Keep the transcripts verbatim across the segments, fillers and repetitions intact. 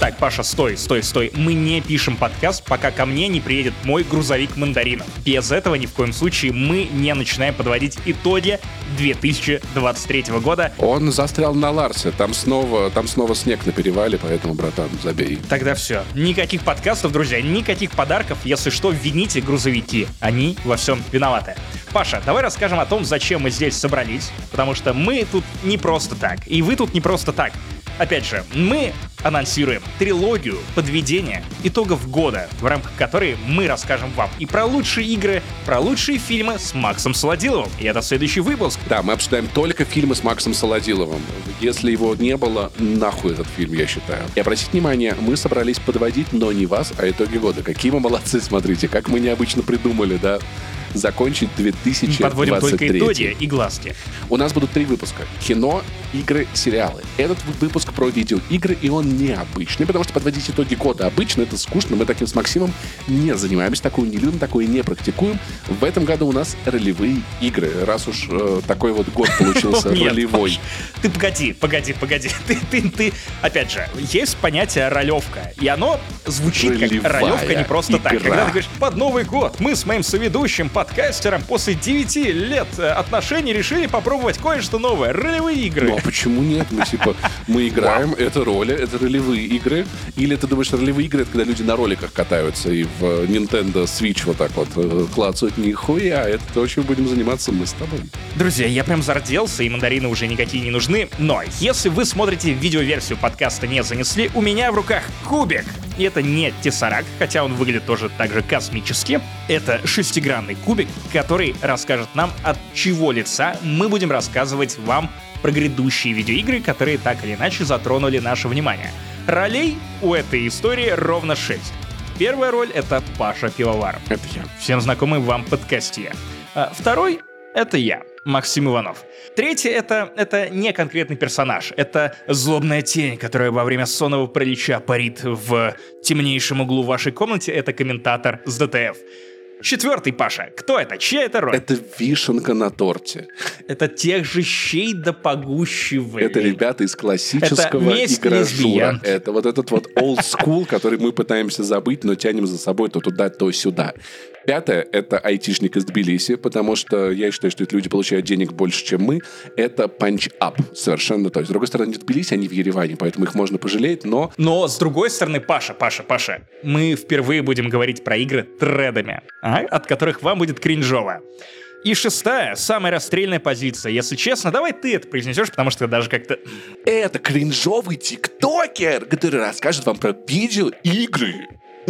Так, Паша, стой, стой, стой. Мы не пишем подкаст, пока ко мне не приедет мой грузовик мандаринов. Без этого ни в коем случае мы не начинаем подводить итоги две тысячи двадцать третьего года. Он застрял на Ларсе. Там снова, там снова снег на перевале, поэтому, братан, забей. Тогда все. Никаких подкастов, друзья, никаких подарков. Если что, вините грузовики. Они во всем виноваты. Паша, давай расскажем о том, зачем мы здесь собрались. Потому что мы тут не просто так. И вы тут не просто так. Опять же, мы анонсируем трилогию подведения итогов года, в рамках которой мы расскажем вам и про лучшие игры, про лучшие фильмы с Максом Солодиловым. И это следующий выпуск. Да, мы обсуждаем только фильмы с Максом Солодиловым. Если его не было, нахуй этот фильм, я считаю. И обратите внимание, мы собрались подводить, но не вас, а итоги года. Какие мы молодцы, смотрите, как мы необычно придумали, да? Закончить две тысячи двадцать третий. Подводим только итоги и глазки. У нас будут три выпуска. Кино, игры, сериалы. Этот выпуск про видеоигры, и он необычный, потому что подводить итоги года обычно это скучно. Мы таким с Максимом не занимаемся, такое не любим, такое не практикуем. В этом году у нас ролевые игры. Раз уж э, такой вот год получился ролевой. Ты погоди, погоди, погоди. Ты, ты, ты, опять же, есть понятие ролевка, и оно звучит как ролевка не просто так. Когда ты говоришь, под Новый год мы с моим соведущим подкастером после девяти лет отношений решили попробовать кое-что новое. Ролевые игры. Ну а почему нет? Мы типа, мы играем, это роли, это ролевые игры. Или ты думаешь, ролевые игры — это когда люди на роликах катаются и в Nintendo Switch вот так вот э, клацают? Нихуя, это то, чем будем заниматься мы с тобой. Друзья, я прям зарделся, и мандарины уже никакие не нужны. Но если вы смотрите видеоверсию подкаста «Не занесли», у меня в руках кубик. И это не Тессаракт, хотя он выглядит тоже так же космически. Это шестигранный кубик, который расскажет нам, от чего лица мы будем рассказывать вам про грядущие видеоигры, которые так или иначе затронули наше внимание. Ролей у этой истории ровно шесть. Первая роль — это Паша Пивовар. Это я. Всем знакомый вам подкастье. А второй — это я, Максим Иванов. Третий — это, это не конкретный персонаж. Это злобная тень, которая во время сонного паралича парит в темнейшем углу вашей комнаты. Это комментатор с ДТФ. Четвертый, Паша. Кто это? Чья это роль? Это вишенка на торте. Это тех же щей да погущивали. Это ребята из классического игражура. Это вот этот вот old school, который мы пытаемся забыть, но тянем за собой то туда, то сюда. Пятое — это айтишник из Тбилиси, потому что я считаю, что эти люди получают денег больше, чем мы. Это панч-ап. Совершенно то. С другой стороны, в Тбилиси, они в Ереване, поэтому их можно пожалеть, но... Но, с другой стороны, Паша, Паша, Паша, мы впервые будем говорить про игры тредами, а? От которых вам будет кринжово. И шестая, самая расстрельная позиция. Если честно, давай ты это произнесешь, потому что даже как-то... Это кринжовый тиктокер, который расскажет вам про видеоигры.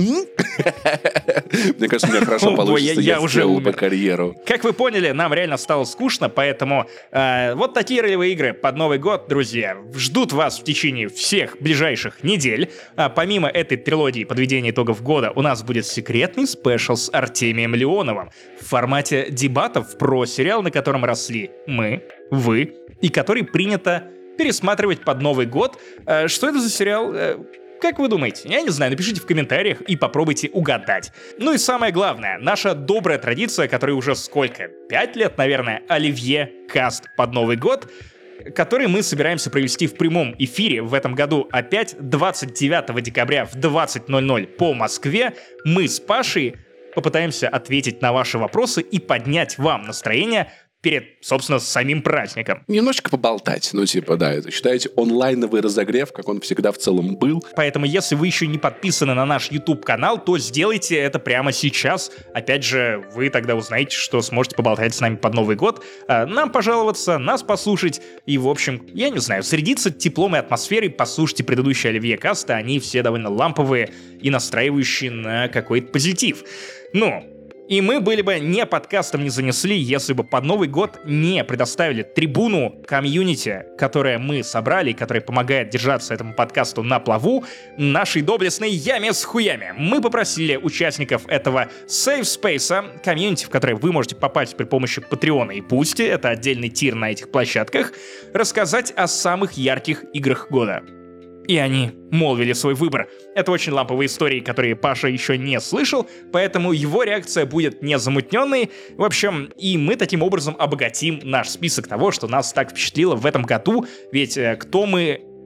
Мне кажется, у меня хорошо получится, я уже умер карьеру. Как вы поняли, нам реально стало скучно, поэтому э, вот такие ролевые игры под Новый год, друзья, ждут вас в течение всех ближайших недель. А помимо этой трилогии подведения итогов года, у нас будет секретный спешл с Артемием Леоновым в формате дебатов про сериал, на котором росли мы, вы, и который принято пересматривать под Новый год. Э, что это за сериал? Э, Как вы думаете? Я не знаю, напишите в комментариях и попробуйте угадать. Ну и самое главное, наша добрая традиция, которой уже сколько? Пять лет, наверное, Оливье Каст под Новый год, который мы собираемся провести в прямом эфире в этом году опять двадцать девятого декабря в двадцать ноль ноль по Москве. Мы с Пашей попытаемся ответить на ваши вопросы и поднять вам настроение перед, собственно, самим праздником. Немножечко поболтать, ну типа, да, это считаете онлайновый разогрев, как он всегда в целом был. Поэтому, если вы еще не подписаны на наш YouTube-канал, то сделайте это прямо сейчас. Опять же, вы тогда узнаете, что сможете поболтать с нами под Новый год, нам пожаловаться, нас послушать и, в общем, я не знаю, средиться теплом и атмосферой, послушайте предыдущие Оливье Каста, они все довольно ламповые и настраивающие на какой-то позитив. Ну... И мы были бы не подкастом не занесли, если бы под Новый год не предоставили трибуну комьюнити, которое мы собрали, которая помогает держаться этому подкасту на плаву, нашей доблестной яме с хуями. Мы попросили участников этого Safe Space, комьюнити, в которое вы можете попасть при помощи Патреона и Пусти, это отдельный тир на этих площадках, рассказать о самых ярких играх года. И они молвили свой выбор. Это очень ламповые истории, которые Паша еще не слышал, поэтому его реакция будет незамутненной. В общем, и мы таким образом обогатим наш список того, что нас так впечатлило в этом году. Ведь э, кто мы,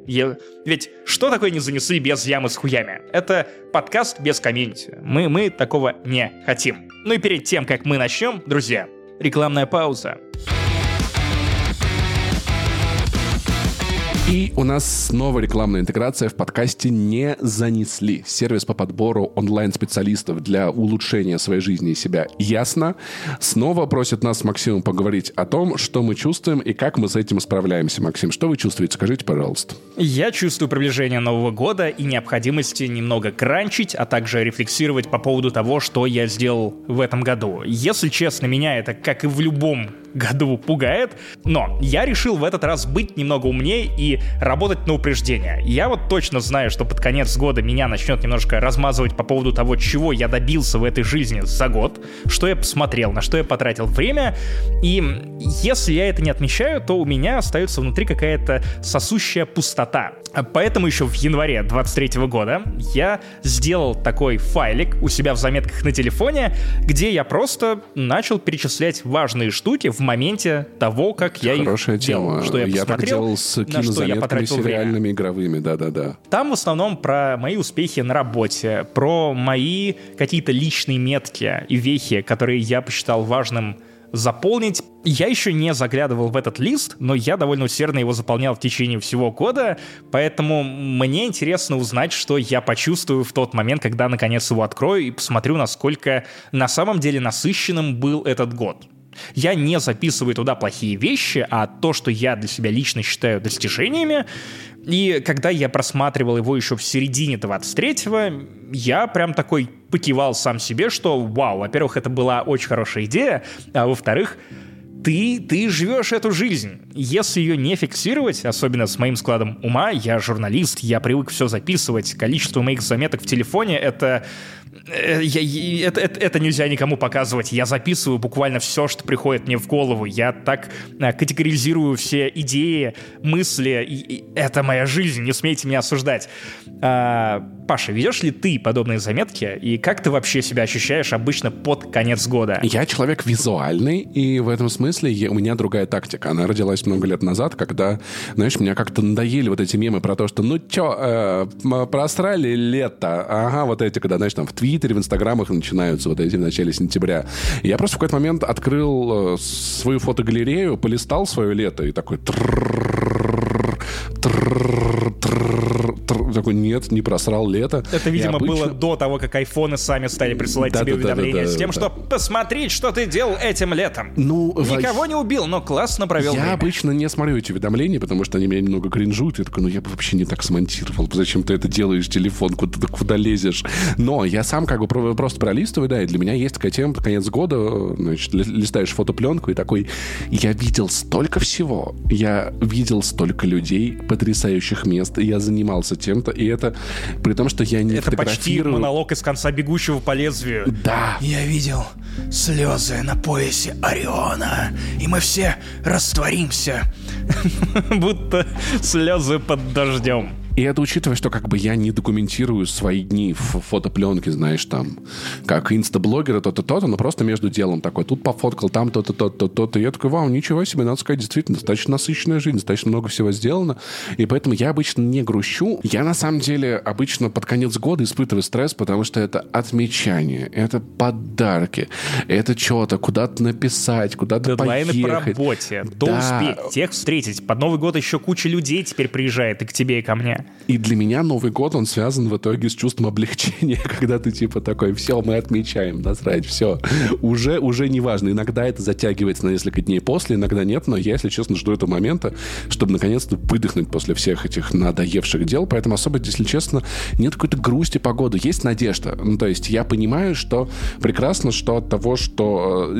Я... Ведь что такое «Не занесли» без ямы с хуями? Это подкаст без комьюнити. Мы, мы такого не хотим. Ну и перед тем, как мы начнем, друзья, рекламная пауза. И у нас снова рекламная интеграция в подкасте «Не занесли». Сервис по подбору онлайн-специалистов для улучшения своей жизни и себя. Ясно? Снова просит нас с Максимом поговорить о том, что мы чувствуем и как мы с этим справляемся. Максим, что вы чувствуете? Скажите, пожалуйста. Я чувствую приближение Нового года и необходимости немного кранчить, а также рефлексировать по поводу того, что я сделал в этом году. Если честно, меня это, как и в любом году, пугает, но я решил в этот раз быть немного умнее и работать на упреждение. Я вот точно знаю, что под конец года меня начнет немножко размазывать по поводу того, чего я добился в этой жизни за год, что я посмотрел, на что я потратил время, и если я это не отмечаю, то у меня остается внутри какая-то сосущая пустота. Поэтому еще в январе двадцать третьего года я сделал такой файлик у себя в заметках на телефоне, где я просто начал перечислять важные штуки в моменте того, как я Хорошая их тема. делал, что я, я посмотрел, так делал с кинозаметками сериальными, игровыми, да-да-да. Там в основном про мои успехи на работе, про мои какие-то личные метки и вехи, которые я посчитал важным заполнить. Я еще не заглядывал в этот лист, но я довольно усердно его заполнял в течение всего года, поэтому мне интересно узнать, что я почувствую в тот момент, когда наконец его открою и посмотрю, насколько на самом деле насыщенным был этот год. Я не записываю туда плохие вещи, а то, что я для себя лично считаю достижениями. И когда я просматривал его еще в середине двадцать третьего, я прям такой покивал сам себе, что вау, во-первых, это была очень хорошая идея, а во-вторых, ты, ты живешь эту жизнь. Если ее не фиксировать, особенно с моим складом ума, я журналист, я привык все записывать, количество моих заметок в телефоне — это... Я, это, это, это нельзя никому показывать. Я записываю буквально все, что приходит мне в голову. Я так а, категоризирую все идеи, мысли. И, и это моя жизнь, не смейте меня осуждать. А, Паша, ведешь ли ты подобные заметки? И как ты вообще себя ощущаешь обычно под конец года? Я человек визуальный, и в этом смысле я, у меня другая тактика. Она родилась много лет назад, когда, знаешь, меня как-то надоели вот эти мемы про то, что ну чё, э, просрали лето. Ага, вот эти, когда, знаешь, там в Твиттере, в Инстаграмах начинаются вот эти в начале сентября. И я просто в какой-то момент открыл свою фотогалерею, полистал свое лето и такой... Такой, нет, не просрал лето. Это, видимо, обычно... было до того, как айфоны сами стали присылать да, тебе да, уведомления да, да, с тем, да. что посмотреть, что ты делал этим летом. Ну, Никого во... не убил, но классно провел Я время. обычно не смотрю эти уведомления, потому что они меня немного кринжуют. Я такой, ну я бы вообще не так смонтировал. Зачем ты это делаешь, телефон, куда, куда лезешь? Но я сам как бы просто пролистываю, да, и для меня есть такая тема, конец года, значит, листаешь фотопленку и такой, я видел столько всего, я видел столько людей, потрясающих мест, и я занимался тем-то, и это при том, что я не это фотографирую. Это почти монолог из конца «Бегущего по лезвию». Да. Я видел слезы на поясе Ориона, и мы все растворимся, будто слезы под дождем. И это учитывая, что как бы я не документирую свои дни в фотопленке, знаешь, там, как инстаблогеры, то-то, то-то, но просто между делом такой. Тут пофоткал, там то-то, то-то, то-то. И я такой, вау, ничего себе, надо сказать, действительно, достаточно насыщенная жизнь, достаточно много всего сделано. И поэтому я обычно не грущу. Я, на самом деле, обычно под конец года испытываю стресс, потому что это отмечание, это подарки, это что-то, куда-то написать, куда-то дедлайны поехать. по работе, то да. успеть, тех встретить. Под Новый год еще куча людей теперь приезжает и к тебе, и ко мне. И для меня Новый год, он связан в итоге с чувством облегчения, когда ты типа такой, все, мы отмечаем, насрать, все. Уже, уже не важно. Иногда это затягивается на несколько дней после, иногда нет, но я, если честно, жду этого момента, чтобы наконец-то выдохнуть после всех этих надоевших дел. Поэтому особо, если честно, нет какой-то грусти по году. Есть надежда. Ну, то есть я понимаю, что прекрасно, что от того, что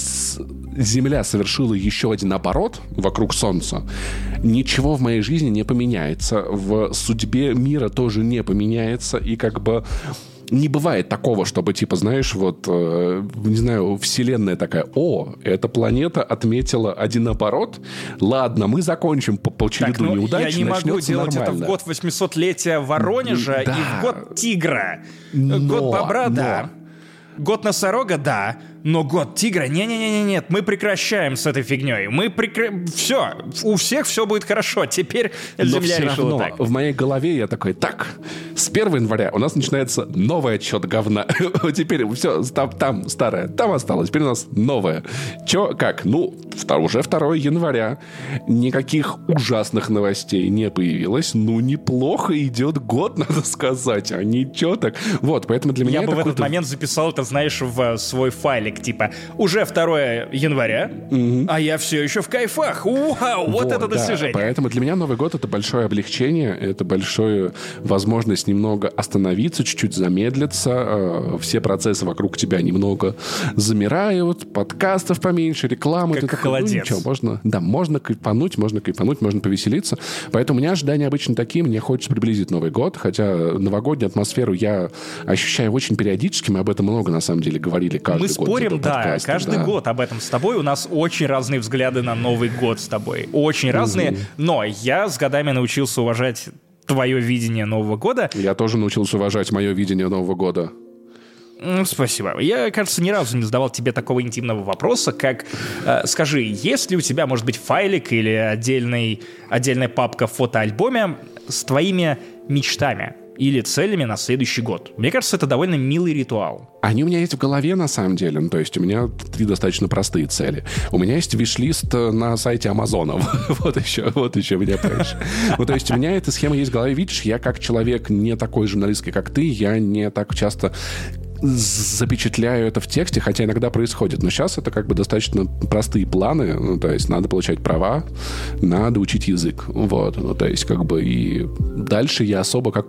Земля совершила еще один оборот вокруг Солнца, ничего в моей жизни не поменяется. В судьбе мира тоже не поменяется. И как бы не бывает такого, чтобы, типа, знаешь, вот, э, не знаю, Вселенная такая, о, эта планета отметила один оборот, ладно, мы закончим по, по череду так, ну, неудач, я не могу делать нормально. Это в год восьмисотлетия Воронежа да. и в год Тигра. Но, год Бобра, но. да. Год носорога, да, но год тигра, не-не-не-нет, мы прекращаем с этой фигней. Мы прекра... Все, у всех все будет хорошо. Теперь Земля решила так. В моей голове я такой, так, с первого января у нас начинается новый отчет говна. Теперь все, там, там старое, там осталось, теперь у нас новое. Че, как? Ну, уже второго января. Никаких ужасных новостей не появилось. Ну, неплохо идет год, надо сказать. А ничего так. Вот, поэтому для меня... Я бы в этот момент записал это, знаешь, в свой файлик. Типа, уже второго января, угу. а я все еще в кайфах. Вау, вот, вот это да. достижение. Поэтому для меня Новый год — это большое облегчение, это большая возможность немного остановиться, чуть-чуть замедлиться. Э, все процессы вокруг тебя немного замирают, подкастов поменьше, рекламы. Как холодец. Ну, ничего, можно, да, можно кайфануть, можно кайфануть, можно повеселиться. Поэтому у меня ожидания обычно такие. Мне хочется приблизить Новый год, хотя новогоднюю атмосферу я ощущаю очень периодически. Мы об этом много, на самом деле, говорили каждый Мы год. Мы спорим, да, подкаста, каждый да. год об этом с тобой. У нас очень разные взгляды на Новый год с тобой. Очень угу. разные. Но я с годами научился уважать твое видение Нового года. Я тоже научился уважать мое видение Нового года. Спасибо. Я, кажется, ни разу не задавал тебе такого интимного вопроса, как, э, скажи, есть ли у тебя, может быть, файлик или отдельный, отдельная папка в фотоальбоме с твоими мечтами или целями на следующий год? Мне кажется, это довольно милый ритуал. Они у меня есть в голове, на самом деле. Ну, то есть у меня три достаточно простые цели. У меня есть виш-лист на сайте Амазона. Вот еще, вот еще меня понимаешь. Ну, то есть у меня эта схема есть в голове. Видишь, я как человек не такой журналистский, как ты, я не так часто запечатляю это в тексте, хотя иногда происходит. Но сейчас это как бы достаточно простые планы. Ну, то есть надо получать права, надо учить язык. Вот. Ну, то есть как бы и дальше я особо как...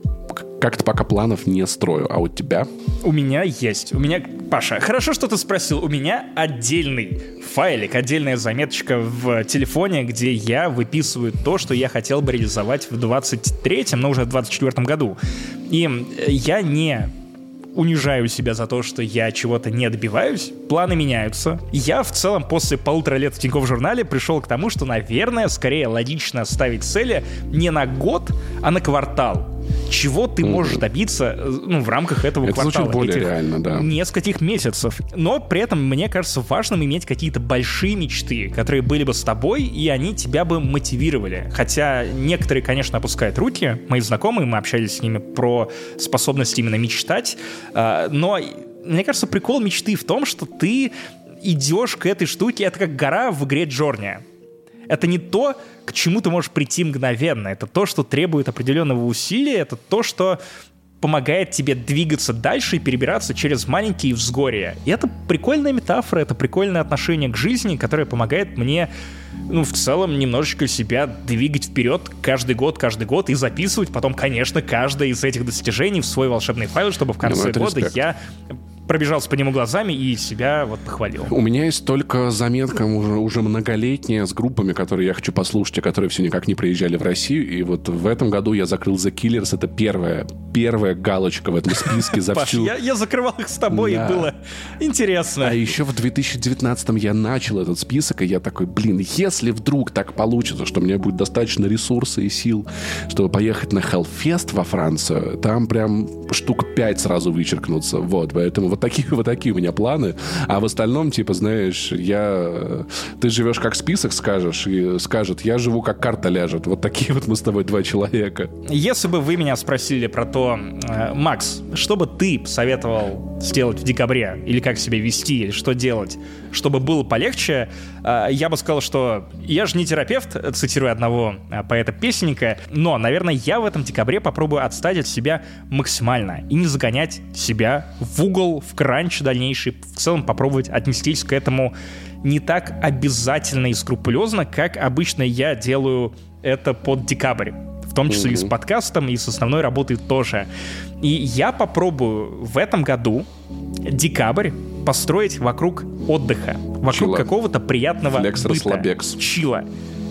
Как-то пока планов не строю. А у тебя? У меня есть. У меня... Паша, хорошо, что ты спросил. У меня отдельный файлик, отдельная заметочка в телефоне, где я выписываю то, что я хотел бы реализовать в двадцать третьем, но уже в двадцать четвёртом году. И я не... унижаю себя за то, что я чего-то не добиваюсь, планы меняются. Я в целом после полутора лет в Тинькофф журнале пришел к тому, что, наверное, скорее логично ставить цели не на год, а на квартал. Чего ты можешь добиться, ну, в рамках этого это квартала, звучит более этих реально, да. нескольких месяцев. Но при этом, мне кажется, важным иметь какие-то большие мечты, которые были бы с тобой, и они тебя бы мотивировали. Хотя некоторые, конечно, опускают руки. Мои знакомые, мы общались с ними про способность именно мечтать. Но, мне кажется, прикол мечты в том, что ты идешь к этой штуке, это как гора в игре Джорния. Это не то, к чему ты можешь прийти мгновенно. Это то, что требует определенного усилия. Это то, что помогает тебе двигаться дальше и перебираться через маленькие взгорья. И это прикольная метафора, это прикольное отношение к жизни, которое помогает мне, ну, в целом, немножечко себя двигать вперед каждый год, каждый год и записывать потом, конечно, каждое из этих достижений в свой волшебный файл, чтобы в конце ну, года респект. я... пробежался по нему глазами и себя вот похвалил. У меня есть только заметка уже, уже многолетняя с группами, которые я хочу послушать, а которые все никак не приезжали в Россию. И вот в этом году я закрыл The Killers. Это первая, первая галочка в этом списке за всю... Паш, я, я закрывал их с тобой, да. И было интересно. А еще в две тысячи девятнадцатом я начал этот список, и я такой, блин, если вдруг так получится, что у меня будет достаточно ресурсов и сил, чтобы поехать на Hellfest во Францию, там прям штук пять сразу вычеркнутся. Вот, поэтому вот такие, вот такие у меня планы. А в остальном, типа, знаешь, я... Ты живешь как список, скажешь, и скажет, я живу как карта ляжет. Вот такие вот мы с тобой два человека. Если бы вы меня спросили про то, Макс, что бы ты посоветовал сделать в декабре? Или как себя вести? Или что делать? Чтобы было полегче, я бы сказал, что я же не терапевт, цитирую одного поэта-песенника, но, наверное, я в этом декабре попробую отстать от себя максимально и не загонять себя в угол, в кранч дальнейший, в целом попробовать отнестись к этому не так обязательно и скрупулезно, как обычно я делаю это под декабрь. В том числе mm-hmm. и с подкастом, и с основной работой тоже. И я попробую в этом году декабрь построить вокруг отдыха, вокруг Чила. какого-то приятного Флекс, быта, расслабекс. чила.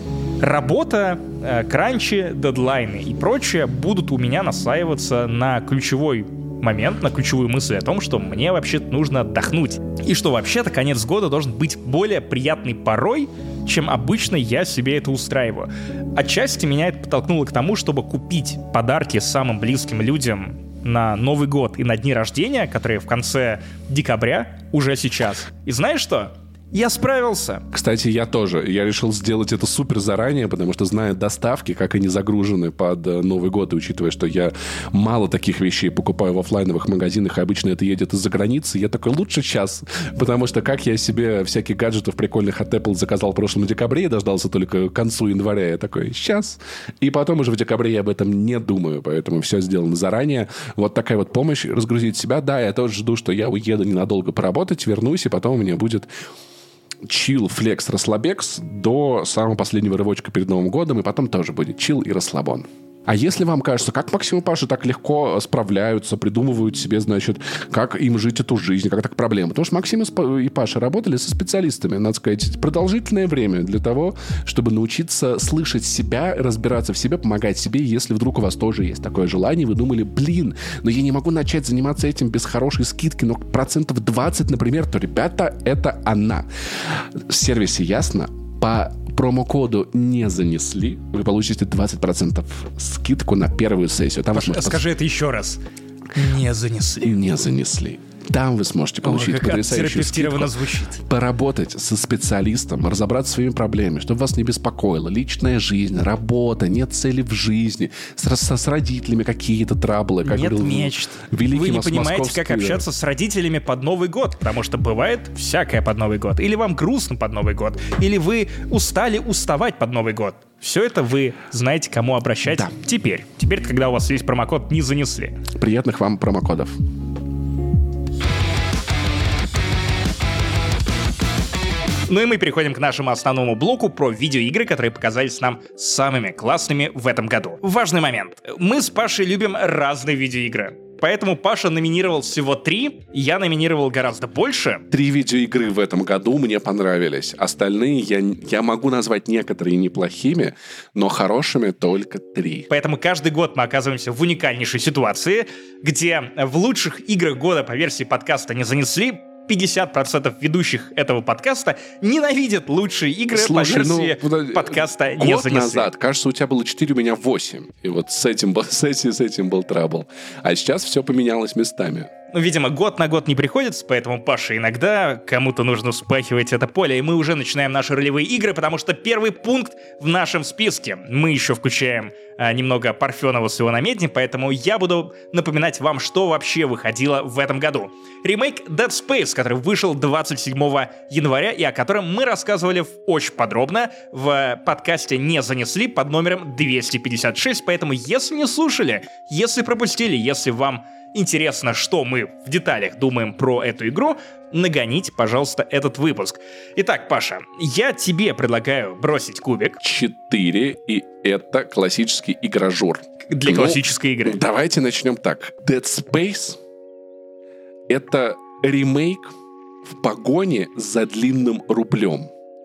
Работа, э, кранчи, дедлайны и прочее будут у меня наслаиваться на ключевой момент, на ключевую мысль о том, что мне вообще-то нужно отдохнуть. И что вообще-то конец года должен быть более приятной порой, чем обычно я себе это устраиваю. Отчасти меня это подтолкнуло к тому, чтобы купить подарки самым близким людям на Новый год и на дни рождения, которые в конце декабря, уже сейчас. И знаешь что? Я справился. Кстати, я тоже. Я решил сделать это супер заранее, потому что, зная доставки, как они загружены под Новый год, и учитывая, что я мало таких вещей покупаю в офлайновых магазинах, и обычно это едет из-за границы, я такой, лучше сейчас. Потому что как я себе всяких гаджетов прикольных от Apple заказал в прошлом декабре и дождался только к концу января, я такой, сейчас. И потом уже в декабре я об этом не думаю, поэтому все сделано заранее. Вот такая вот помощь, разгрузить себя. Да, я тоже жду, что я уеду ненадолго поработать, вернусь, и потом у меня будет чил, флекс, расслабекс до самого последнего рывочка перед Новым годом, и потом тоже будет чил и расслабон. А если вам кажется, как Максим и Паша так легко справляются, придумывают себе, значит, как им жить эту жизнь, как так проблема? Потому что Максим и Паша работали со специалистами, надо сказать, продолжительное время для того, чтобы научиться слышать себя, разбираться в себе, помогать себе, если вдруг у вас тоже есть такое желание, вы думали, блин, но я не могу начать заниматься этим без хорошей скидки, но процентов двадцать, например, то, ребята, это она. В сервисе Ясно по промокоду не занесли, вы получите двадцать процентов скидку на первую сессию. Там Паша, скажи это еще раз. Не занесли. Не занесли. Там вы сможете получить О, потрясающую скидку, звучит. поработать со специалистом, разобраться с своими проблемами, чтобы вас не беспокоило. Личная жизнь, работа, нет цели в жизни, с, с, с родителями какие-то траблы. Как нет говорил, мечт. Великий вы не мос- понимаете, как общаться с родителями под Новый год, потому что бывает всякое под Новый год. Или вам грустно под Новый год, или вы устали уставать под Новый год. Все это вы знаете, кому обращать да. теперь. Теперь, когда у вас есть промокод «Не занесли». Приятных вам промокодов. Ну и мы переходим к нашему основному блоку про видеоигры, которые показались нам самыми классными в этом году. Важный момент. Мы с Пашей любим разные видеоигры. Поэтому Паша номинировал всего три, я номинировал гораздо больше. Три видеоигры в этом году мне понравились. Остальные я, я могу назвать некоторые неплохими, но хорошими только три. Поэтому каждый год мы оказываемся в уникальнейшей ситуации, где в лучших играх года по версии подкаста «Не занесли» пятьдесят процентов ведущих этого подкаста ненавидят лучшие игры Слушай, по версии ну, подкаста «Не год занесли». назад, кажется, у тебя было четыре, у меня восемь. И вот с этим, с этим, с этим был трабл. А сейчас все поменялось местами. Ну, видимо, год на год не приходится, поэтому, Паша, иногда кому-то нужно вспахивать это поле, и мы уже начинаем наши ролевые игры, потому что первый пункт в нашем списке. Мы еще включаем а, немного Парфенова с его намедни, поэтому я буду напоминать вам, что вообще выходило в этом году. Ремейк Dead Space, который вышел двадцать седьмого января, и о котором мы рассказывали очень подробно в подкасте «Не занесли» под номером двести пятьдесят шесть, поэтому если не слушали, если пропустили, если вам интересно, что мы в деталях думаем про эту игру, нагоните, пожалуйста, этот выпуск. Итак, Паша, я тебе предлагаю бросить кубик. Четыре, и это классический игражур. Для ну, классической игры. Давайте начнем так. Dead Space — это ремейк в погоне за длинным рублем.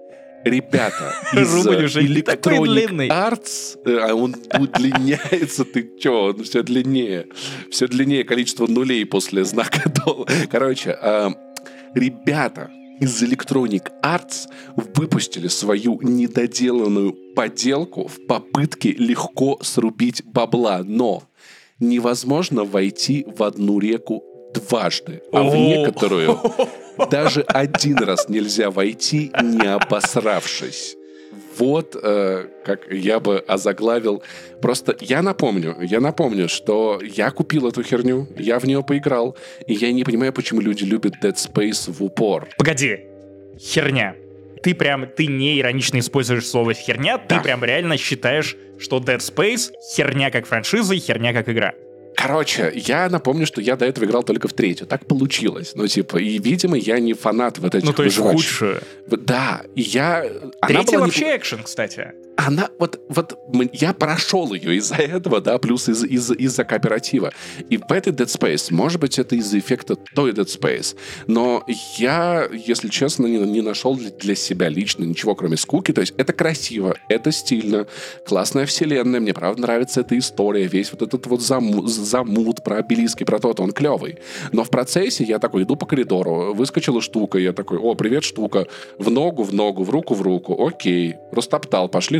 Ребята из Electronic Arts, а он удлиняется, ты чё, он все длиннее. Все длиннее количество нулей после знака доллара. Короче, э, ребята из Electronic Arts выпустили свою недоделанную поделку в попытке легко срубить бабла, но невозможно войти в одну реку дважды, а в некоторую даже один раз нельзя войти, не обосравшись. Вот э, как я бы озаглавил. Просто я напомню, я напомню, что я купил эту херню, я в нее поиграл, и я не понимаю, почему люди любят Dead Space в упор. Погоди, херня. Ты прям, ты не иронично используешь слово «херня», да. Ты прям реально считаешь, что Dead Space херня как франшиза и херня как игра. Короче, я напомню, что я до этого играл только в третью. Так получилось. Ну, типа, и, видимо, я не фанат вот этих Ну, то есть выживач. худшую. Да, и я... Третья вообще не... экшен, кстати. Она, вот, вот, я прошел ее из-за этого, да, плюс из- из- из-за кооператива. И в этой Dead Space, может быть, это из-за эффекта той Dead Space, но я, если честно, не, не нашел для себя лично ничего, кроме скуки. То есть это красиво, это стильно, классная вселенная, мне правда нравится эта история, весь вот этот вот замут, замут про обелиски, про то-то, он клевый. Но в процессе я такой иду по коридору, выскочила штука, я такой, о, привет, штука, в ногу, в ногу, в руку, в руку, окей, растоптал, пошли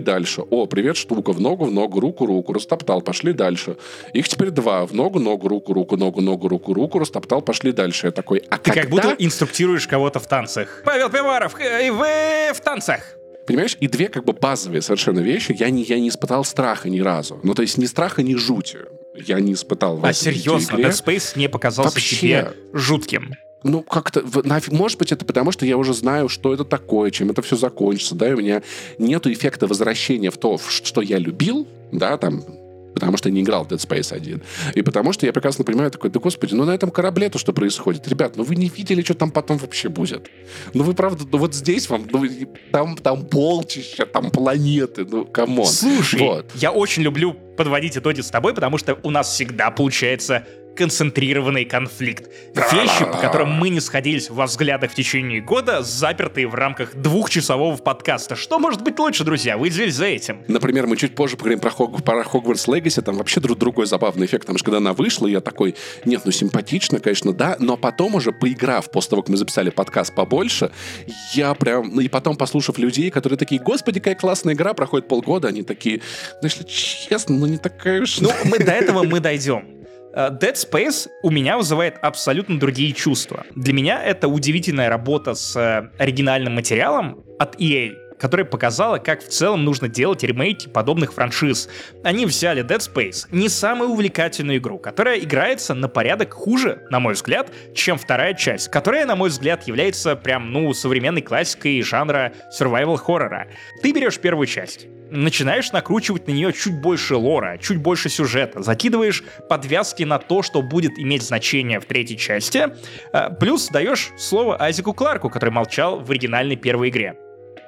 дальше. О, привет, штука, в ногу, в ногу, руку, руку, растоптал, пошли дальше. Их теперь два, в ногу, ногу, руку, руку, ногу, ногу, руку, руку, растоптал, пошли дальше. Я такой, а Ты когда... как будто инструктируешь кого-то в танцах. Павел Пивоваров, и вы в танцах. Понимаешь, и две как бы базовые совершенно вещи. Я не, я не испытал страха ни разу. Ну, то есть ни страха, ни жути я не испытал. А серьезно, Dead Space не показался Вообще... тебе жутким? Ну, как-то, может быть, это потому, что я уже знаю, что это такое, чем это все закончится, да, и у меня нету эффекта возвращения в то, что я любил, да, там, потому что я не играл в Dead Space один. И потому что я прекрасно понимаю, такой, да господи, ну на этом корабле-то что происходит? Ребят, ну вы не видели, что там потом вообще будет? Ну вы правда, ну вот здесь вам, ну там, там полчища, там планеты, ну камон. Слушай, вот. Я очень люблю подводить итоги с тобой, потому что у нас всегда получается концентрированный конфликт. Вещи, по которым мы не сходились во взглядах в течение года, запертые в рамках двухчасового подкаста. Что может быть лучше, друзья? Вы здесь за этим. Например, мы чуть позже поговорим про, Хог... про Hogwarts Legacy, там вообще друг другой забавный эффект, потому что когда она вышла, я такой, нет, ну симпатично, конечно, да, но потом уже поиграв, после того, как мы записали подкаст побольше, я прям, ну и потом послушав людей, которые такие, господи, какая классная игра, проходит полгода, они такие, ну если честно, ну не такая уж... Ну, мы до этого мы дойдем. Dead Space у меня вызывает абсолютно другие чувства. Для меня это удивительная работа с оригинальным материалом от и эй, которая показала, как в целом нужно делать ремейки подобных франшиз. Они взяли Dead Space, не самую увлекательную игру, которая играется на порядок хуже, на мой взгляд, чем вторая часть, которая, на мой взгляд, является прям, ну, современной классикой жанра survival-хоррора. Ты берешь первую часть, начинаешь накручивать на нее чуть больше лора, чуть больше сюжета, закидываешь подвязки на то, что будет иметь значение в третьей части, плюс даешь слово Айзеку Кларку, который молчал в оригинальной первой игре.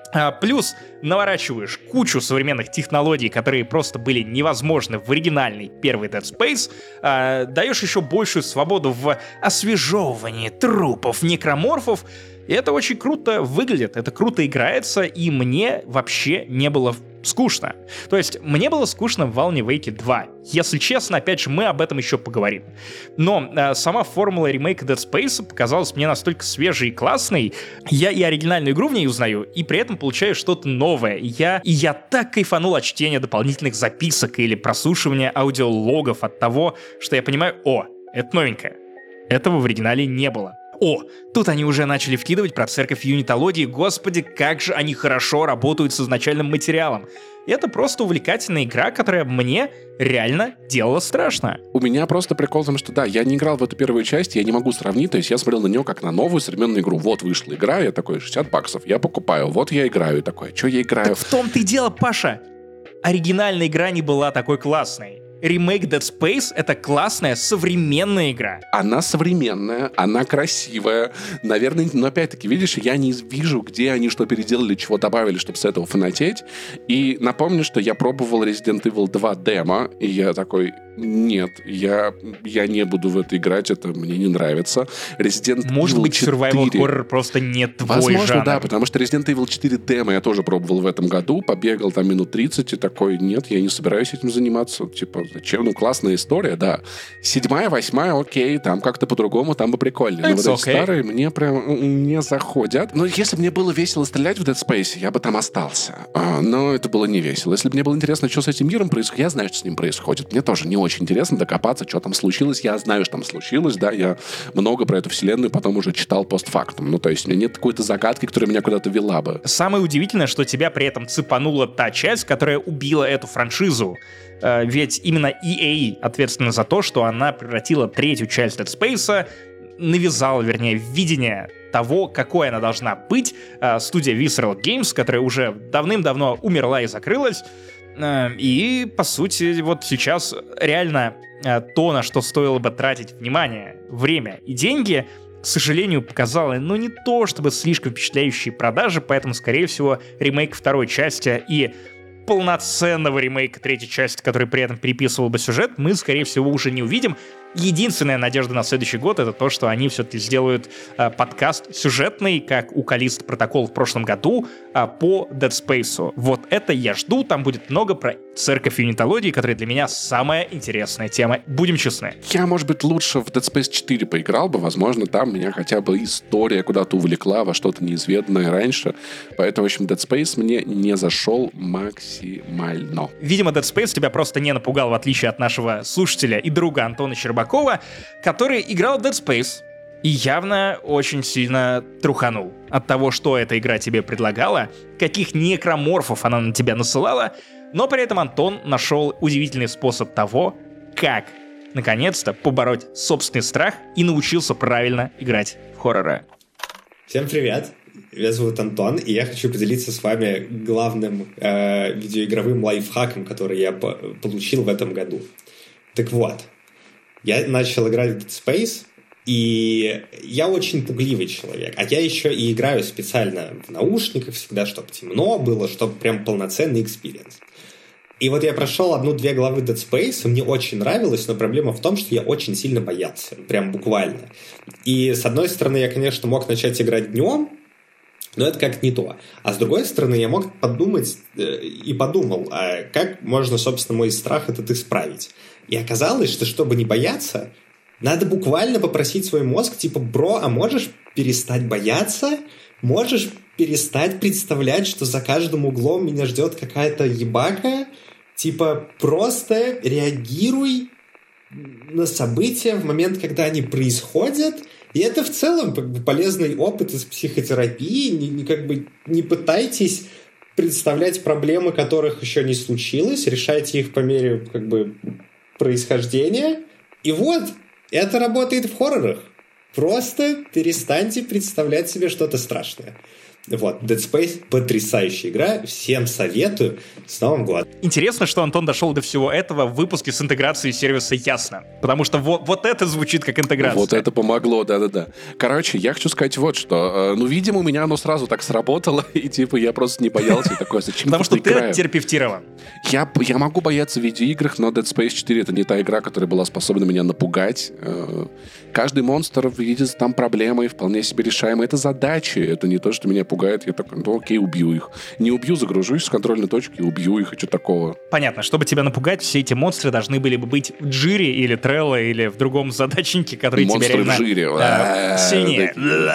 Плюс наворачиваешь кучу современных технологий, которые просто были невозможны в оригинальной первой Dead Space, э, даешь еще большую свободу в освежевывании трупов, некроморфов, и это очень круто выглядит, это круто играется, и мне вообще не было скучно. То есть мне было скучно в Alan Wake два. Если честно, опять же, мы об этом еще поговорим. Но э, сама формула ремейка Dead Space показалась мне настолько свежей и классной. Я и оригинальную игру в ней узнаю, и при этом получаю что-то новое. Я, и я так кайфанул от чтения дополнительных записок или прослушивания аудиологов от того, что я понимаю, о, это новенькое. Этого в оригинале не было. О, тут они уже начали вкидывать про церковь юнитологии. Господи, как же они хорошо работают с изначальным материалом. И это просто увлекательная игра, которая мне реально делала страшно. У меня просто прикол в том, что да, я не играл в эту первую часть, я не могу сравнить, то есть я смотрел на нее как на новую современную игру. Вот вышла игра, я такой, шестьдесят баксов, я покупаю, вот я играю, и такой, что я играю? Так в том-то и дело, Паша. Оригинальная игра не была такой классной. Ремейк Dead Space — это классная современная игра. Она современная, она красивая. Наверное, но опять-таки, видишь, я не вижу, где они что переделали, чего добавили, чтобы с этого фанатеть. И напомню, что я пробовал Resident Evil два демо, и я такой... Нет, я, я не буду в это играть, это мне не нравится. Resident Может Evil быть, четыре... survival horror просто не твой Возможно, жанр. да, потому что Resident Evil четыре демо я тоже пробовал в этом году, побегал там минут тридцать и такой, нет, я не собираюсь этим заниматься. Типа, зачем? Ну, классная история, да. Седьмая, восьмая, окей, там как-то по-другому, там бы прикольно. Но вот эти okay. старые мне прям не заходят. Но если бы мне было весело стрелять в Dead Space, я бы там остался. А, но это было не весело. Если бы мне было интересно, что с этим миром происходит, я знаю, что с ним происходит. Мне тоже не очень очень интересно докопаться, что там случилось. Я знаю, что там случилось, да, я много про эту вселенную потом уже читал постфактум. Ну, то есть у меня нет какой-то загадки, которая меня куда-то вела бы. Самое удивительное, что тебя при этом цепанула та часть, которая убила эту франшизу. Uh, ведь именно и эй ответственна за то, что она превратила третью часть Dead Space, навязала, вернее, видение того, какой она должна быть. Uh, студия Visceral Games, которая уже давным-давно умерла и закрылась. Uh, и, по сути, вот сейчас реально uh, то, на что стоило бы тратить внимание, время и деньги, к сожалению, показало, ну, не то чтобы слишком впечатляющие продажи, поэтому, скорее всего, ремейк второй части и полноценного ремейка третьей части, который при этом переписывал бы сюжет, мы, скорее всего, уже не увидим. Единственная надежда на следующий год — это то, что они все-таки сделают э, подкаст сюжетный, как у Callisto Protocol в прошлом году, э, по Dead Space. Вот это я жду, там будет много про церковь юнитологии, которая для меня самая интересная тема. Будем честны. Я, может быть, лучше в Dead Space четыре поиграл бы. Возможно, там меня хотя бы история куда-то увлекла во что-то неизведанное раньше. Поэтому, в общем, Dead Space мне не зашел максимально. Видимо, Dead Space тебя просто не напугал, в отличие от нашего слушателя и друга Антона Щербакова, который играл в Dead Space и явно очень сильно труханул от того, что эта игра тебе предлагала, каких некроморфов она на тебя насылала, но при этом Антон нашел удивительный способ того, как, наконец-то, побороть собственный страх и научился правильно играть в хорроры. Всем привет! Меня зовут Антон, и я хочу поделиться с вами главным э, видеоигровым лайфхаком, который я по- получил в этом году. Так вот, я начал играть в Dead Space, и я очень пугливый человек, а я еще и играю специально в наушниках всегда, чтобы темно было, чтобы прям полноценный экспириенс. И вот я прошел одну-две главы Dead Space, и мне очень нравилось, но проблема в том, что я очень сильно боялся, прям буквально. И с одной стороны, я, конечно, мог начать играть днем, но это как-то не то. А с другой стороны, я мог подумать э, и подумал, а как можно, собственно, мой страх этот исправить. И оказалось, что чтобы не бояться, надо буквально попросить свой мозг, типа, бро, а можешь перестать бояться? Можешь перестать представлять, что за каждым углом меня ждет какая-то ебака? Типа, просто реагируй на события в момент, когда они происходят. И это в целом как бы полезный опыт из психотерапии. Не, не, как бы, не пытайтесь представлять проблемы, которых еще не случилось. Решайте их по мере как бы происхождения. И вот, это работает в хоррорах. Просто перестаньте представлять себе что-то страшное. Вот, Dead Space — потрясающая игра, всем советую. С Новым годом! Интересно, что Антон дошел до всего этого в выпуске с интеграцией сервиса Ясно, потому что вот, вот это звучит как интеграция. Вот это помогло, да-да-да. Короче, я хочу сказать вот что. Ну, видимо, у меня оно сразу так сработало, и типа я просто не боялся такой, зачем Потому что ты терапевтирован. Я, я могу бояться в видеоиграх, но Dead Space четыре — это не та игра, которая была способна меня напугать. Каждый монстр видит там проблемы, вполне себе решаемые. Это задачи, это не то, что меня пугает. Я такой, ну окей, убью их. Не убью, загружусь с контрольной точки, убью их, и что такого. Понятно, чтобы тебя напугать, все эти монстры должны были бы быть в Джире или Трелло, или в другом задачнике, который монстры тебе реально... в Джире. Да, сильнее.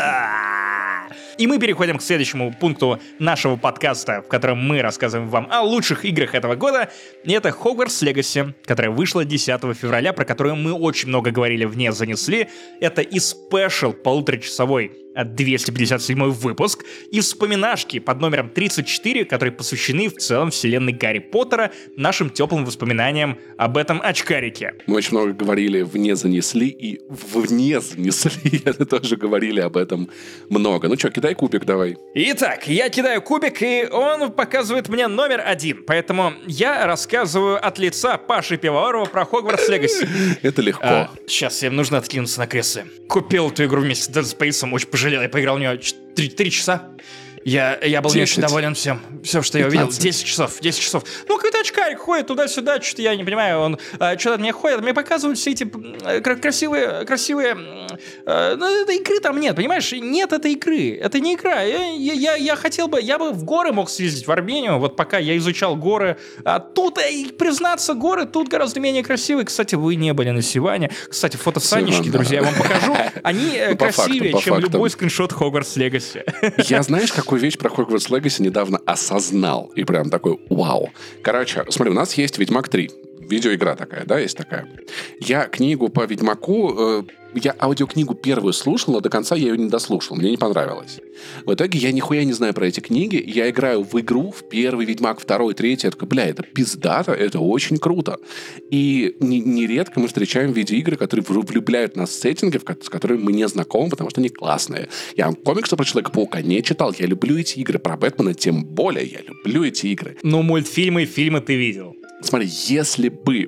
И мы переходим к следующему пункту нашего подкаста, в котором мы рассказываем вам о лучших играх этого года. И это Hogwarts Legacy, которая вышла десятого февраля, про которую мы очень много говорили в «Не занесли». Это и спешл полуторачасовой двести пятьдесят седьмой выпуск, и вспоминашки под номером тридцать четыре, которые посвящены в целом вселенной Гарри Поттера, нашим теплым воспоминаниям об этом очкарике. Мы очень много говорили в «Не занесли» и в «Не занесли» тоже говорили об этом много. Ну что, кидай кубик давай. Итак, я кидаю кубик, и он показывает мне номер один, поэтому я рассказываю от лица Паши Пивоварова про Hogwarts Legacy. Это легко. А, сейчас, им нужно откинуться на кресле. Купил эту игру вместе с Dead Space, очень пожалел, я поиграл в нее три часа. Я, я был не очень доволен всем. Все, что я увидел. десять часов. десять часов. Ну, какой-то очкарик ходит туда-сюда, что-то я не понимаю. Он а, что-то мне ходит, мне показывают все эти кра- красивые, красивые... А, ну, этой игры там нет, понимаешь? Нет этой игры. Это не игра. Я, я, я хотел бы... Я бы в горы мог съездить, в Армению, вот пока я изучал горы. А тут, и, признаться, горы тут гораздо менее красивые. Кстати, вы не были на Сиване. Кстати, фото Санечки, друзья, я вам покажу. Они красивее, чем любой скриншот Hogwarts Legacy. Я, знаешь, какой вещь про Hogwarts Legacy недавно осознал. И прям такой, вау. Короче, смотри, у нас есть Ведьмак три. Видеоигра такая, да, есть такая. Я книгу по Ведьмаку... Э, я аудиокнигу первую слушал, но до конца я ее не дослушал. Мне не понравилось. В итоге я нихуя не знаю про эти книги. Я играю в игру, в первый Ведьмак, второй, третий. Я такой, бля, это пиздато, это очень круто. И нередко мы встречаем видеоигры, которые влюбляют нас в сеттинги, с которыми мы не знакомы, потому что они классные. Я комиксы про Человека-паука не читал. Я люблю эти игры. Про Бэтмена тем более. Я люблю эти игры. Ну, мультфильмы, фильмы ты видел. Смотри, если бы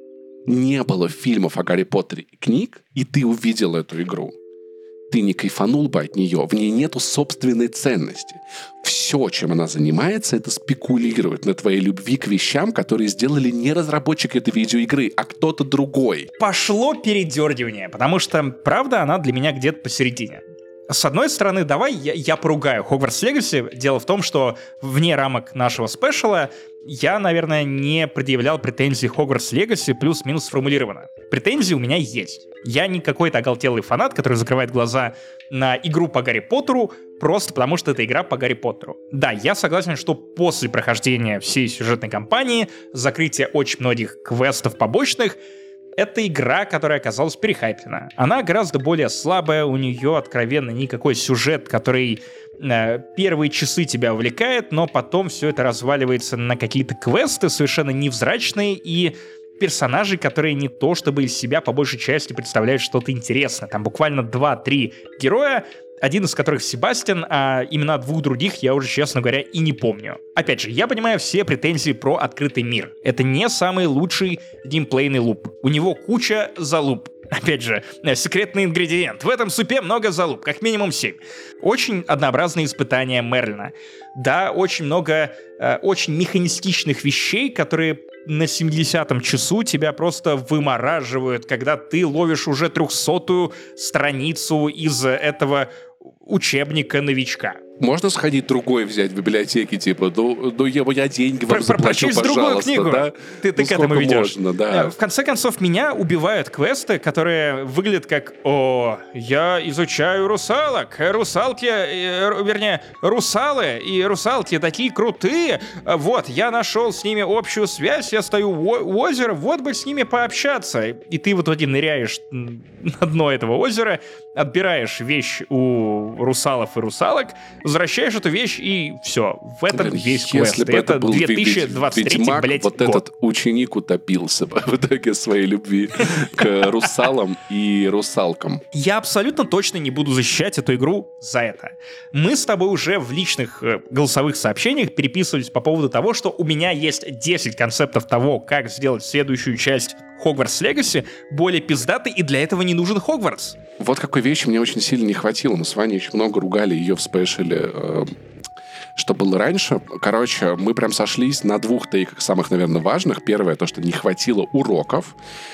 не было фильмов о Гарри Поттере и книг, и ты увидел эту игру, ты не кайфанул бы от нее, в ней нету собственной ценности. Все, чем она занимается, это спекулировать на твоей любви к вещам, которые сделали не разработчик этой видеоигры, а кто-то другой. Пошло передергивание, потому что, правда, она для меня где-то посередине. С одной стороны, давай я, я поругаю Hogwarts Legacy. Дело в том, что вне рамок нашего спешала я, наверное, не предъявлял претензий Hogwarts Legacy плюс-минус сформулировано. Претензии у меня есть. Я не какой-то оголтелый фанат, который закрывает глаза на игру по Гарри Поттеру просто потому, что это игра по Гарри Поттеру. Да, я согласен, что после прохождения всей сюжетной кампании, закрытия очень многих квестов побочных, это игра, которая оказалась перехайплена. Она гораздо более слабая, у нее откровенно никакой сюжет, который э, первые часы тебя увлекает, но потом все это разваливается на какие-то квесты совершенно невзрачные и персонажи, которые не то чтобы из себя по большей части представляют что-то интересное. Там буквально два-три героя, один из которых Себастьян, а имена двух других я уже, честно говоря, и не помню. Опять же, я понимаю все претензии про открытый мир. Это не самый лучший геймплейный луп. У него куча залуп. Опять же, секретный ингредиент. В этом супе много залуп, как минимум семь. Очень однообразные испытания Мерлина. Да, очень много э, очень механистичных вещей, которые на семидесятом часу тебя просто вымораживают, когда ты ловишь уже трехсотую страницу из этого учебника новичка. Можно сходить другой взять в библиотеке, типа, ну, ну я, я деньги вам Про, заплачу, пожалуйста. другую книгу. Да? Ты, ты ну, к этому ведешь. Можно, да. В конце концов, меня убивают квесты, которые выглядят как: «О, я изучаю русалок. Русалки, э, вернее, русалы и русалки такие крутые. Вот, я нашел с ними общую связь, я стою у озера, вот бы с ними пообщаться». И ты в итоге ныряешь на дно этого озера, отбираешь вещь у русалов и русалок, возвращаешь эту вещь, и все. В этом Блин, весь квест. Если бы это это был две тысячи двадцать третий, Ведьмак, блядь, вот год. Этот ученик утопился бы в итоге своей любви к русалам и русалкам. Я абсолютно точно не буду защищать эту игру за это. Мы с тобой уже в личных э, голосовых сообщениях переписывались по поводу того, что у меня есть десять концептов того, как сделать следующую часть Hogwarts Legacy более пиздатой, и для этого не нужен Хогвартс. Вот какой вещи мне очень сильно не хватило. Мы с Ваней очень много ругали ее в спешале, э, что было раньше. Короче, мы прям сошлись на двух тейках самых, наверное, важных. Первое, то, что не хватило уроков.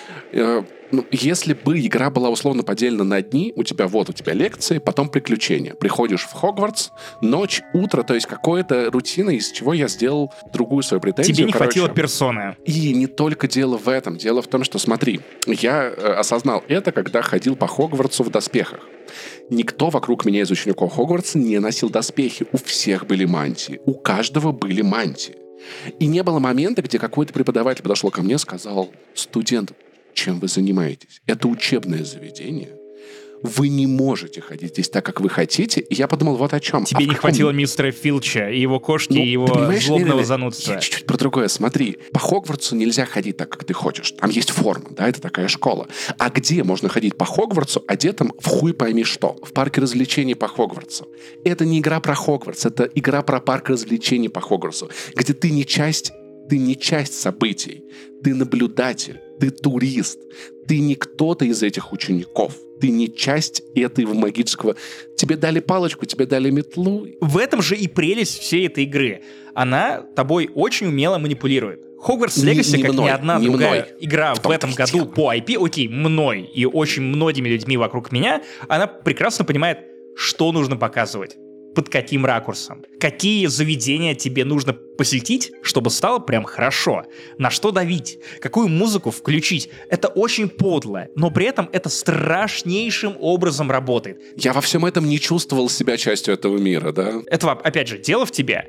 Э, ну, если бы игра была условно поделена на дни, у тебя вот, у тебя лекции, потом приключения. Приходишь в Хогвартс, ночь, утро, то есть какая-то рутина, из чего я сделал другую свою претензию. Тебе не Короче, хватило персоны. И не только дело в этом. Дело в том, что, смотри, я э, осознал это, когда ходил по Хогвартсу в доспехах. Никто вокруг меня из учеников Хогвартса не носил доспехи. У всех были мантии. У каждого были мантии. И не было момента, где какой-то преподаватель подошел ко мне и сказал: студент, чем вы занимаетесь? Это учебное заведение. Вы не можете ходить здесь так, как вы хотите. И я подумал вот о чем. Тебе а не каком... хватило мистера Филча и его кошки, ну, и его злобного занудства. Я чуть-чуть про другое. Смотри, по Хогвартсу нельзя ходить так, как ты хочешь. Там есть форма, да, это такая школа. А где можно ходить по Хогвартсу, одетым в хуй пойми что? В парке развлечений по Хогвартсу. Это не игра про Хогвартс, это игра про парк развлечений по Хогвартсу, где ты не часть, ты не часть событий. Ты наблюдатель, ты турист, ты не кто-то из этих учеников. Ты не часть этого магического... Тебе дали палочку, тебе дали метлу. В этом же и прелесть всей этой игры. Она тобой очень умело манипулирует. Hogwarts Legacy, не, не как мной, ни одна не другая мной. игра в, в этом году дело. По ай пи, окей, мной и очень многими людьми вокруг меня, она прекрасно понимает, что нужно показывать, под каким ракурсом, какие заведения тебе нужно посетить, чтобы стало прям хорошо, на что давить, какую музыку включить. Это очень подло, но при этом это страшнейшим образом работает. Я во всем этом не чувствовал себя частью этого мира, да? Это, опять же, дело в тебе.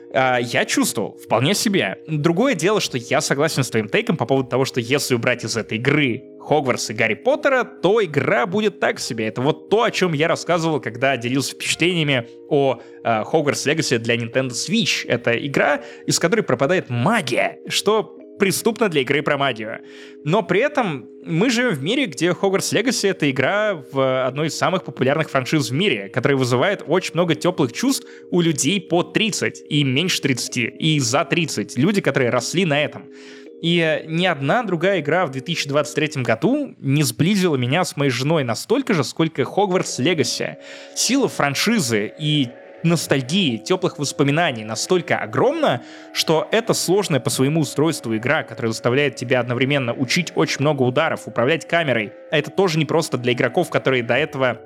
Я чувствовал вполне себе. Другое дело, что я согласен с твоим тейком по поводу того, что если убрать из этой игры Хогвартс и Гарри Поттера, то игра будет так себе. Это вот то, о чем я рассказывал, когда делился впечатлениями о э, Hogwarts Legacy для Nintendo Switch. Это игра, из которой пропадает магия, что преступно для игры про магию. Но при этом мы живем в мире, где Hogwarts Legacy — это игра в одной из самых популярных франшиз в мире, которая вызывает очень много теплых чувств у людей по тридцать, и меньше тридцати, и за тридцать. Люди, которые росли на этом. И ни одна другая игра в две тысячи двадцать третьем году не сблизила меня с моей женой настолько же, сколько Hogwarts Legacy. Сила франшизы и ностальгии, теплых воспоминаний настолько огромна, что это сложная по своему устройству игра, которая заставляет тебя одновременно учить очень много ударов, управлять камерой. А это тоже не просто для игроков, которые до этого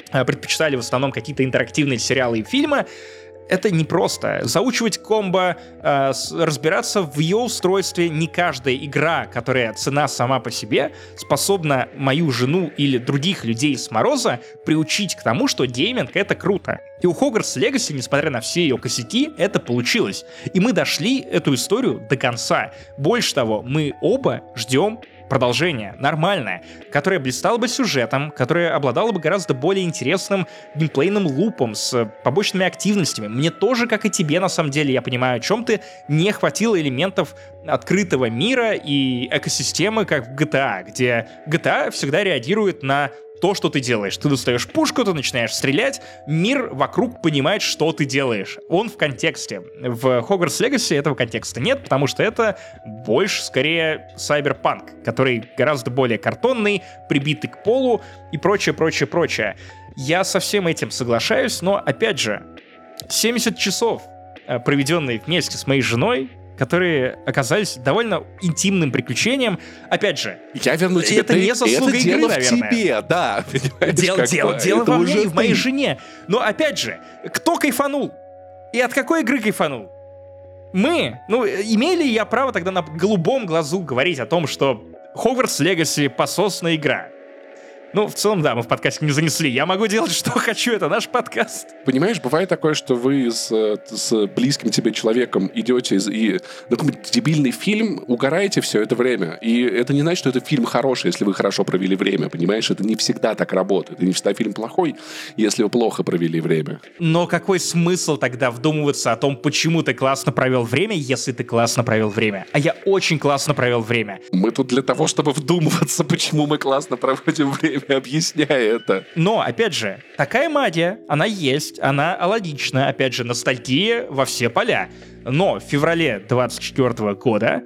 предпочитали в основном какие-то интерактивные сериалы и фильмы, это непросто. Заучивать комбо, э, разбираться в ее устройстве. Не каждая игра, которая цена сама по себе, способна мою жену или других людей с мороза приучить к тому, что гейминг — это круто. И у Hogwarts Legacy, несмотря на все ее косяки, это получилось. И мы дошли эту историю до конца. Больше того, мы оба ждем продолжение, нормальное, которое блистало бы сюжетом, которое обладало бы гораздо более интересным геймплейным лупом с побочными активностями. Мне тоже, как и тебе, на самом деле, я понимаю, о чем ты, не хватило элементов открытого мира и экосистемы, как в джи ти эй, где джи ти эй всегда реагирует на то, что ты делаешь. Ты достаешь пушку, ты начинаешь стрелять, мир вокруг понимает, что ты делаешь. Он в контексте. В Hogwarts Legacy этого контекста нет, потому что это больше, скорее, сайберпанк, который гораздо более картонный, прибитый к полу и прочее, прочее, прочее. Я со всем этим соглашаюсь, но, опять же, семьдесят часов, проведенные вместе с моей женой, которые оказались довольно интимным приключением. Опять же, я верну тебе это не заслуга это игры, дело наверное. В тебе, да. Дело, дело, дело во мне и в моей жене. Но опять же, кто кайфанул? И от какой игры кайфанул? Мы? Ну, имею ли я право тогда на голубом глазу говорить о том, что Hogwarts Legacy — пососная игра? Ну, в целом, да, мы в подкасте не занесли. Я могу делать, что хочу, это наш подкаст. Понимаешь, бывает такое, что вы с, с близким тебе человеком идете и на какой-нибудь дебильный фильм угораете все это время. И это не значит, что это фильм хороший, если вы хорошо провели время, понимаешь? Это не всегда так работает. И не всегда фильм плохой, если вы плохо провели время. Но какой смысл тогда вдумываться о том, почему ты классно провел время, если ты классно провел время? А я очень классно провел время. Мы тут для того, чтобы вдумываться, почему мы классно проводим время, объясняя это. Но, опять же, такая магия, она есть, она логична, опять же, ностальгия во все поля. Но в феврале двадцать четвёртого года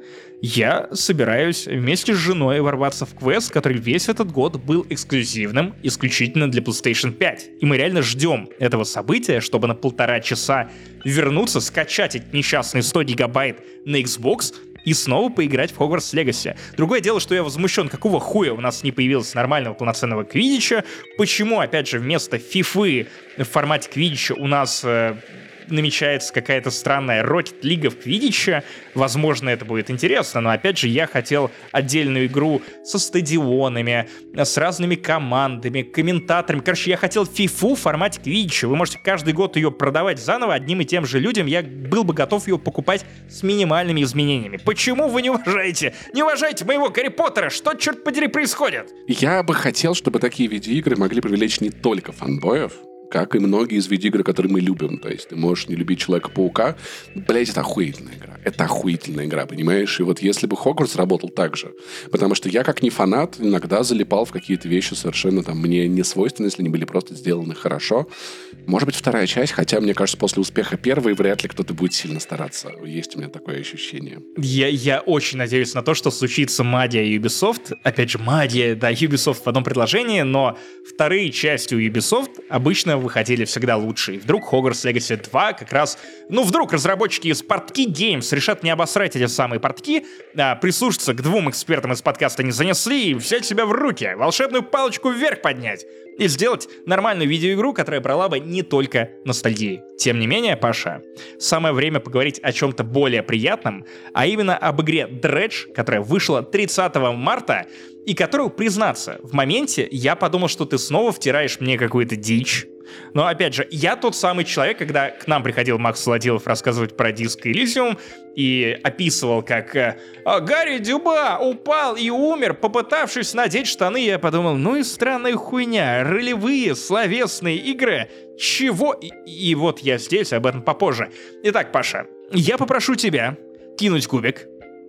я собираюсь вместе с женой ворваться в квест, который весь этот год был эксклюзивным, исключительно для PlayStation пять. И мы реально ждем этого события, чтобы на полтора часа вернуться, скачать эти несчастные сто гигабайт на Xbox и снова поиграть в Hogwarts Legacy. Другое дело, что я возмущен, какого хуя у нас не появилось нормального полноценного квиддича, почему, опять же, вместо фифы в формате квиддича у нас э, намечается какая-то странная Rocket League в квиддиче. Возможно, это будет интересно, но, опять же, я хотел отдельную игру со стадионами, с разными командами, комментаторами. Короче, я хотел фифу в формате квиддича. Вы можете каждый год ее продавать заново одним и тем же людям. Я был бы готов ее покупать с минимальными изменениями. Почему вы не уважаете? Не уважаете моего Гарри Поттера? Что, черт подери, происходит? Я бы хотел, чтобы такие видеоигры могли привлечь не только фанбоев, как и многие из видеоигр, которые мы любим. То есть ты можешь не любить Человека-паука. Блять, это охуительная игра. Это охуительная игра, понимаешь? И вот если бы Хогвартс работал так же. Потому что я, как не фанат, иногда залипал в какие-то вещи совершенно там мне не свойственны, если они были просто сделаны хорошо. Может быть, вторая часть, хотя, мне кажется, после успеха первой вряд ли кто-то будет сильно стараться. Есть у меня такое ощущение. Я, я очень надеюсь на то, что случится магия Ubisoft. Опять же, магия, да, Ubisoft в одном предложении, но вторые части у Ubisoft обычно выходили всегда лучше. И вдруг Hogwarts Legacy два как раз... Ну, вдруг разработчики из Портки Games решат не обосрать эти самые портки, а прислушаться к двум экспертам из подкаста не занесли и взять себя в руки, волшебную палочку вверх поднять и сделать нормальную видеоигру, которая брала бы не только ностальгии. Тем не менее, Паша, самое время поговорить о чем-то более приятном, а именно об игре Dredge, которая вышла тридцатого марта, и которую, признаться, в моменте я подумал, что ты снова втираешь мне какую-то дичь. Но, опять же, я тот самый человек, когда к нам приходил Макс Солодилов рассказывать про Disco Elysium и описывал, как э, Гарри Дюба упал и умер, попытавшись надеть штаны, я подумал, ну и странная хуйня, ролевые словесные игры, чего? И, и вот я здесь, об этом попозже. Итак, Паша, я попрошу тебя кинуть кубик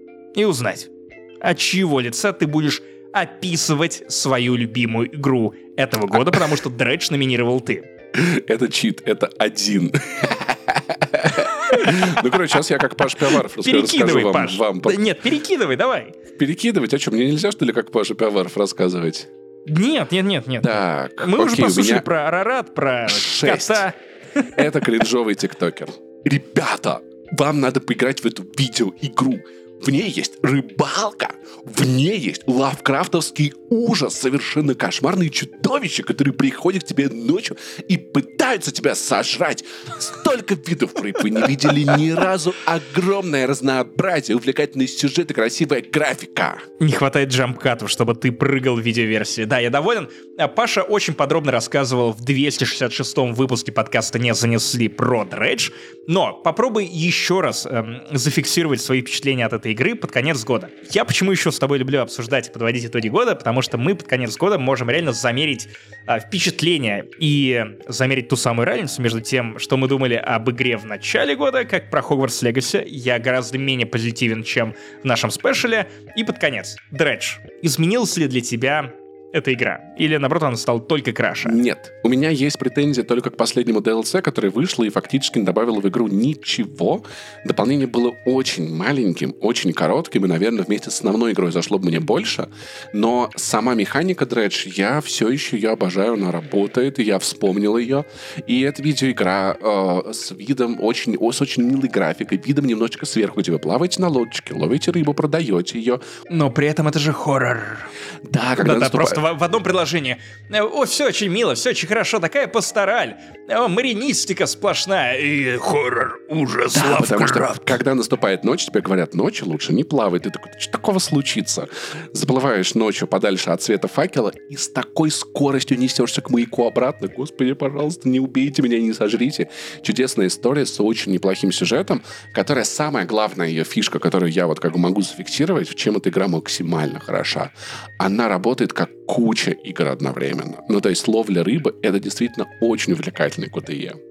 и узнать, от чьего лица ты будешь описывать свою любимую игру этого года, потому что Dredge номинировал ты. Это чит, это один. Ну, короче, сейчас я как Паша Пиаваров расскажу вам. Паш. вам. Нет, перекидывай, давай. Перекидывать? А что, мне нельзя, что ли, как Паша Пиаваров рассказывать? Нет, нет, нет, нет. Так, Мы окей, уже послушали меня... про Арарат, про Шесть. кота. Это кринжовый тиктокер. Ребята, вам надо поиграть в эту видеоигру. В ней есть рыбалка, в ней есть лавкрафтовский ужас, совершенно кошмарные чудовища, которые приходят к тебе ночью и пытаются тебя сожрать. Столько видов рыб вы не видели ни разу. Огромное разнообразие, увлекательный сюжет и красивая графика. Не хватает джампкатов, чтобы ты прыгал в видеоверсии. Да, я доволен. Паша очень подробно рассказывал в двести шестьдесят шестом выпуске подкаста «Не занесли» про Dredge. Но попробуй еще раз эм, зафиксировать свои впечатления от этой игры под конец года. Я почему еще с тобой люблю обсуждать и подводить итоги года? Потому что мы под конец года можем реально замерить э, впечатления и замерить ту самую разницу между тем, что мы думали об игре в начале года, как про Hogwarts Legacy. Я гораздо менее позитивен, чем в нашем спешле. И под конец. Dredge. Изменилась ли для тебя эта игра? Или, наоборот, она стала только краше? Нет. У меня есть претензии только к последнему ди эл си, который вышло и фактически не добавило в игру ничего. Дополнение было очень маленьким, очень коротким, и, наверное, вместе с основной игрой зашло бы мне больше. Но сама механика Dredge, я все еще ее обожаю, она работает, и я вспомнил ее. И это видеоигра э, с видом очень, с очень милой графикой, видом немножечко сверху. Вы плаваете на лодочке, ловите рыбу, продаете ее. Но при этом это же хоррор. Да, когда да, наступает... да, просто в, в одном предложении. О, все очень мило, все очень хорошо, такая пастораль. О, маринистика сплошная. И хоррор, ужас, да, Лавкрафт. Потому что, когда наступает ночь, тебе говорят, ночью лучше не плавай. Ты такой, что такого случится? Заплываешь ночью подальше от света факела и с такой скоростью несешься к маяку обратно. Господи, пожалуйста, не убейте меня, не сожрите. Чудесная история с очень неплохим сюжетом, которая самая главная ее фишка, которую я вот как бы могу зафиксировать, в чем эта игра максимально хороша. Она работает как куча игр одновременно. Ну, то есть ловля рыбы — это действительно очень увлекательный кью ти и.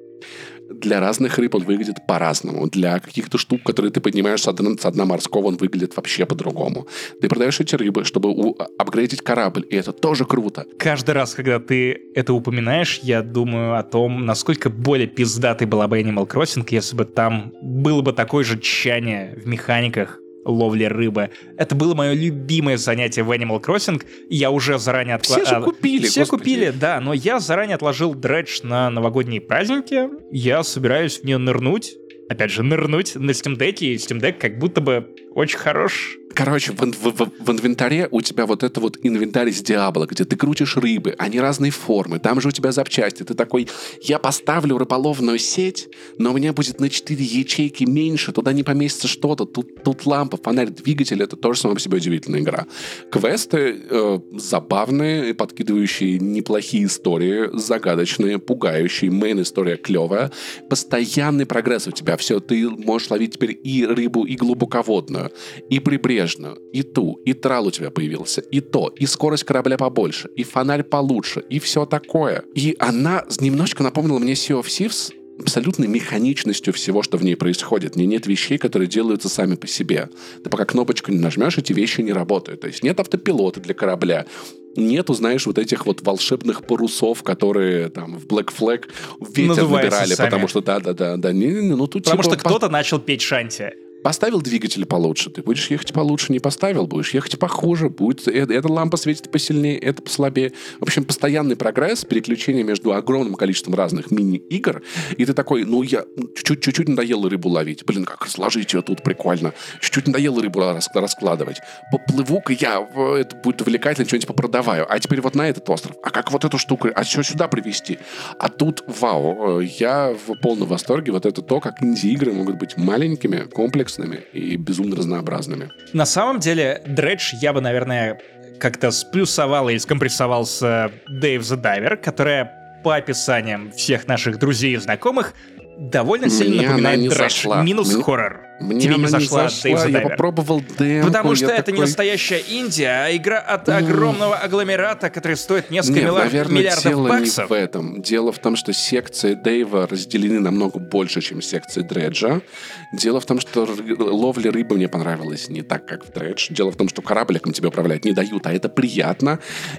Для разных рыб он выглядит по-разному. Для каких-то штук, которые ты поднимаешь с дна, с дна морского, он выглядит вообще по-другому. Ты продаешь эти рыбы, чтобы у- апгрейдить корабль, и это тоже круто. Каждый раз, когда ты это упоминаешь, я думаю о том, насколько более пиздатой была бы Animal Crossing, если бы там было бы такое же тщание в механиках ловли рыбы. Это было мое любимое занятие в Animal Crossing. Я уже заранее отложил... Все же купили, Все господи. купили, да, но я заранее отложил Dredge на новогодние праздники. Я собираюсь в нее нырнуть. Опять же, нырнуть на Steam Deck, и Steam Deck как будто бы очень хорош. Короче, в, в, в, в инвентаре у тебя вот это вот инвентарь из Диабло, где ты крутишь рыбы, они разной формы, там же у тебя запчасти. Ты такой, я поставлю рыболовную сеть, но у меня будет на четыре ячейки меньше, туда не поместится что-то, тут, тут лампа, фонарь, двигатель, это тоже сама по себе удивительная игра. Квесты э, забавные, подкидывающие неплохие истории, загадочные, пугающие, мейн-история клевая, постоянный прогресс у тебя, все, ты можешь ловить теперь и рыбу, и глубоководную, и прибрежную, и ту, и трал у тебя появился, и то, и скорость корабля побольше, и фонарь получше, и все такое. И она немножечко напомнила мне Sea of Thieves абсолютной механичностью всего, что в ней происходит. Не нет вещей, которые делаются сами по себе. Ты пока кнопочку не нажмешь, эти вещи не работают. То есть нет автопилота для корабля, нету, знаешь, вот этих вот волшебных парусов, которые там в Black Flag ветер набирали, сами. Потому что да-да-да, да, не, не, ну тут потому типа, что кто-то по... начал петь шанти. Поставил двигатель получше, ты будешь ехать получше, не поставил, будешь ехать похуже, будет эта лампа светит посильнее, это послабее. В общем, постоянный прогресс, переключение между огромным количеством разных мини-игр, и ты такой, ну, я чуть-чуть, чуть-чуть надоело рыбу ловить. Блин, как сложить ее тут прикольно. Чуть-чуть надоело рыбу раскладывать. Поплыву-ка я, это будет увлекательно, что-нибудь попродаваю. А теперь вот на этот остров. А как вот эту штуку, а что сюда привезти? А тут, вау, я в полном восторге. Вот это то, как инди-игры могут быть маленькими, комплексными и безумно разнообразными. На самом деле, Dredge я бы, наверное, как-то сплюсовал или скомпрессовал с Dave the Diver, которая по описаниям всех наших друзей и знакомых довольно сильно Мне напоминает Dredge. Зашла. Минус Мне... хоррор. Мне Тебе она не зашла, не зашла, Dave the я Diver. попробовал демку. Потому что это такой... не настоящая Индия, а игра от огромного агломерата, который стоит несколько Нет, миллиард... наверное, миллиардов дело баксов. не в этом. Дело в том, что секции Дэйва разделены намного больше, чем секции Дреджа. Дело в том, что ловля рыбы мне понравилась не так, как в Дредж. Дело в том, что корабликом тебе управлять не дают, а это приятно.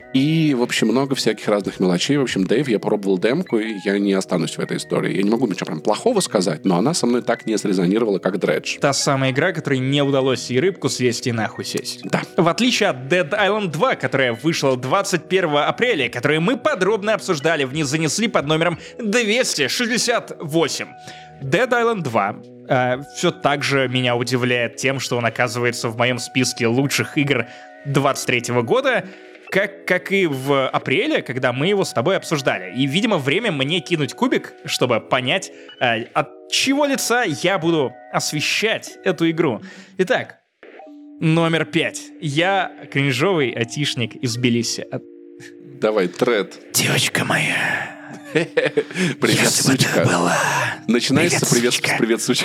И, в общем, много всяких разных мелочей. В общем, Дэйв, я пробовал демку, и я не останусь в этой истории. Я не могу ничего прям плохого сказать, но она со мной так не срезонировала, как Дредж. Та самая игра, которой не удалось и рыбку съесть, и нахуй сесть. Да. В отличие от Dead Island два, которая вышла двадцать первого апреля, которую мы подробно обсуждали, в ней занесли под номером двести шестьдесят восемь. Dead Island два э, все так же меня удивляет тем, что он оказывается в моем списке лучших игр двадцать третьего года, как, как и в апреле, когда мы его с тобой обсуждали. И, видимо, время мне кинуть кубик, чтобы понять, э, от чего лица я буду освещать эту игру. Итак, номер пять. Я кринжовый айтишник из Тбилиси. Давай, тред. Девочка моя. Привет, сучка. Была... Начинается привет, привет, привет, сучка.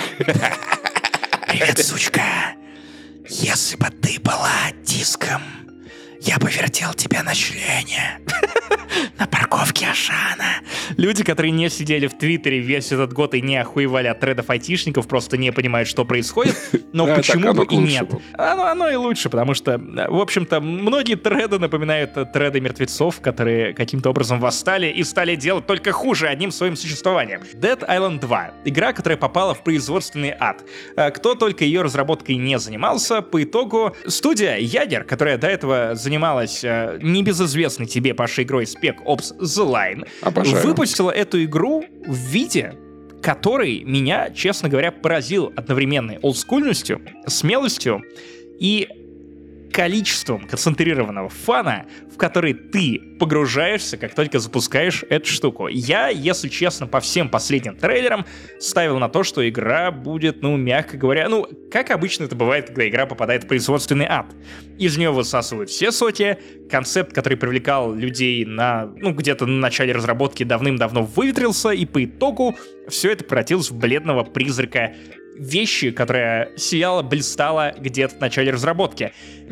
Привет, сучка. Если бы ты была диском, я бы вертел тебя на члене. На парковке Ашана. Люди, которые не сидели в Твиттере весь этот год и не охуевали от тредов айтишников, просто не понимают, что происходит. Но да, почему бы и нет? Было. Оно, оно и лучше, потому что, в общем-то, многие треды напоминают треды мертвецов, которые каким-то образом восстали и стали делать только хуже одним своим существованием. Dead Island два. Игра, которая попала в производственный ад. Кто только ее разработкой не занимался, по итогу студия Ядер, которая до этого занималась небезызвестной тебе, Паша, игрой Spec Ops The Line, Обожаю. выпустила эту игру в виде, который меня, честно говоря, поразил одновременной олдскульностью, смелостью и количеством концентрированного фана, в который ты погружаешься, как только запускаешь эту штуку. Я, если честно, по всем последним трейлерам ставил на то, что игра будет, ну, мягко говоря, ну, как обычно это бывает, когда игра попадает в производственный ад. Из нее высасывают все соки, концепт, который привлекал людей на, ну, где-то на начале разработки, давным-давно выветрился, и по итогу все это превратилось в бледного призрака вещи, которая сияла, блистала где-то в начале разработки.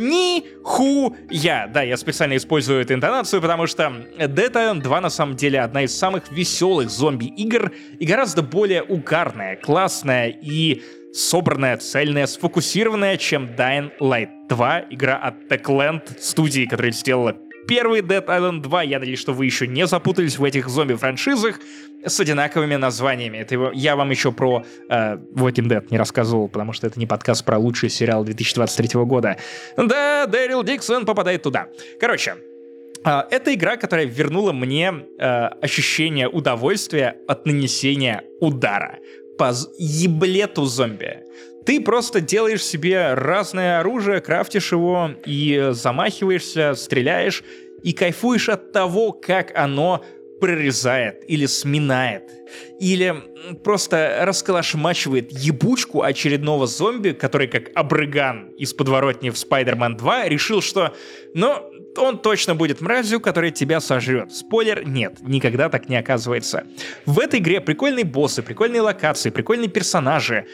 Ни-ху-я! Да, я специально использую эту интонацию, потому что Dead Island два на самом деле одна из самых веселых зомби-игр и гораздо более угарная, классная и собранная, цельная, сфокусированная, чем Dying Light два, игра от Techland, студии, которая сделала первый Dead Island два. Я надеюсь, что вы еще не запутались в этих зомби-франшизах с одинаковыми названиями. Это его, я вам еще про э, Walking Dead не рассказывал, потому что это не подкаст про лучший сериал две тысячи двадцать третьего года. Да, Дэрил Диксон попадает туда. Короче, э, это игра, которая вернула мне э, ощущение удовольствия от нанесения удара по еблету зомби. Ты просто делаешь себе разное оружие, крафтишь его и замахиваешься, стреляешь и кайфуешь от того, как оно прорезает или сминает, или просто расколошмачивает ебучку очередного зомби, который, как Абрыган из подворотни в Spider-Man два, решил, что, ну, он точно будет мразью, которая тебя сожрет. Спойлер, нет, никогда так не оказывается. В этой игре прикольные боссы, прикольные локации, прикольные персонажи,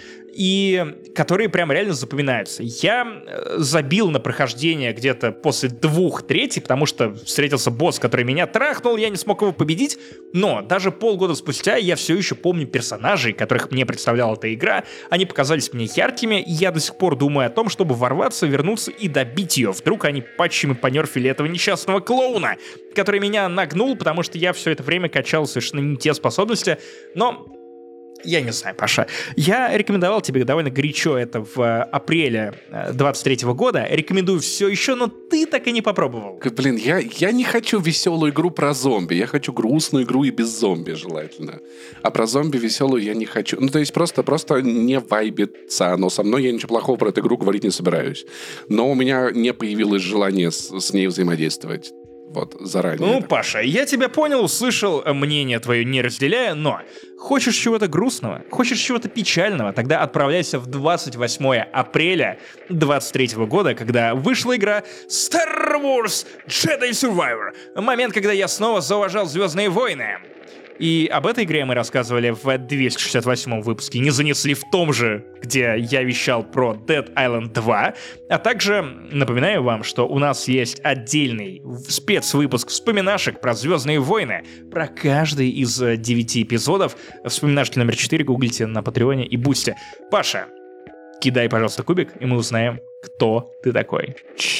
и которые прям реально запоминаются. Я забил на прохождение где-то после двух третий, потому что встретился босс, который меня трахнул, я не смог его победить, но даже полгода спустя я все еще помню персонажей, которых мне представляла эта игра, они показались мне яркими, и я до сих пор думаю о том, чтобы ворваться, вернуться и добить ее. Вдруг они патчами понерфили этого несчастного клоуна, который меня нагнул, потому что я все это время качал совершенно не те способности, но... Я не знаю, Паша. Я рекомендовал тебе довольно горячо это в апреле двадцать третьего года. Рекомендую все еще, но ты так и не попробовал. Блин, я, я не хочу веселую игру про зомби. Я хочу грустную игру и без зомби, желательно. А про зомби веселую я не хочу. Ну, то есть просто, просто не вайбится оно со мной. Я ничего плохого про эту игру говорить не собираюсь. Но у меня не появилось желания с, с ней взаимодействовать. Вот, заранее. Ну, Паша, я тебя понял, услышал, мнение твое не разделяю, но хочешь чего-то грустного, хочешь чего-то печального, тогда отправляйся в двадцать восьмое апреля двадцать третьего года, когда вышла игра Star Wars Jedi Survivor. Момент, когда я снова зауважал «Звездные войны». И об этой игре мы рассказывали в двести шестьдесят восьмом выпуске, не занесли в том же, где я вещал про Dead Island два. А также напоминаю вам, что у нас есть отдельный спецвыпуск вспоминашек про «Звездные войны», про каждый из девяти эпизодов. Вспоминашки номер четыре гуглите на Патреоне и Бусти. Паша, кидай, пожалуйста, кубик, и мы узнаем, кто ты такой.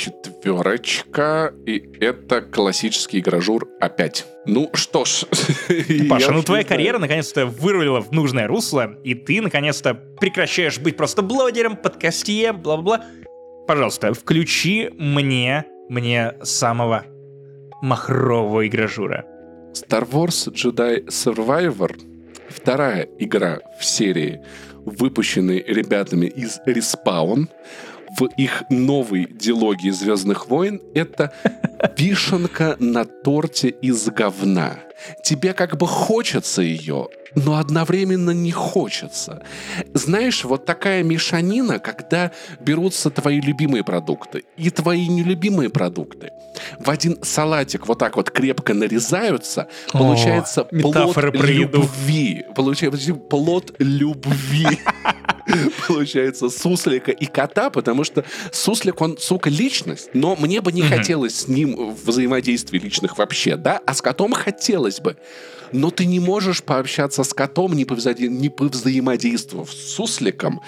Четверочка, и это классический игражур опять. Ну что ж. Паша, ну твоя карьера наконец-то вырулила в нужное русло, и ты наконец-то прекращаешь быть просто блогером, подкастье, бла-бла-бла. Пожалуйста, включи мне, мне самого махрового игражура. Star Wars Jedi Survivor. Вторая игра в серии, выпущенной ребятами из Respawn, в их новой дилогии «Звездных войн», это вишенка на торте из говна. Тебе как бы хочется ее, но одновременно не хочется. Знаешь, вот такая мешанина, когда берутся твои любимые продукты и твои нелюбимые продукты, в один салатик вот так вот крепко нарезаются, О, получается плод любви. Получается плод любви. Получается, суслика и кота, потому что суслик, он, сука, личность, но мне бы не mm-hmm. хотелось с ним взаимодействий личных вообще, да, а с котом хотелось бы. Но ты не можешь пообщаться с котом, не, повзади... не повзаимодействовав с сусликом,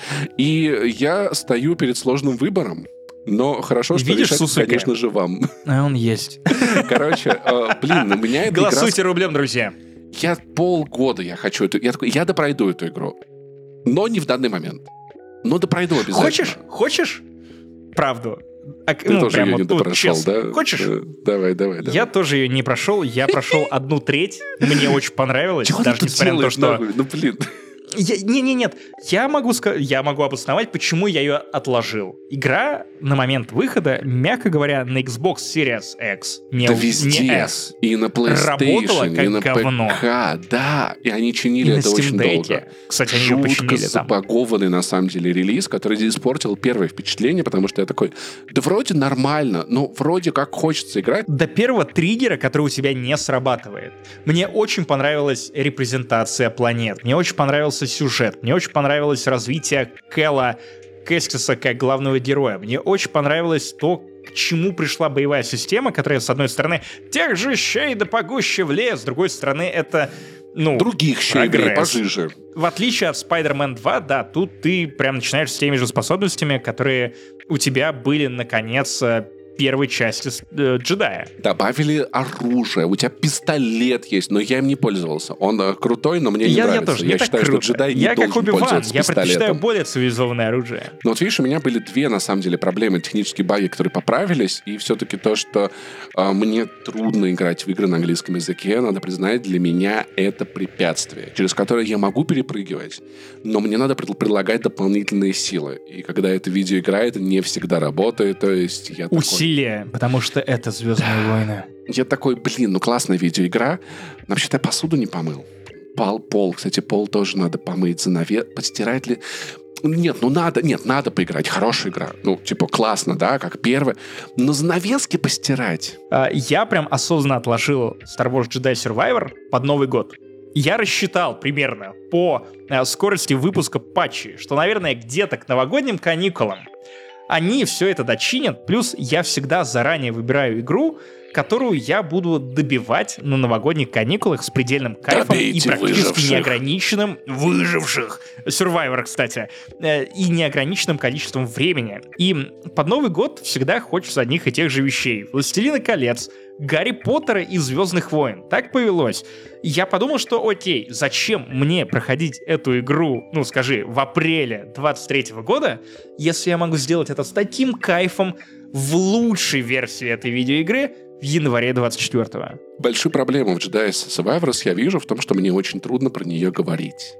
и я стою перед сложным выбором. Но хорошо, что Видишь решать, суслика? Конечно же, вам. А он есть. Короче, блин, у меня эта игра... Голосуйте рублем, друзья. Я полгода я хочу эту... Я такой, я допройду эту игру. Но не в данный момент. Но допройду обязательно. Хочешь? Хочешь? Правду. А, Ты ну, тоже ее вот не допрошел, да? Хочешь? Да, давай, давай, давай. Я тоже ее не прошел. Я прошел одну треть. Мне очень понравилось. Чего даже ты несмотря делаешь, на то, что... нахуй? Ну, блин. Не-не-нет, я могу сказать, я могу обосновать, почему я ее отложил. Игра на момент выхода, мягко говоря, на Xbox Series X, не, да везде. не S, и на PlayStation, работала как и на говно. ПК, да, и они чинили и это очень долго. Кстати, они Жутко ее починили там. забагованный, на самом деле, релиз, который испортил первое впечатление, потому что я такой, да вроде нормально, но вроде как хочется играть. До первого триггера, который у тебя не срабатывает. Мне очень понравилась репрезентация планет, мне очень понравился сюжет. Мне очень понравилось развитие Кэла Кэстиса как главного героя. Мне очень понравилось то, к чему пришла боевая система, которая, с одной стороны, тех же щей да погуще в лес, с другой стороны, это, ну, других щей да пожиже. В отличие от Spider-Man два, да, тут ты прям начинаешь с теми же способностями, которые у тебя были, наконец, первой части э, джедая. Добавили оружие. У тебя пистолет есть, но я им не пользовался. Он э, крутой, но мне не я, нравится. Я тоже я не считаю, круто. что джедай я не должен пользоваться я пистолетом. Я предпочитаю более цивилизованное оружие. Но вот видишь, у меня были две, на самом деле, проблемы. Технические баги, которые поправились, и все-таки то, что э, мне трудно играть в игры на английском языке, надо признать, для меня это препятствие, через которое я могу перепрыгивать, но мне надо пред- предлагать дополнительные силы. И когда это видеоигра, это не всегда работает, то есть я такой... Усилие, потому что это «Звездные войны». Я такой, блин, ну классная видеоигра. Но вообще-то я посуду не помыл. Пол, пол. Кстати, пол тоже надо помыть, занавес. Постирать ли... Нет, ну надо, нет, надо поиграть. Хорошая игра. Ну, типа, классно, да, как первая. Но занавески постирать. Я прям осознанно отложил Star Wars Jedi Survivor под Новый год. Я рассчитал примерно по скорости выпуска патчей, что, наверное, где-то к новогодним каникулам они все это дочинят, плюс я всегда заранее выбираю игру, которую я буду добивать на новогодних каникулах с предельным кайфом Добейте и практически выживших. неограниченным выживших. Survivor, кстати. И неограниченным количеством времени. И под Новый год всегда хочется одних и тех же вещей. «Властелина колец», Гарри Поттера и «Звездных войн». Так повелось. Я подумал, что окей, зачем мне проходить эту игру, ну скажи, в апреле двадцать третьего года, если я могу сделать это с таким кайфом в лучшей версии этой видеоигры в январе двадцать четвёртого. Большую проблему в Jedi Survivors я вижу в том, что мне очень трудно про нее говорить.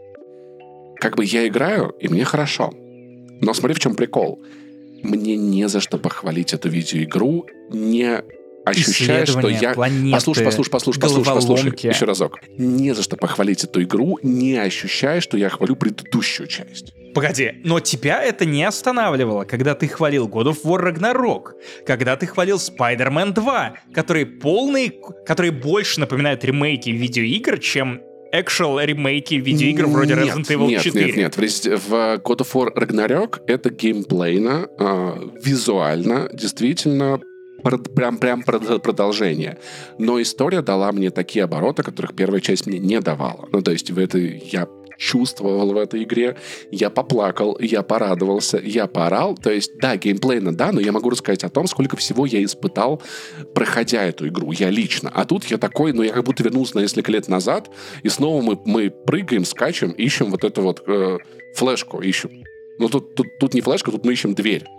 Как бы я играю, и мне хорошо. Но смотри, в чем прикол. Мне не за что похвалить эту видеоигру, не ощущая, что я... Планеты, послушай, послушай, послушай, послушай, послушай, еще разок. Не за что похвалить эту игру, не ощущая, что я хвалю предыдущую часть. Погоди, но тебя это не останавливало, когда ты хвалил God of War Ragnarok, когда ты хвалил Spider-Man два, которые полные, которые больше напоминают ремейки видеоигр, чем actual ремейки видеоигр вроде нет, Resident Evil четыре. Нет, нет, нет. В God of War Ragnarok это геймплейно, э, визуально, действительно прям, прям продолжение. Но история дала мне такие обороты, которых первая часть мне не давала. Ну, то есть в этой я чувствовал в этой игре, я поплакал, я порадовался, я поорал. То есть, да, геймплейно, да, но я могу рассказать о том, сколько всего я испытал, проходя эту игру, я лично. А тут я такой, ну, я как будто вернулся на несколько лет назад, и снова мы, мы прыгаем, скачем, ищем вот эту вот э, флешку, ищем. Ну, тут, тут, тут не флешка, тут мы ищем дверь.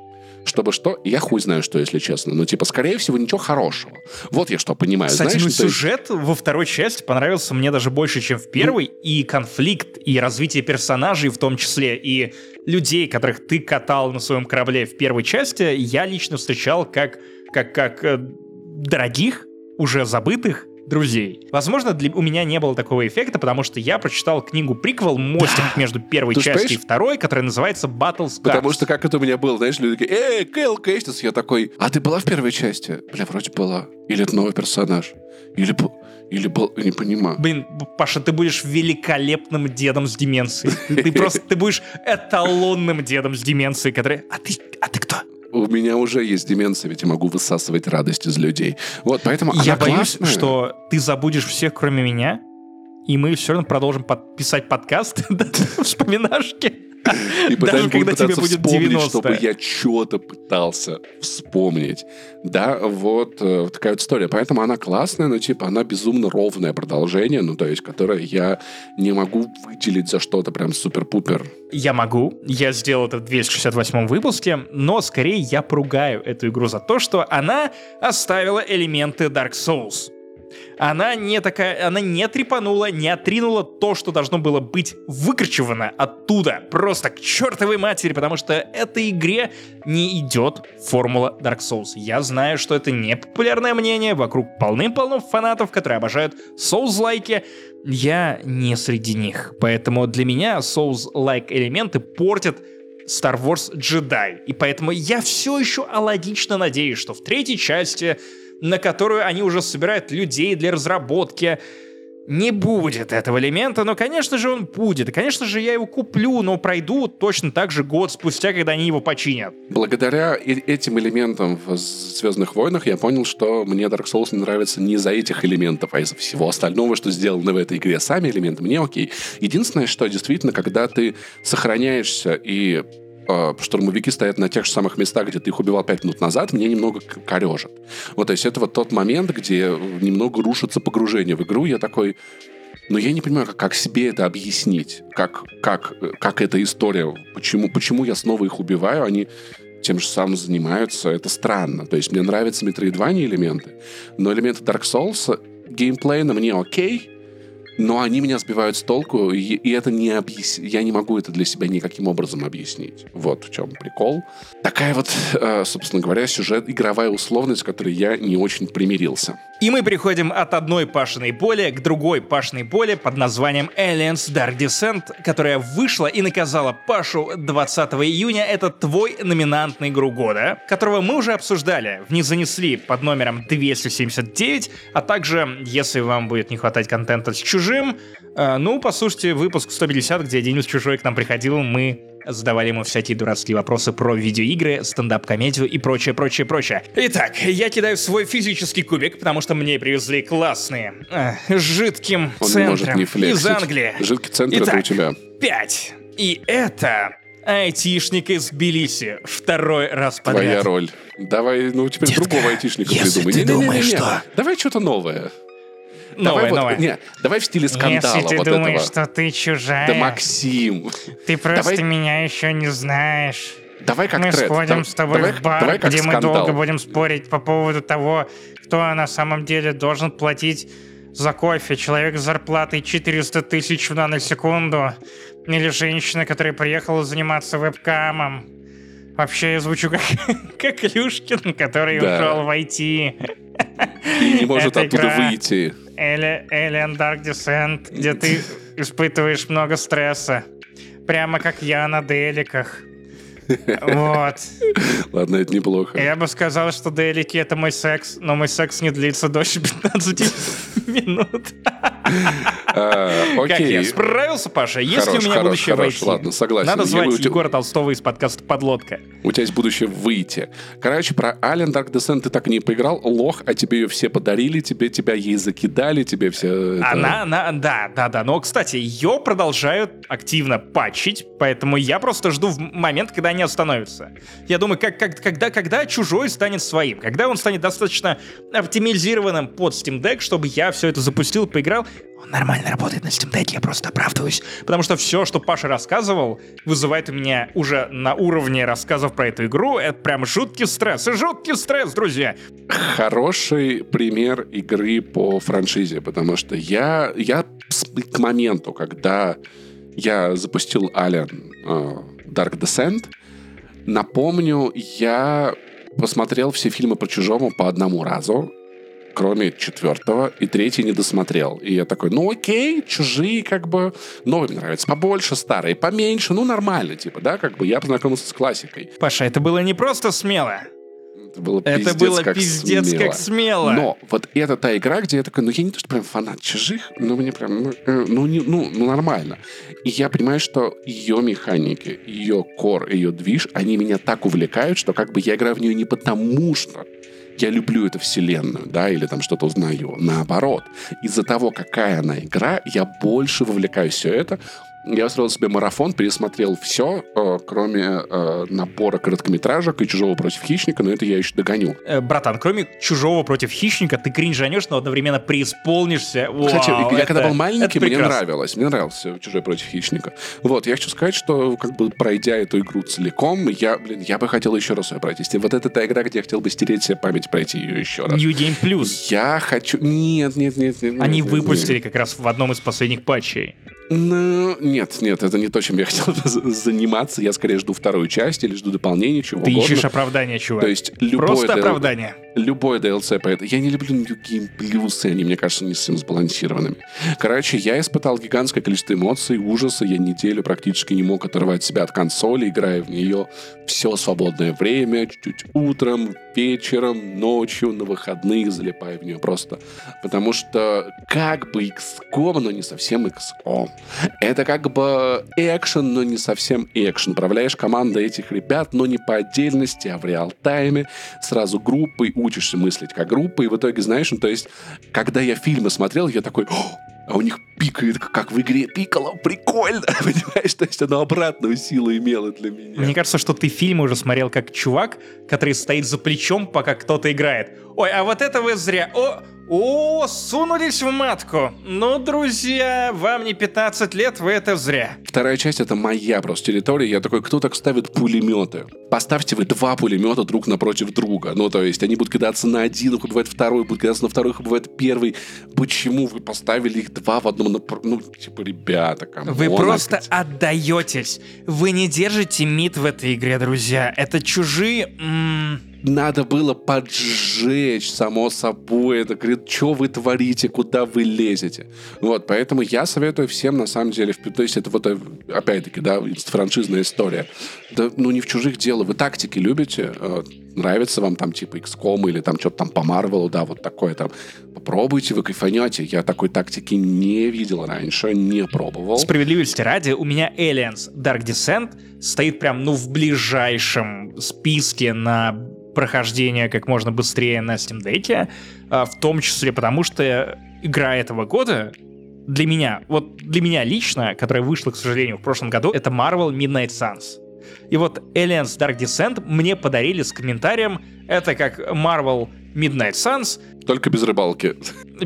Чтобы что? Я хуй знаю, что, если честно. Ну, типа, скорее всего, ничего хорошего. Вот я что понимаю. Кстати, знаешь, ну, что сюжет есть... во второй части понравился мне даже больше, чем в первой. Ну... И конфликт, и развитие персонажей в том числе, и людей, которых ты катал на своем корабле в первой части, я лично встречал как, как, как э, дорогих, уже забытых друзей. Возможно, для... у меня не было такого эффекта, потому что я прочитал книгу-приквел «Мостик» да. между первой частью понимаешь? и второй, которая называется «Battle Scars». Потому что как это у меня было, знаешь, люди такие, эй, Кэл Кэстис, я такой, а ты была в первой части? Бля, вроде была. Или это новый персонаж? Или, или был, не понимаю. Блин, Паша, ты будешь великолепным дедом с деменцией. Ты просто, ты будешь эталонным дедом с деменцией, который... А ты, а ты кто? У меня уже есть деменция, ведь я могу высасывать радость из людей. Вот, поэтому я она боюсь, классная. Что ты забудешь всех, кроме меня, и мы все равно продолжим под- писать подкаст, вспоминашки. И даже когда тебе будет девяносто. Чтобы я что-то пытался вспомнить. Да, вот э, такая вот история. Поэтому она классная, но типа она безумно ровное продолжение, ну то есть, которое я не могу выделить за что-то прям супер-пупер. Я могу. Я сделал это в двести шестьдесят восьмом выпуске, но скорее я поругаю эту игру за то, что она оставила элементы Dark Souls. Она не такая, она не трепанула, не отринула то, что должно было быть выкручивано оттуда, просто к чертовой матери, потому что этой игре не идет формула Dark Souls. Я знаю, что это не популярное мнение, вокруг полным-полно фанатов, которые обожают Souls-лайки. Я не среди них, поэтому для меня Souls-like элементы портят Star Wars Jedi, и поэтому я все еще алогично надеюсь, что в третьей части, на которую они уже собирают людей для разработки, не будет этого элемента, но, конечно же, он будет. И, конечно же, я его куплю, но пройду точно так же год спустя, когда они его починят. Благодаря этим элементам в «Звездных войнах» я понял, что мне Dark Souls не нравится не из-за этих элементов, а из-за всего остального, что сделано в этой игре. Сами элементы мне окей. Единственное, что действительно, когда ты сохраняешься и штурмовики стоят на тех же самых местах, где ты их убивал пять минут назад, мне немного корежит. Вот, то есть это вот тот момент, где немного рушится погружение в игру. Я такой, ну я не понимаю, как, как себе это объяснить, как, как, как эта история, почему, почему я снова их убиваю, они тем же самым занимаются, это странно. То есть мне нравятся метроидвания элементы, но элементы Dark Souls геймплейно мне окей, но они меня сбивают с толку, и, и это не объяс... я не могу это для себя никаким образом объяснить. Вот в чем прикол. Такая вот, э, собственно говоря, сюжет, игровая условность, с которой я не очень примирился. И мы переходим от одной Пашиной боли к другой Пашиной боли под названием Aliens Dark Descent, которая вышла и наказала Пашу двадцатого июня. Это твой номинантный игру года, которого мы уже обсуждали. В них занесли под номером двести семьдесят девять, а также, если вам будет не хватать контента с чужим, э, ну, послушайте выпуск сто пятьдесят, где Денис Чужой к нам приходил, мы задавали ему всякие дурацкие вопросы про видеоигры, стендап-комедию и прочее, прочее, прочее. Итак, я кидаю свой физический кубик, потому что мне привезли классные э, жидким Он центром из Англии. Жидкий центр Итак, это у тебя. пять. И это айтишник из Тбилиси. Второй раз подряд. Твоя роль. Давай, ну, теперь Детка, другого айтишника если придумай. ты Не, не, не, думаешь, не, не. что... Давай что-то новое. Новое, давай вот, новое. Не, давай в стиле скандала. Если ты вот думаешь, этого. что ты чужая, Да, Максим. ты просто давай... меня еще не знаешь. Давай как мы тред. сходим Да, с тобой давай, в бар, давай как где скандал. мы долго будем спорить по поводу того, кто на самом деле должен платить за кофе. Человек с зарплатой четыреста тысяч в наносекунду. Или женщина, которая приехала заниматься вебкамом. Вообще я звучу как, как Илюшкин, который да. ушел в ай ти. И не может оттуда выйти. Alien Dark Descent, где ты испытываешь много стресса. Прямо как я на деликах. Вот. Ладно, это неплохо. Я бы сказал, что делики — это мой секс, но мой секс не длится дольше пятнадцати минут. Как я справился, Паша? Есть ли у меня будущее в ай ти? Ладно, согласен. Надо звать Егора Толстого из подкаста «Подлодка». У тебя есть будущее выйти. Короче, про Alien Dark Descent ты так и не поиграл. Лох, а тебе ее все подарили, тебе тебя ей закидали, тебе все... Она, она, да, да, да. Но, кстати, ее продолжают активно патчить, поэтому я просто жду в момент, когда они остановятся. Я думаю, как, как, когда, когда чужой станет своим, когда он станет достаточно оптимизированным под Steam Deck, чтобы я все это запустил, поиграл. Он нормально работает на Steam Deck, я просто оправдываюсь. Потому что все, что Паша рассказывал, вызывает у меня уже на уровне рассказов про эту игру. Это прям жуткий стресс. И жуткий стресс, друзья. Хороший пример игры по франшизе, потому что я, я к моменту, когда я запустил Alien uh, Dark Descent, напомню, я посмотрел все фильмы про Чужого по одному разу, кроме четвертого, и третий не досмотрел. И я такой, ну окей, Чужие как бы, новые мне нравятся побольше, старые поменьше, ну нормально, типа, да, как бы я познакомился с классикой. Паша, это было не просто смело. Это было это пиздец, было как, пиздец смело. как смело. Но вот это та игра, где я такой, ну я не то, что прям фанат Чужих, но мне прям, ну, ну, не, ну, ну нормально. И я понимаю, что ее механики, ее кор, ее движ, они меня так увлекают, что как бы я играю в нее не потому, что я люблю эту вселенную, да, или там что-то узнаю. Наоборот, из-за того, какая она игра, я больше вовлекаюсь в все это. Я устроил себе марафон, пересмотрел все, э, кроме э, набора короткометражек и «Чужого против хищника», но это я еще догоню. Э, братан, кроме «Чужого против хищника» ты кринжанешь, но одновременно преисполнишься. Кстати, Вау, я это, когда был маленький, мне прекрасно. нравилось. Мне нравился «Чужой против хищника». Вот, я хочу сказать, что как бы пройдя эту игру целиком, я, блин, я бы хотел еще раз ее пройти. Вот это та игра, где я хотел бы стереть себе память, пройти ее еще раз. New Game Plus. Я хочу... Нет, нет, нет, нет. Они нет, выпустили нет. как раз в одном из последних патчей. Ну, нет, нет, это не то, чем я хотел заниматься. Я скорее жду вторую часть или жду дополнение, чего Ты угодно. ищешь оправдание, чувак. То есть любое Просто ди эл... оправдание. Любое ди эл си по этому. Я не люблю New Game Plus, и они, мне кажется, не совсем сбалансированными. Короче, я испытал гигантское количество эмоций, ужаса. Я неделю практически не мог оторвать себя от консоли, играя в нее все свободное время, чуть-чуть утром, вечером, ночью, на выходных, залипая в нее просто. Потому что как бы икс ком, но не совсем икс ком. Это как бы экшен, но не совсем экшен. Управляешь командой этих ребят, но не по отдельности, а в реал-тайме. Сразу группой, учишься мыслить как группа. И в итоге, знаешь, ну то есть, когда я фильмы смотрел, я такой... А у них пикает, как в игре Пикколо. Прикольно, понимаешь? То есть оно обратную силу имело для меня. Мне кажется, что ты фильмы уже смотрел как чувак, который стоит за плечом, пока кто-то играет. Ой, а вот это вы зря. О, о, сунулись в матку. Ну, друзья, вам не пятнадцать лет, вы это зря. Вторая часть — это моя просто территория. Я такой, кто так ставит пулеметы? Поставьте вы два пулемета друг напротив друга. Ну, то есть они будут кидаться на один, их бывает второй, будут кидаться на второй, их бывает первый. Почему вы поставили их два в одном направлении? Ну, типа, ребята, камон. Вы просто отдаетесь. Вы не держите мид в этой игре, друзья. Это Чужие... М- Надо было поджечь, само собой. Это говорит, что вы творите, куда вы лезете. Вот, поэтому я советую всем, на самом деле, то есть это вот, опять-таки, да, франшизная история. Да, ну, не в Чужих дело. Вы тактики любите, нравится вам там типа икс ком или там что-то там по Марвелу, да, вот такое там. Попробуйте, вы кайфанете. Я такой тактики не видел раньше, не пробовал. Справедливости ради, у меня Aliens Dark Descent стоит прям, ну, в ближайшем списке на прохождение как можно быстрее на Steam Deck, в том числе потому, что игра этого года для меня, вот для меня лично, которая вышла, к сожалению, в прошлом году, это Marvel Midnight Suns. И вот Aliens Dark Descent мне подарили с комментарием, это как Marvel Midnight Suns. Только без рыбалки.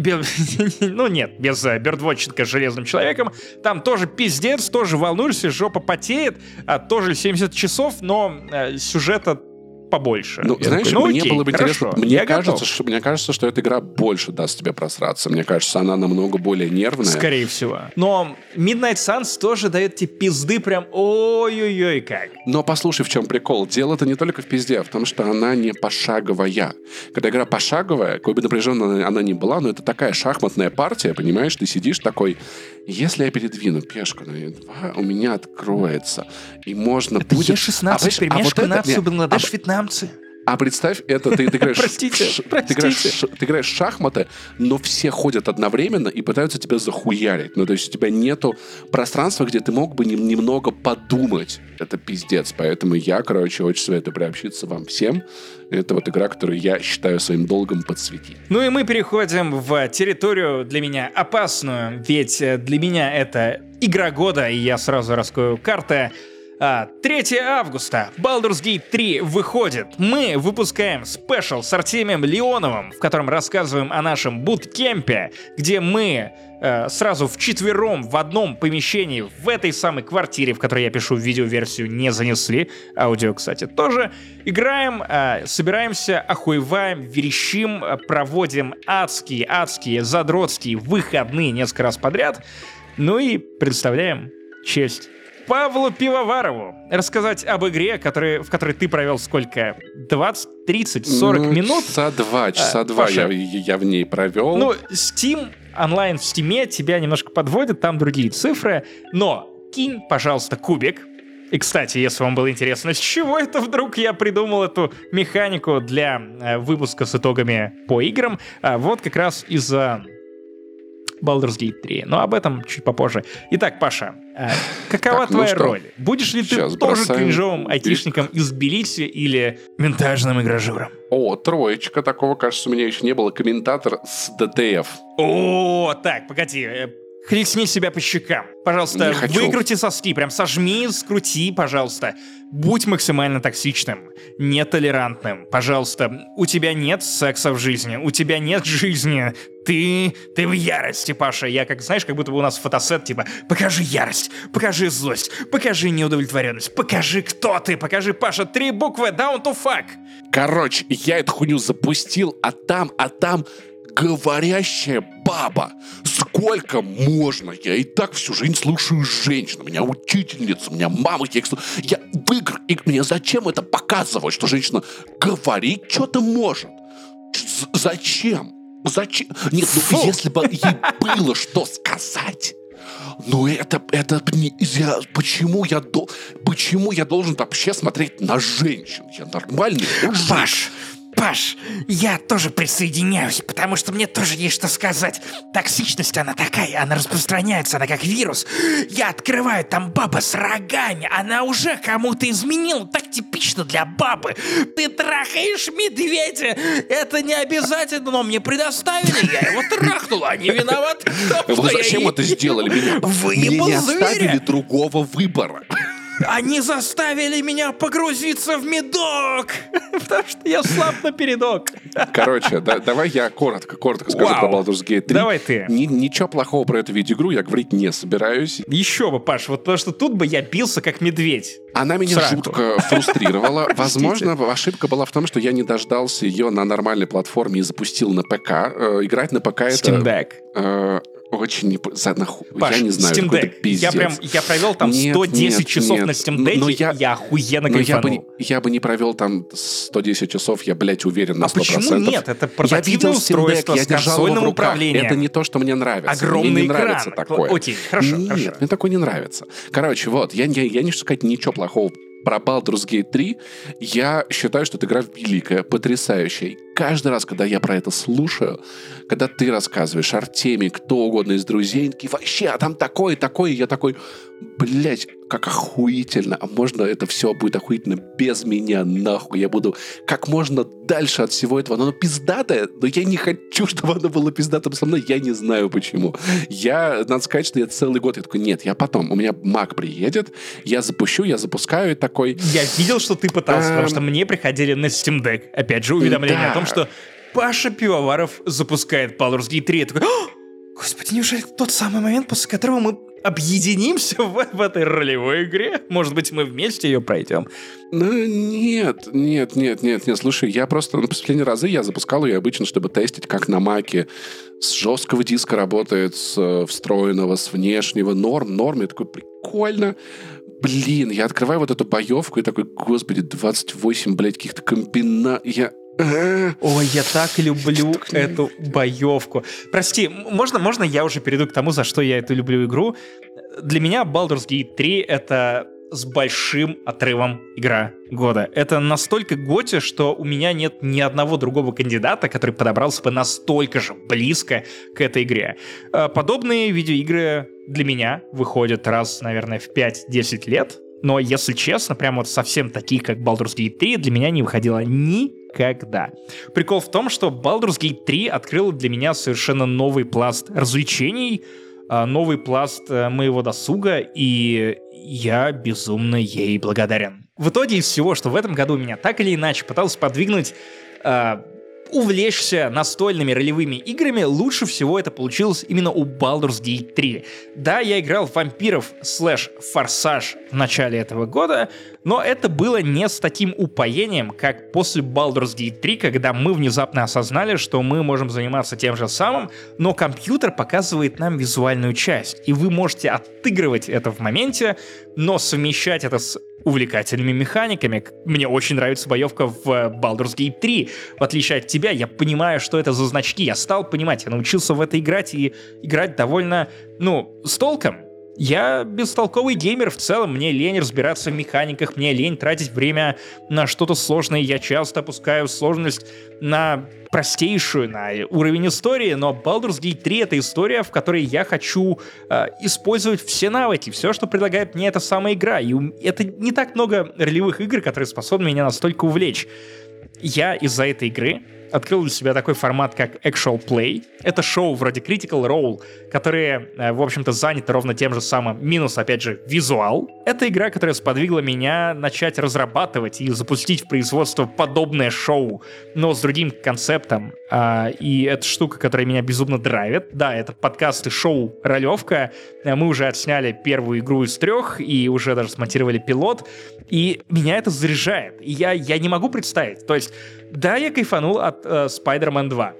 Ну нет, без бердвотчинга с Железным Человеком. Там тоже пиздец, тоже волнуешься, жопа потеет, а тоже семьдесят часов, но э, сюжета побольше. Ну, я знаешь, такой, ну, мне окей, было бы хорошо, интересно, мне кажется, готов. что, мне кажется, что эта игра больше даст тебе просраться. Мне кажется, она намного более нервная. Скорее всего. Но Midnight Suns тоже дает тебе пизды прям ой-ой-ой как. Но послушай, в чем прикол. Дело-то не только в пизде, а в том, что она не пошаговая. Когда игра пошаговая, какой бы напряженной она ни была, но это такая шахматная партия, понимаешь? Ты сидишь такой, если я передвину пешку на е два, у меня откроется. И можно это будет... е шестнадцать, а, перемешка а вот нацию, это, Бангладеш, а, вьетнамцы. А представь, это ты, ты, играешь, простите, ш, простите. Ты, играешь, ш, ты играешь в шахматы, но все ходят одновременно и пытаются тебя захуярить. Ну, то есть у тебя нету пространства, где ты мог бы нем, немного подумать. Это пиздец. Поэтому я, короче, очень советую приобщиться вам всем. Это вот игра, которую я считаю своим долгом подсветить. Ну и мы переходим в территорию для меня опасную, ведь для меня это игра года, и я сразу раскрою карты. третьего августа Baldur's Gate три выходит. Мы выпускаем спешл с Артемием Леоновым, в котором рассказываем о нашем буткемпе, где мы э, сразу вчетвером в одном помещении в этой самой квартире, в которой я пишу видеоверсию, не занесли. Аудио, кстати, тоже. Играем, э, собираемся, охуеваем, верещим, э, проводим адские, адские, задротские выходные несколько раз подряд. Ну и представляем честь Павлу Пивоварову рассказать об игре, который, в которой ты провел сколько? двадцать, тридцать, сорок ну, минут? Часа два, часа а, два Паша, я, я в ней провел. Ну, Steam, онлайн в Steam тебя немножко подводит, там другие цифры, но кинь, пожалуйста, кубик. И, кстати, если вам было интересно, с чего это вдруг я придумал эту механику для э, выпуска с итогами по играм, э, вот как раз из-за Baldur's Gate три, но об этом чуть попозже. Итак, Паша, э, какова так, твоя ну роль? Будешь ли Сейчас ты тоже бросаем. кринжовым айтишником из Тбилиси или винтажным игражуром? О, троечка, такого, кажется, у меня еще не было. Комментатор с ди ти эф. О, так, погоди, хлестни себя по щекам. Пожалуйста, выкрути соски, прям сожми, скрути, пожалуйста. Будь максимально токсичным, нетолерантным. Пожалуйста, у тебя нет секса в жизни, у тебя нет жизни. Ты, ты в ярости, Паша. Я как, знаешь, как будто бы у нас фотосет, типа, покажи ярость, покажи злость, покажи неудовлетворенность, покажи, кто ты, покажи, Паша, три буквы, down to fuck. Короче, я эту хуйню запустил, а там, а там... говорящая баба. Сколько можно? Я и так всю жизнь слушаю женщин. У меня учительница, у меня мама. Я, я в играх. И мне зачем это показывать, что женщина говорить что-то может? З- зачем? Зачем? Нет, ну Фу. если бы ей было что сказать... Ну это, это нельзя. Почему я, до, почему я должен вообще смотреть на женщин? Я нормальный мужик. Паш, Паш, я тоже присоединяюсь, потому что мне тоже есть что сказать. Токсичность, она такая, она распространяется, она как вирус. Я открываю, там баба с рогами, она уже кому-то изменила, так типично для бабы. Ты трахаешь медведя, это не обязательно, но мне предоставили, я его трахнула, они виноваты. Вы зачем это сделали меня? Мне не оставили другого выбора. Они заставили меня погрузиться в медок, потому что я слаб напередок. Короче, да, давай я коротко, коротко скажу Вау. про Baldur's Gate три. Давай ты. Ни, ничего плохого про эту видеоигру я говорить не собираюсь. Еще бы, Паш, вот потому что тут бы я бился как медведь. Она меня Сраку. жутко фрустрировала. Возможно, ошибка была в том, что я не дождался ее на нормальной платформе и запустил на ПК. Э, играть на ПК это... Steam Deck. Э, очень не... За, нахуй, Паш, я не знаю, Steam Deck. Я прям, я провел там нет, сто десять нет, часов нет. на Steam Deck, но я, я охуенно кайфанул. Я бы, я бы не провел там сто десять часов, я, блядь, уверен на а сто процентов. А почему нет? Это портативное устройство Deck, с консольным управлением. Это не то, что мне нравится. Огромный мне не экран. нравится такое. Окей, хорошо, нет, хорошо. мне такое не нравится. Короче, вот, я, я, я не хочу сказать ничего плохого про Baldur's Gate три. Я считаю, что эта игра великая, потрясающая. И каждый раз, когда я про это слушаю, когда ты рассказываешь, Артемий, кто угодно из друзей, такие, вообще, а там такое, такое, я такой, блять, как охуительно. А можно это все будет охуительно без меня, нахуй. Я буду как можно дальше от всего этого. Оно пиздатое, но я не хочу, чтобы оно было пиздатым со мной. Я не знаю почему. Я, надо сказать, что я целый год, я такой, нет, я потом. У меня Mac приедет, я запущу, я запускаю и такой... Я видел, что ты пытался, потому что мне приходили на Steam Deck. Опять же, уведомление о том, что Паша Пивоваров запускает Baldur's Gate три. Я такой, господи, неужели тот самый момент, после которого мы объединимся в, в этой ролевой игре? Может быть, мы вместе ее пройдем? Ну, нет, нет, нет, нет, нет. Слушай, я просто на последние разы я запускал ее обычно, чтобы тестить, как на Маке с жесткого диска работает, с встроенного, с внешнего. Норм, норм. Я такой, прикольно. Блин, я открываю вот эту боевку и такой, господи, двадцать восемь, блядь, каких-то комбина... Я... Ой, я так люблю эту боевку. Прости, можно, можно я уже перейду к тому, за что я эту люблю игру? Для меня Baldur's Gate три — это с большим отрывом игра года. Это настолько готи, что у меня нет ни одного другого кандидата, который подобрался бы настолько же близко к этой игре. Подобные видеоигры для меня выходят раз, наверное, в пять-десять лет. Но, если честно, прям вот совсем таких, как Baldur's Gate три, для меня не выходило никогда. Прикол в том, что Baldur's Gate три открыл для меня совершенно новый пласт развлечений, новый пласт моего досуга, и я безумно ей благодарен. В итоге из всего, что в этом году меня так или иначе пытался подвигнуть, э, увлечься настольными ролевыми играми, лучше всего это получилось именно у Baldur's Gate три. Да, я играл в вампиров слэш Форсаж в начале этого года, но это было не с таким упоением, как после Baldur's Gate три, когда мы внезапно осознали, что мы можем заниматься тем же самым, но компьютер показывает нам визуальную часть, и вы можете отыгрывать это в моменте, но совмещать это с увлекательными механиками. Мне очень нравится боевка в Baldur's Gate три. В отличие от тебя, я понимаю, что это за значки. Я стал понимать, я научился в это играть и играть довольно, ну, с толком. Я бестолковый геймер в целом, мне лень разбираться в механиках, мне лень тратить время на что-то сложное, я часто опускаю сложность на простейшую, на уровень истории, но Baldur's Gate три — это история, в которой я хочу э, использовать все навыки, все, что предлагает мне эта самая игра, и это не так много ролевых игр, которые способны меня настолько увлечь. Я из-за этой игры открыл для себя такой формат, как Actual Play. Это шоу вроде Critical Role, которые, в общем-то, заняты ровно тем же самым. Минус, опять же, визуал. Это игра, которая сподвигла меня начать разрабатывать и запустить в производство подобное шоу, но с другим концептом. И это штука, которая меня безумно драйвит. Да, это подкаст и шоу «Ролевка». Мы уже отсняли первую игру из трех и уже даже смонтировали пилот. И меня это заряжает. И я, я не могу представить. То есть, да, я кайфанул от э, Spider-Man два.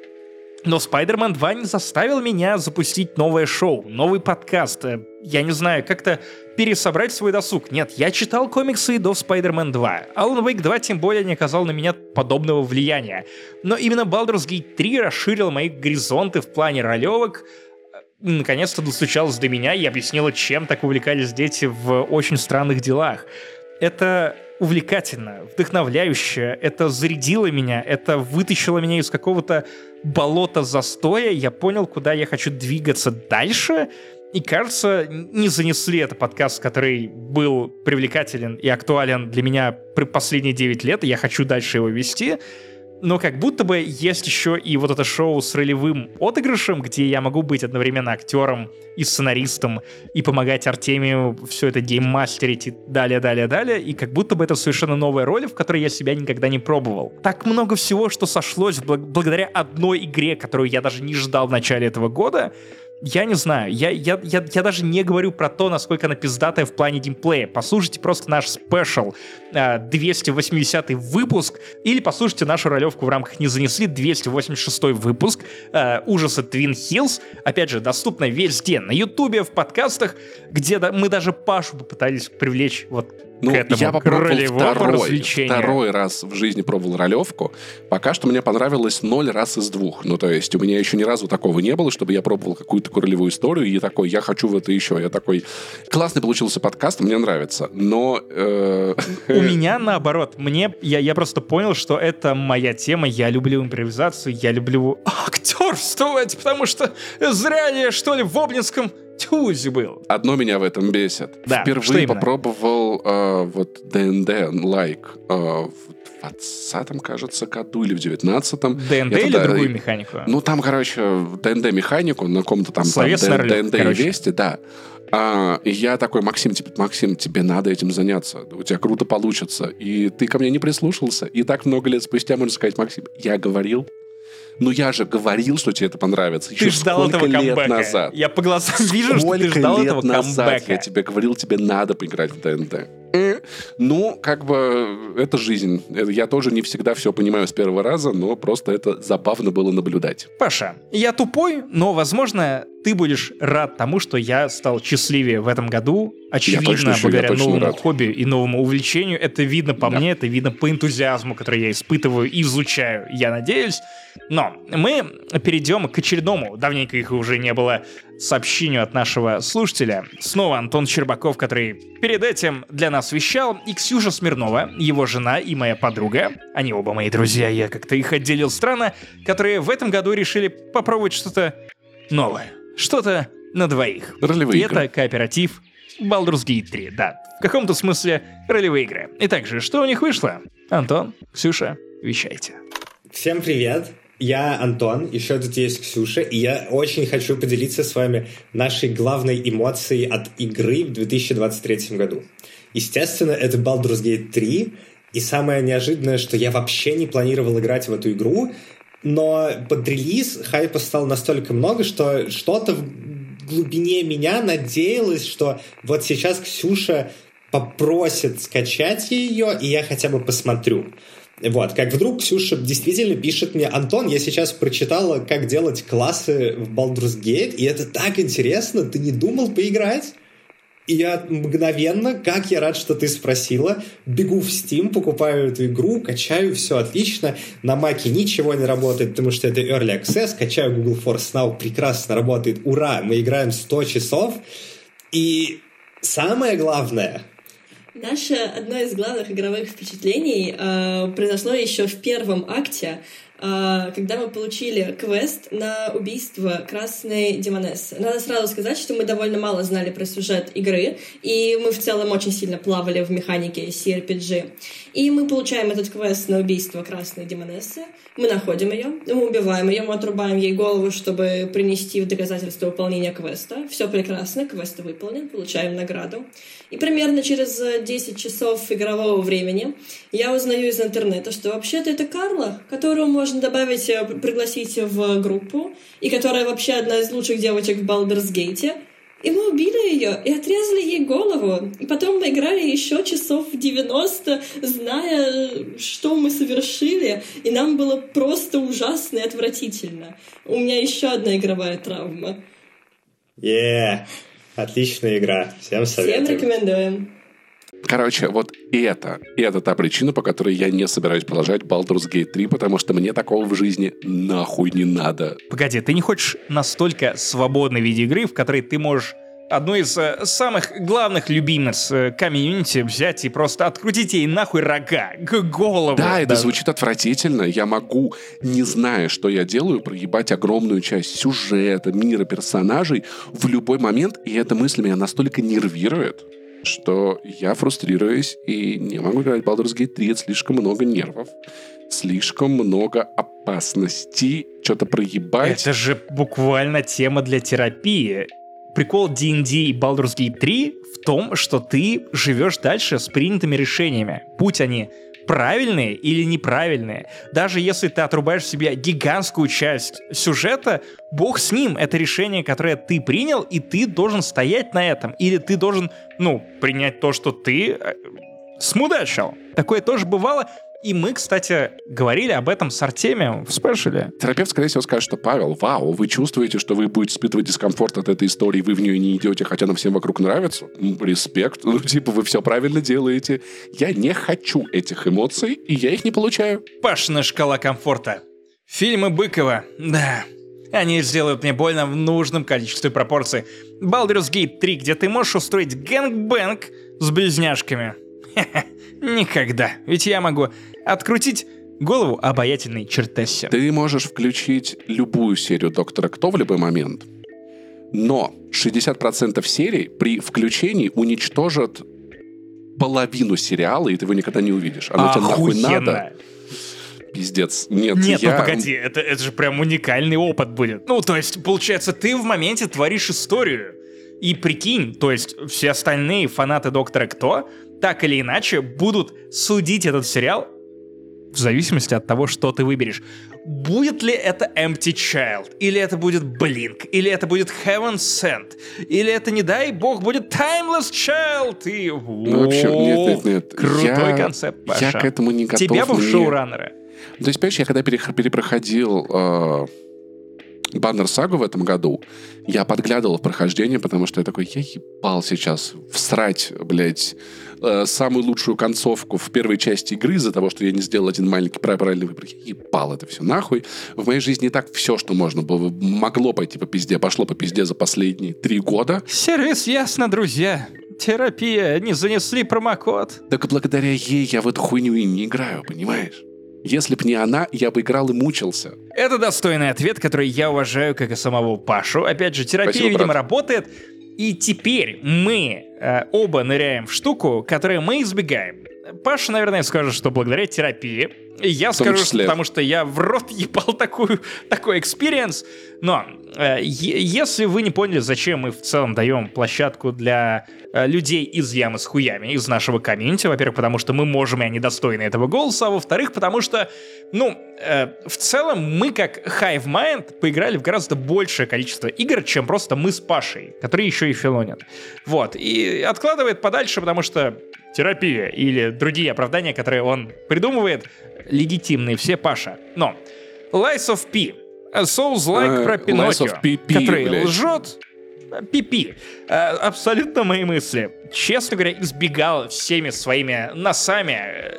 Но Spider-Man два не заставил меня запустить новое шоу, новый подкаст. Я не знаю, как-то пересобрать свой досуг. Нет, я читал комиксы до Spider-Man два. Alan Wake два тем более не оказал на меня подобного влияния. Но именно Baldur's Gate три расширил мои горизонты в плане ролевок. Наконец-то достучалась до меня и объяснила, чем так увлекались дети в очень странных делах. Это увлекательно, вдохновляюще, это зарядило меня, это вытащило меня из какого-то болота застоя, я понял, куда я хочу двигаться дальше, и, кажется, не занесли это подкаст, который был привлекателен и актуален для меня последние девять лет, и я хочу дальше его вести. Но как будто бы есть еще и вот это шоу с ролевым отыгрышем, где я могу быть одновременно актером и сценаристом, и помогать Артемию все это гейммастерить и далее, далее, далее. И как будто бы это совершенно новая роль, в которой я себя никогда не пробовал. Так много всего, что сошлось благодаря одной игре, которую я даже не ждал в начале этого года. Я не знаю, я, я, я, я даже не говорю про то, насколько она пиздатая в плане геймплея. Послушайте просто наш спешл, двести восьмидесятый выпуск, или послушайте нашу ролевку в рамках «Не занесли», двести восемьдесят шестой выпуск, ужасы Twin Hills. Опять же, доступно везде, на Ютубе, в подкастах, где мы даже Пашу попытались привлечь вот ну, к этому я попробовал второй, развлечению. второй раз в жизни пробовал ролевку. Пока что мне понравилось ноль раз из двух. Ну, то есть у меня еще ни разу такого не было, чтобы я пробовал какую-то ролевую историю и такой, я хочу в это еще. Я такой, классный получился подкаст, мне нравится, но... Э... У меня наоборот. Мне, я, я просто понял, что это моя тема. Я люблю импровизацию, я люблю актерствовать, потому что зря я, что ли, в Обнинском Тюзе был. Одно меня в этом бесит. Да, впервые попробовал э, вот ди энд ди-like э, в двадцатом, кажется, году или в девятнадцатом. ди энд ди или да, другую механику? Ну, там, короче, ди энд ди-механику на каком-то там, там ди энд ди-весте, да. А, и я такой, Максим, типа, Максим, тебе надо этим заняться, у тебя круто получится. И ты ко мне не прислушался. И так много лет спустя можно сказать, Максим, я говорил, ну я же говорил, что тебе это понравится. Еще ты ждал этого лет камбэка. Назад. Я по глазам вижу, что ты ждал лет этого назад камбэка. Я тебе говорил, тебе надо поиграть в ди энд ди. Ну, как бы, это жизнь. Я тоже не всегда все понимаю с первого раза, но просто это забавно было наблюдать. Паша, я тупой, но, возможно, ты будешь рад тому, что я стал счастливее в этом году. Очевидно, благодаря новому хобби и новому увлечению. Это видно по да. мне, это видно по энтузиазму, который я испытываю и изучаю, я надеюсь. Но мы перейдем к очередному, давненько их уже не было, сообщению от нашего слушателя. Снова Антон Щербаков, который перед этим для нас вещал, и Ксюша Смирнова, его жена и моя подруга, они оба мои друзья, я как-то их отделил странно, которые в этом году решили попробовать что-то новое, что-то на двоих. Ролевые и игры. Это кооператив Baldur's Gate три, да, в каком-то смысле ролевые игры. И также, что у них вышло? Антон, Ксюша, вещайте. Всем привет! Я Антон, еще тут есть Ксюша, и я очень хочу поделиться с вами нашей главной эмоцией от игры в две тысячи двадцать третьем году. Естественно, это Baldur's Gate три, и самое неожиданное, что я вообще не планировал играть в эту игру, но под релиз хайпа стало настолько много, что что-то в глубине меня надеялось, что вот сейчас Ксюша попросит скачать ее, и я хотя бы посмотрю. Вот, как вдруг Ксюша действительно пишет мне: Антон, я сейчас прочитала, как делать классы в Baldur's Gate, и это так интересно, ты не думал поиграть? И я мгновенно, как я рад, что ты спросила, бегу в Steam, покупаю эту игру, качаю, все отлично. На Маке ничего не работает, потому что это Early Access, качаю Google Force Now, прекрасно работает, ура, мы играем сто часов. И самое главное... Наше одно из главных игровых впечатлений э, произошло еще в первом акте, э, когда мы получили квест на убийство Красной Демонессы. Надо сразу сказать, что мы довольно мало знали про сюжет игры, и мы в целом очень сильно плавали в механике си ар пи джи. И мы получаем этот квест на убийство Красной Демонессы, мы находим ее, мы убиваем ее, мы отрубаем ей голову, чтобы принести в доказательство выполнения квеста. Все прекрасно, квест выполнен, получаем награду. И примерно через десять часов игрового времени я узнаю из интернета, что вообще-то это Карла, которую можно добавить, пригласить в группу, и которая вообще одна из лучших девочек в Baldur's Gate. И мы убили ее и отрезали ей голову. И потом мы играли еще часов девяносто, зная, что мы совершили. И нам было просто ужасно и отвратительно. У меня еще одна игровая травма. Yeah. Отличная игра. Всем советую. Всем рекомендуем. Короче, вот и это, и это та причина, по которой я не собираюсь продолжать Baldur's Gate три, потому что мне такого в жизни нахуй не надо. Погоди, ты не хочешь настолько свободной видеоигры, в которой ты можешь одну из э, самых главных любимец э, комьюнити взять и просто открутить ей нахуй рога, к голову. Да, это звучит отвратительно. Я могу, не зная, что я делаю, проебать огромную часть сюжета, мира, персонажей в любой момент, и эта мысль меня настолько нервирует, что я фрустрируюсь и не могу играть в Baldur's Gate три. Это слишком много нервов, слишком много опасностей, что-то проебать. Это же буквально тема для терапии. Прикол ди энд ди и Baldur's Gate три в том, что ты живешь дальше с принятыми решениями. Будь они правильные или неправильные. Даже если ты отрубаешь себе гигантскую часть сюжета, бог с ним, это решение, которое ты принял, и ты должен стоять на этом. Или ты должен, ну, принять то, что ты смудачил. Такое тоже бывало. И мы, кстати, говорили об этом с Артемием в спешле. Терапевт, скорее всего, скажет, что Павел, вау, вы чувствуете, что вы будете испытывать дискомфорт от этой истории, вы в нее не идете, хотя она всем вокруг нравится? Респект. Ну, типа, вы все правильно делаете. Я не хочу этих эмоций, и я их не получаю. Пашина шкала комфорта. Фильмы Быкова. Да. Они сделают мне больно в нужном количестве пропорций. Baldur's Gate три, где ты можешь устроить гэнгбэнг с близняшками. Хе-хе. Никогда. Ведь я могу открутить голову обаятельной чертессе. Ты можешь включить любую серию Доктора Кто в любой момент, но шестьдесят процентов серий при включении уничтожат половину сериала, и ты его никогда не увидишь. Оно тебе нахуй надо. Пиздец. Нет, Нет, я... ну погоди, это, это же прям уникальный опыт будет. Ну, то есть, получается, ты в моменте творишь историю. И прикинь, то есть все остальные фанаты Доктора Кто так или иначе будут судить этот сериал в зависимости от того, что ты выберешь. Будет ли это Empty Child, или это будет Blink, или это будет Heaven Sent, или это, не дай бог, будет Timeless Child. И... Ну, в общем, нет, нет, нет. Крутой я... концепт, Паша. Я к этому не готов. Тебя бы в мне... шоураннеры. То есть, понимаешь, я когда перепроходил... Э... Баннер Сагу в этом году, я подглядывал в прохождение, потому что я такой, я ебал сейчас всрать, блядь, э, самую лучшую концовку в первой части игры из-за того, что я не сделал один маленький правильный выбор. Я ебал это все нахуй. В моей жизни и так все, что можно было, могло пойти по пизде, пошло по пизде за последние три года. Сервис ясно, друзья. Терапия, не занесли промокод. Так благодаря ей я в эту хуйню и не играю, понимаешь? Если б не она, я бы играл и мучился. Это достойный ответ, который я уважаю, как и самого Пашу. Опять же, терапия, Спасибо, видимо, брат. работает. И теперь мы э, оба ныряем в штуку, которую мы избегаем. Паша, наверное, скажет, что благодаря терапии Я скажу, что, потому что я в рот ебал такую, такой экспириенс. Но э, е- если вы не поняли, зачем мы в целом даем площадку для э, людей из ямы с хуями, из нашего комьюнити, во-первых, потому что мы можем, и они достойны этого голоса, а во-вторых, потому что, ну, э, в целом мы, как Hive Mind, поиграли в гораздо большее количество игр, чем просто мы с Пашей, которые еще и филонят. Вот, и откладывает подальше, потому что терапия или другие оправдания, которые он придумывает, легитимные все, Паша. Но Lies of P, Souls-like uh, про Пиноккио, который блядь. лжет, пипи. Абсолютно мои мысли. Честно говоря, избегал всеми своими носами,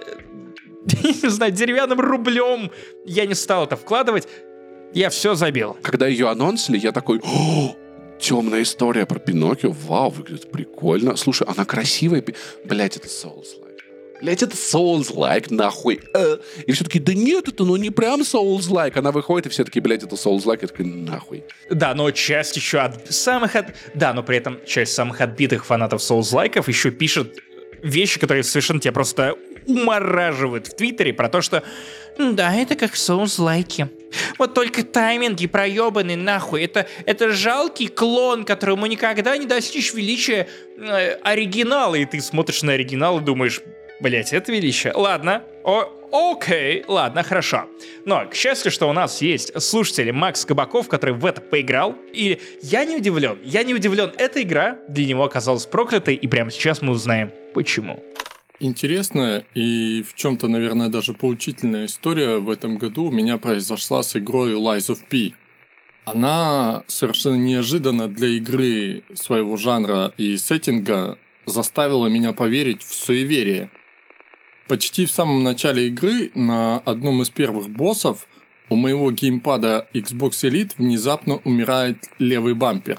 не знаю, деревянным рублем. Я не стал это вкладывать. Я все забил. Когда ее анонсили, я такой... Темная история про Пиноккио. Вау, выглядит прикольно. Слушай, она красивая. Блять, это Souls-like. Блять, это Souls-like, нахуй. Э. И все таки да нет, это ну не прям Souls-like. Она выходит, и все таки блять, это Souls-like. Я такой, нахуй. Да, но часть еще от самых... От... Да, но при этом часть самых отбитых фанатов Souls-лайков еще пишет вещи, которые совершенно тебя просто умораживают в Твиттере про то, что да, это как Souls-лайки. Вот только тайминги проебаны нахуй. Это, это жалкий клон, которому никогда не достичь величия э, оригинала. И ты смотришь на оригинал и думаешь, блять, это величие. Ладно, о, окей, ладно, хорошо. Но, к счастью, что у нас есть слушатель Макс Кабаков, который в это поиграл. И я не удивлен, я не удивлен. Эта игра для него оказалась проклятой, и прямо сейчас мы узнаем, почему. Интересная и в чем-то, наверное, даже поучительная история в этом году у меня произошла с игрой Lies of P. Она совершенно неожиданно для игры своего жанра и сеттинга заставила меня поверить в суеверие. Почти в самом начале игры на одном из первых боссов у моего геймпада Xbox Elite внезапно умирает левый бампер.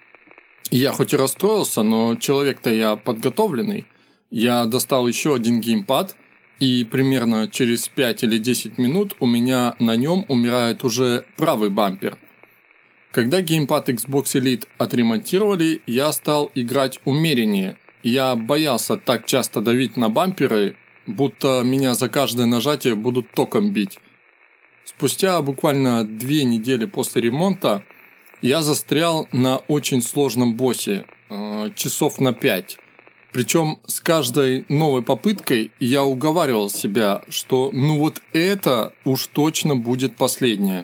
Я хоть и расстроился, но человек-то я подготовленный. Я достал еще один геймпад, и примерно через пять или десять минут у меня на нем умирает уже правый бампер. Когда геймпад Xbox Elite отремонтировали, я стал играть умереннее. Я боялся так часто давить на бамперы, будто меня за каждое нажатие будут током бить. Спустя буквально две недели после ремонта я застрял на очень сложном боссе, э, часов на пять. Причем с каждой новой попыткой я уговаривал себя, что ну вот это уж точно будет последнее.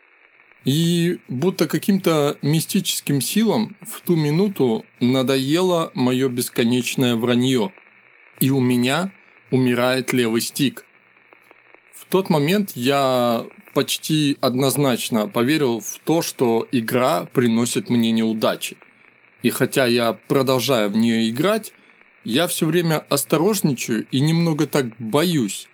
И будто каким-то мистическим силам в ту минуту надоело мое бесконечное вранье. И у меня умирает левый стик. В тот момент я почти однозначно поверил в то, что игра приносит мне неудачи. И хотя я продолжаю в нее играть, я все время осторожничаю и немного так боюсь.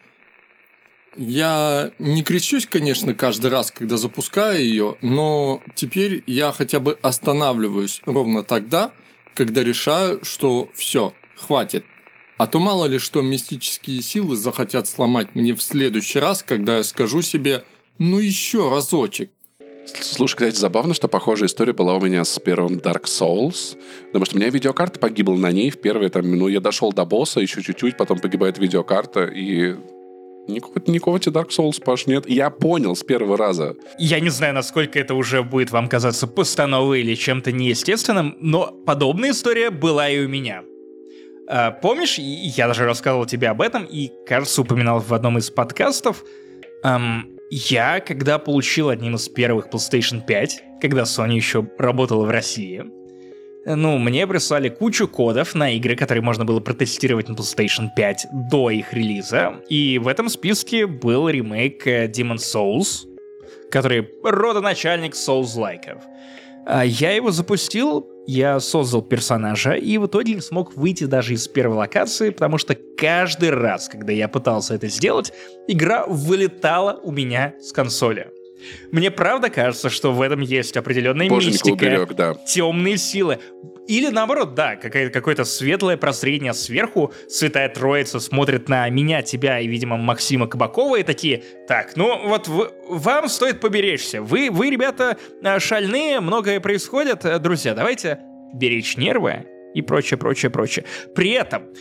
Я не кричусь, конечно, каждый раз, когда запускаю ее, но теперь я хотя бы останавливаюсь ровно тогда, когда решаю, что все, хватит. А то мало ли что мистические силы захотят сломать мне в следующий раз, когда я скажу себе «ну еще разочек». Слушай, кстати, забавно, что похожая история была у меня с первым Dark Souls, потому что у меня видеокарта погибла на ней в первые там, ну, я дошел до босса, еще чуть-чуть, потом погибает видеокарта, и никакого, никакого тебе Dark Souls, Паш, нет. Я понял с первого раза. Я не знаю, насколько это уже будет вам казаться постановой или чем-то неестественным, но подобная история была и у меня. А, помнишь, я даже рассказывал тебе об этом, и, кажется, упоминал в одном из подкастов, эм, я, когда получил одним из первых PlayStation пять, когда Sony еще работала в России, ну, мне прислали кучу кодов на игры, которые можно было протестировать на PlayStation пять до их релиза, и в этом списке был ремейк Demon's Souls, который родоначальник Souls-лайков. Я его запустил, я создал персонажа, и в итоге не смог выйти даже из первой локации, потому что каждый раз, когда я пытался это сделать, игра вылетала у меня с консоли. Мне правда кажется, что в этом есть определенная Боженька мистика, уберег, да. темные силы. Или наоборот, да, какое- какое-то светлое прозрение сверху, Святая Троица смотрит на меня, тебя и, видимо, Максима Кабакова и такие: так, ну вот в- вам стоит поберечься. Вы, вы, ребята, шальные, многое происходит. Друзья, давайте беречь нервы и прочее, прочее, прочее. При этом,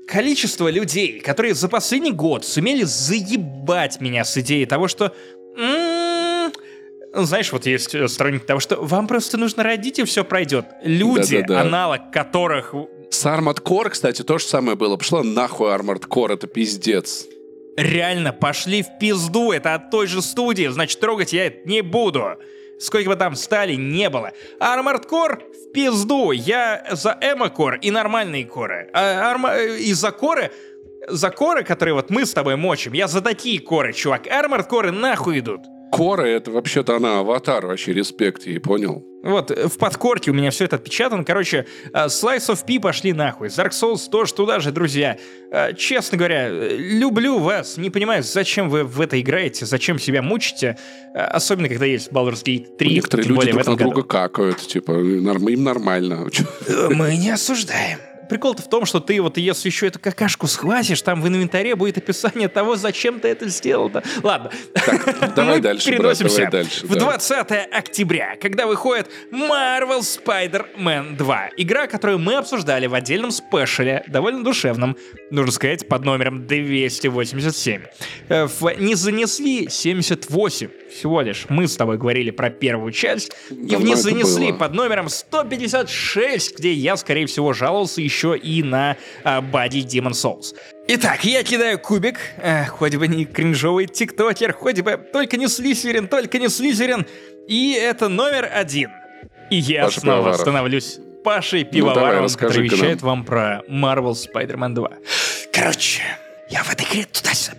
количество людей, которые за последний год сумели заебать меня с идеей того, что... М-м-м, знаешь, вот есть сторонники того, что вам просто нужно родить, и все пройдет. Люди, Да-да-да. аналог которых... С Armored Core, кстати, то же самое было. Пошла нахуй Armored Core, это пиздец. Реально, пошли в пизду, это от той же студии, значит, трогать я это не буду. Сколько бы там стали, не было. Armored Core в пизду, я за эмо-кор и нормальные коры. А, арма... И за коры, за коры, которые вот мы с тобой мочим, я за такие коры, чувак. Armored коры нахуй идут. Кора — это вообще-то она аватар, вообще респект ей, понял? Вот, в подкорке у меня все это отпечатано. Короче, Slice of P пошли нахуй. Dark Souls тоже туда же, друзья. Честно говоря, люблю вас. Не понимаю, зачем вы в это играете, зачем себя мучите. Особенно, когда есть Baldur's Gate три. Некоторые люди друг на друга какают, типа, им нормально. Мы не осуждаем. Прикол-то в том, что ты вот если еще эту какашку схватишь, там в инвентаре будет описание того, зачем ты это сделал-то. Ладно. Так, давай Мы дальше, переносимся брат, давай дальше, в двадцатое октября, когда выходит Marvel Spider-Man два. Игра, которую мы обсуждали в отдельном спешале, довольно душевном, нужно сказать, под номером двести восемьдесят семь. В «Не занесли» семьдесят восемь всего лишь. Мы с тобой говорили про первую часть, и в «Не занесли» под номером сто пятьдесят шесть, где я, скорее всего, жаловался еще еще и на а, Body Demon Souls. Итак, я кидаю кубик, а, хоть бы не кринжовый тиктокер, хоть бы только не Слизерин, только не Слизерин, и это номер один. И я Паша снова Пивоваров. становлюсь Пашей Пивоваровым, ну, который вещает вам про Marvel Spider-Man два. Короче, я в этой игре туда-сюда...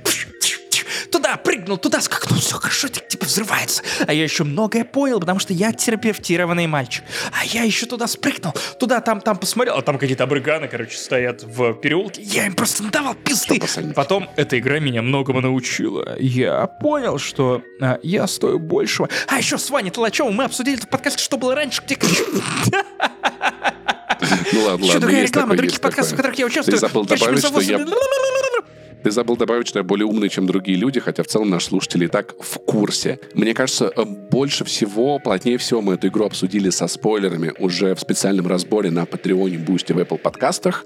Туда прыгнул, туда скакнул, все хорошо, типа взрывается. А я еще многое понял, потому что я терапевтированный мальчик. А я еще туда спрыгнул, туда, там, там посмотрел, а там какие-то абриганы, короче, стоят в переулке. Я им просто надавал пизды. Потом эта игра меня многому научила. Я понял, что а, я стою большего. А еще с Ваней Толачевым мы обсудили этот подкаст, что было раньше, где... Ну ладно, еще другая реклама, других подкастов, в которых я участвую. Ты забыл добавить, что я... Ты забыл добавить, что я более умный, чем другие люди, хотя в целом наши слушатели и так в курсе. Мне кажется, больше всего, плотнее всего мы эту игру обсудили со спойлерами уже в специальном разборе на Патреоне, Бусти, в Apple подкастах.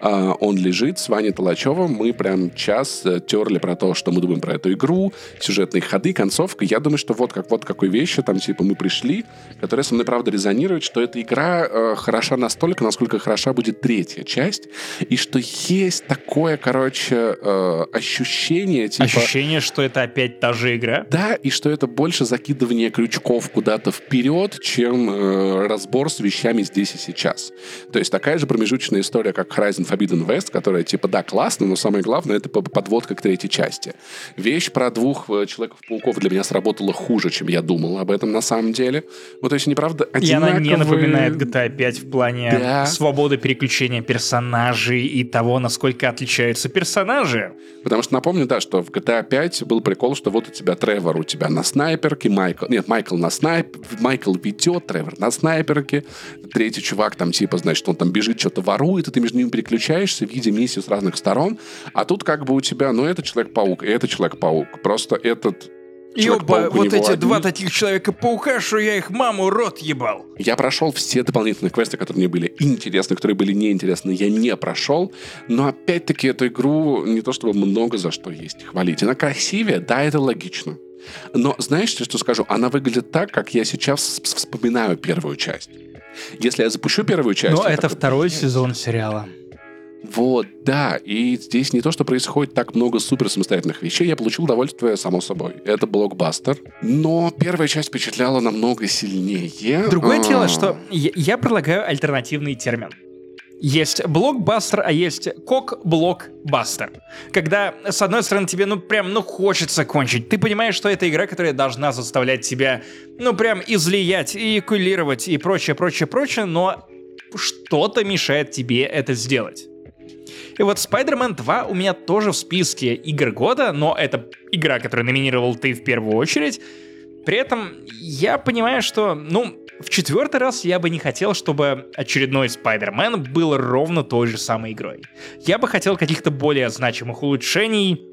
Он лежит с Ваней Толачевым. Мы прям час терли про то, что мы думаем про эту игру, сюжетные ходы, концовка. Я думаю, что вот как вот какой вещи там типа мы пришли, которая со мной правда резонирует, что эта игра э, хороша настолько, насколько хороша будет третья часть, и что есть такое, короче... Э, ощущение, типа... Ощущение, что это опять та же игра? Да, и что это больше закидывание крючков куда-то вперед, чем э, разбор с вещами здесь и сейчас. То есть такая же промежуточная история, как Horizon Forbidden West, которая, типа, да, классно, но самое главное, это подводка к третьей части. Вещь про двух Человеков-пауков для меня сработала хуже, чем я думал об этом на самом деле. Ну, то есть, неправда, одинаковые... И она не напоминает джи ти эй пять в плане да. свободы переключения персонажей и того, насколько отличаются персонажи. Потому что напомню, да, что в джи ти эй пять был прикол, что вот у тебя Тревор, у тебя на снайперке, Майкл... Нет, Майкл на снайп... Майкл ведет, Тревор на снайперке, третий чувак там типа, значит, он там бежит, что-то ворует, и ты между ними переключаешься, видя миссию с разных сторон, а тут как бы у тебя, ну, это Человек-паук, и это Человек-паук. Просто этот... Ёба, вот эти одни... два таких Человека-паука, что я их маму рот ебал. Я прошел все дополнительные квесты, которые мне были интересны, которые были неинтересны, я не прошел. Но опять-таки эту игру не то чтобы много за что есть хвалить. Она красивее, да, это логично. Но знаешь, что скажу? Она выглядит так, как я сейчас вспоминаю первую часть. Если я запущу первую часть... Но это второй сезон сериала. Вот, да, и здесь не то, что происходит так много супер самостоятельных вещей, я получил удовольствие, само собой. Это блокбастер, но первая часть впечатляла намного сильнее. Другое А-а-а. дело, что я, я предлагаю альтернативный термин. Есть блокбастер, а есть кок-блокбастер. Когда, с одной стороны, тебе, ну, прям, ну, хочется кончить. Ты понимаешь, что это игра, которая должна заставлять тебя, ну, прям излиять, эякулировать и прочее, прочее, прочее, но что-то мешает тебе это сделать. И вот Spider-Man два у меня тоже в списке игр года, но это игра, которую номинировал ты в первую очередь. При этом я понимаю, что, ну, в четвертый раз я бы не хотел, чтобы очередной Spider-Man был ровно той же самой игрой. Я бы хотел каких-то более значимых улучшений,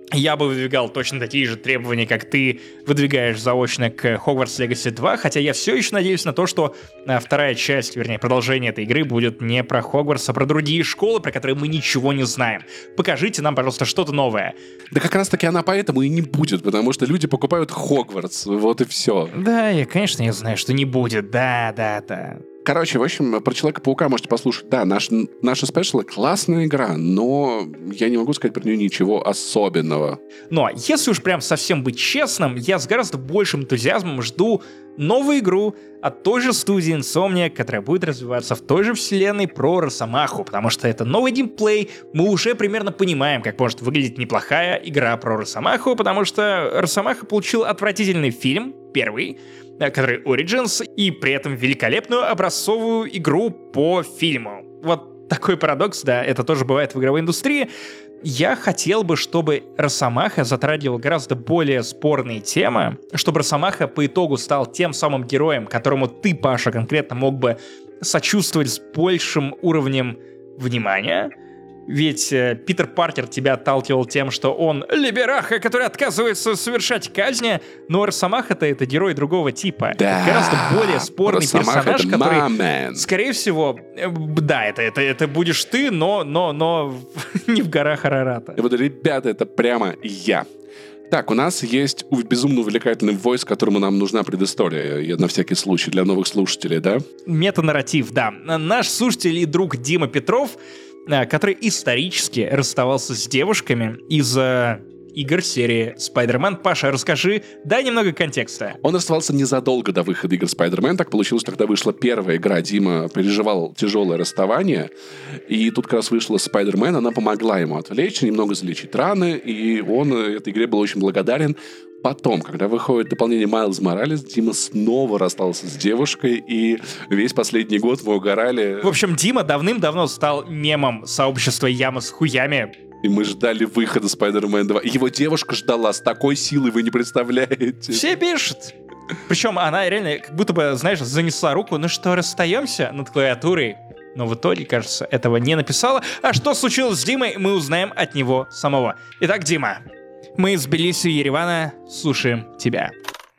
Я бы выдвигал точно такие же требования, как ты выдвигаешь заочно к Hogwarts Legacy два, хотя я все еще надеюсь на то, что а, вторая часть, вернее, продолжение этой игры будет не про Хогвартс, а про другие школы, про которые мы ничего не знаем. Покажите нам, пожалуйста, что-то новое. Да как раз-таки она поэтому и не будет, потому что люди покупают Хогвартс, вот и все. Да, я, конечно, я знаю, что не будет, да, да, да. Короче, в общем, про Человека-паука можете послушать. Да, наш, наша спешл — классная игра, но я не могу сказать про нее ничего особенного. Но если уж прям совсем быть честным, я с гораздо большим энтузиазмом жду новую игру от той же студии Insomniac, которая будет развиваться в той же вселенной про Росомаху, потому что это новый геймплей, мы уже примерно понимаем, как может выглядеть неплохая игра про Росомаху, потому что Росомаха получил отвратительный фильм, первый, который Origins, и при этом великолепную образцовую игру по фильму. Вот такой парадокс, да, это тоже бывает в игровой индустрии. Я хотел бы, чтобы Росомаха затрагивал гораздо более спорные темы, чтобы Росомаха по итогу стал тем самым героем, которому ты, Паша, конкретно мог бы сочувствовать с большим уровнем внимания. Ведь э, Питер Паркер тебя отталкивал тем, что он либераха, который отказывается совершать казни, но Росомаха-то это герой другого типа. Да. Это гораздо более спорный Росомаха — персонаж, это который, мамэн. скорее всего, э, да, это, это, это будешь ты, но, но, но не в горах Арарата. И вот, ребята, это прямо я. Так, у нас есть безумно увлекательный войс, которому нам нужна предыстория, на всякий случай, для новых слушателей, да? Метанарратив, да. Наш слушатель и друг Дима Петров, который исторически расставался с девушками из-за игр серии Spider-Man. Паша, расскажи, дай немного контекста. Он расставался незадолго до выхода игр Spider-Man. Так получилось, когда вышла первая игра, Дима переживал тяжелое расставание, и тут как раз вышла Spider-Man, она помогла ему отвлечься, немного залечить раны, и он этой игре был очень благодарен. Потом, когда выходит дополнение Майлз Моралес, Дима снова расстался с девушкой, и весь последний год мы угорали. В общем, Дима давным-давно стал мемом сообщества Яма с хуями. И мы ждали выхода Spider-Man два. Его девушка ждала с такой силой, вы не представляете. Все пишут. Причем она реально как будто бы, знаешь, занесла руку, ну что, расстаемся над клавиатурой? Но в итоге, кажется, этого не написала. А что случилось с Димой, мы узнаем от него самого. Итак, Дима, мы из Тбилиси и Еревана слушаем тебя.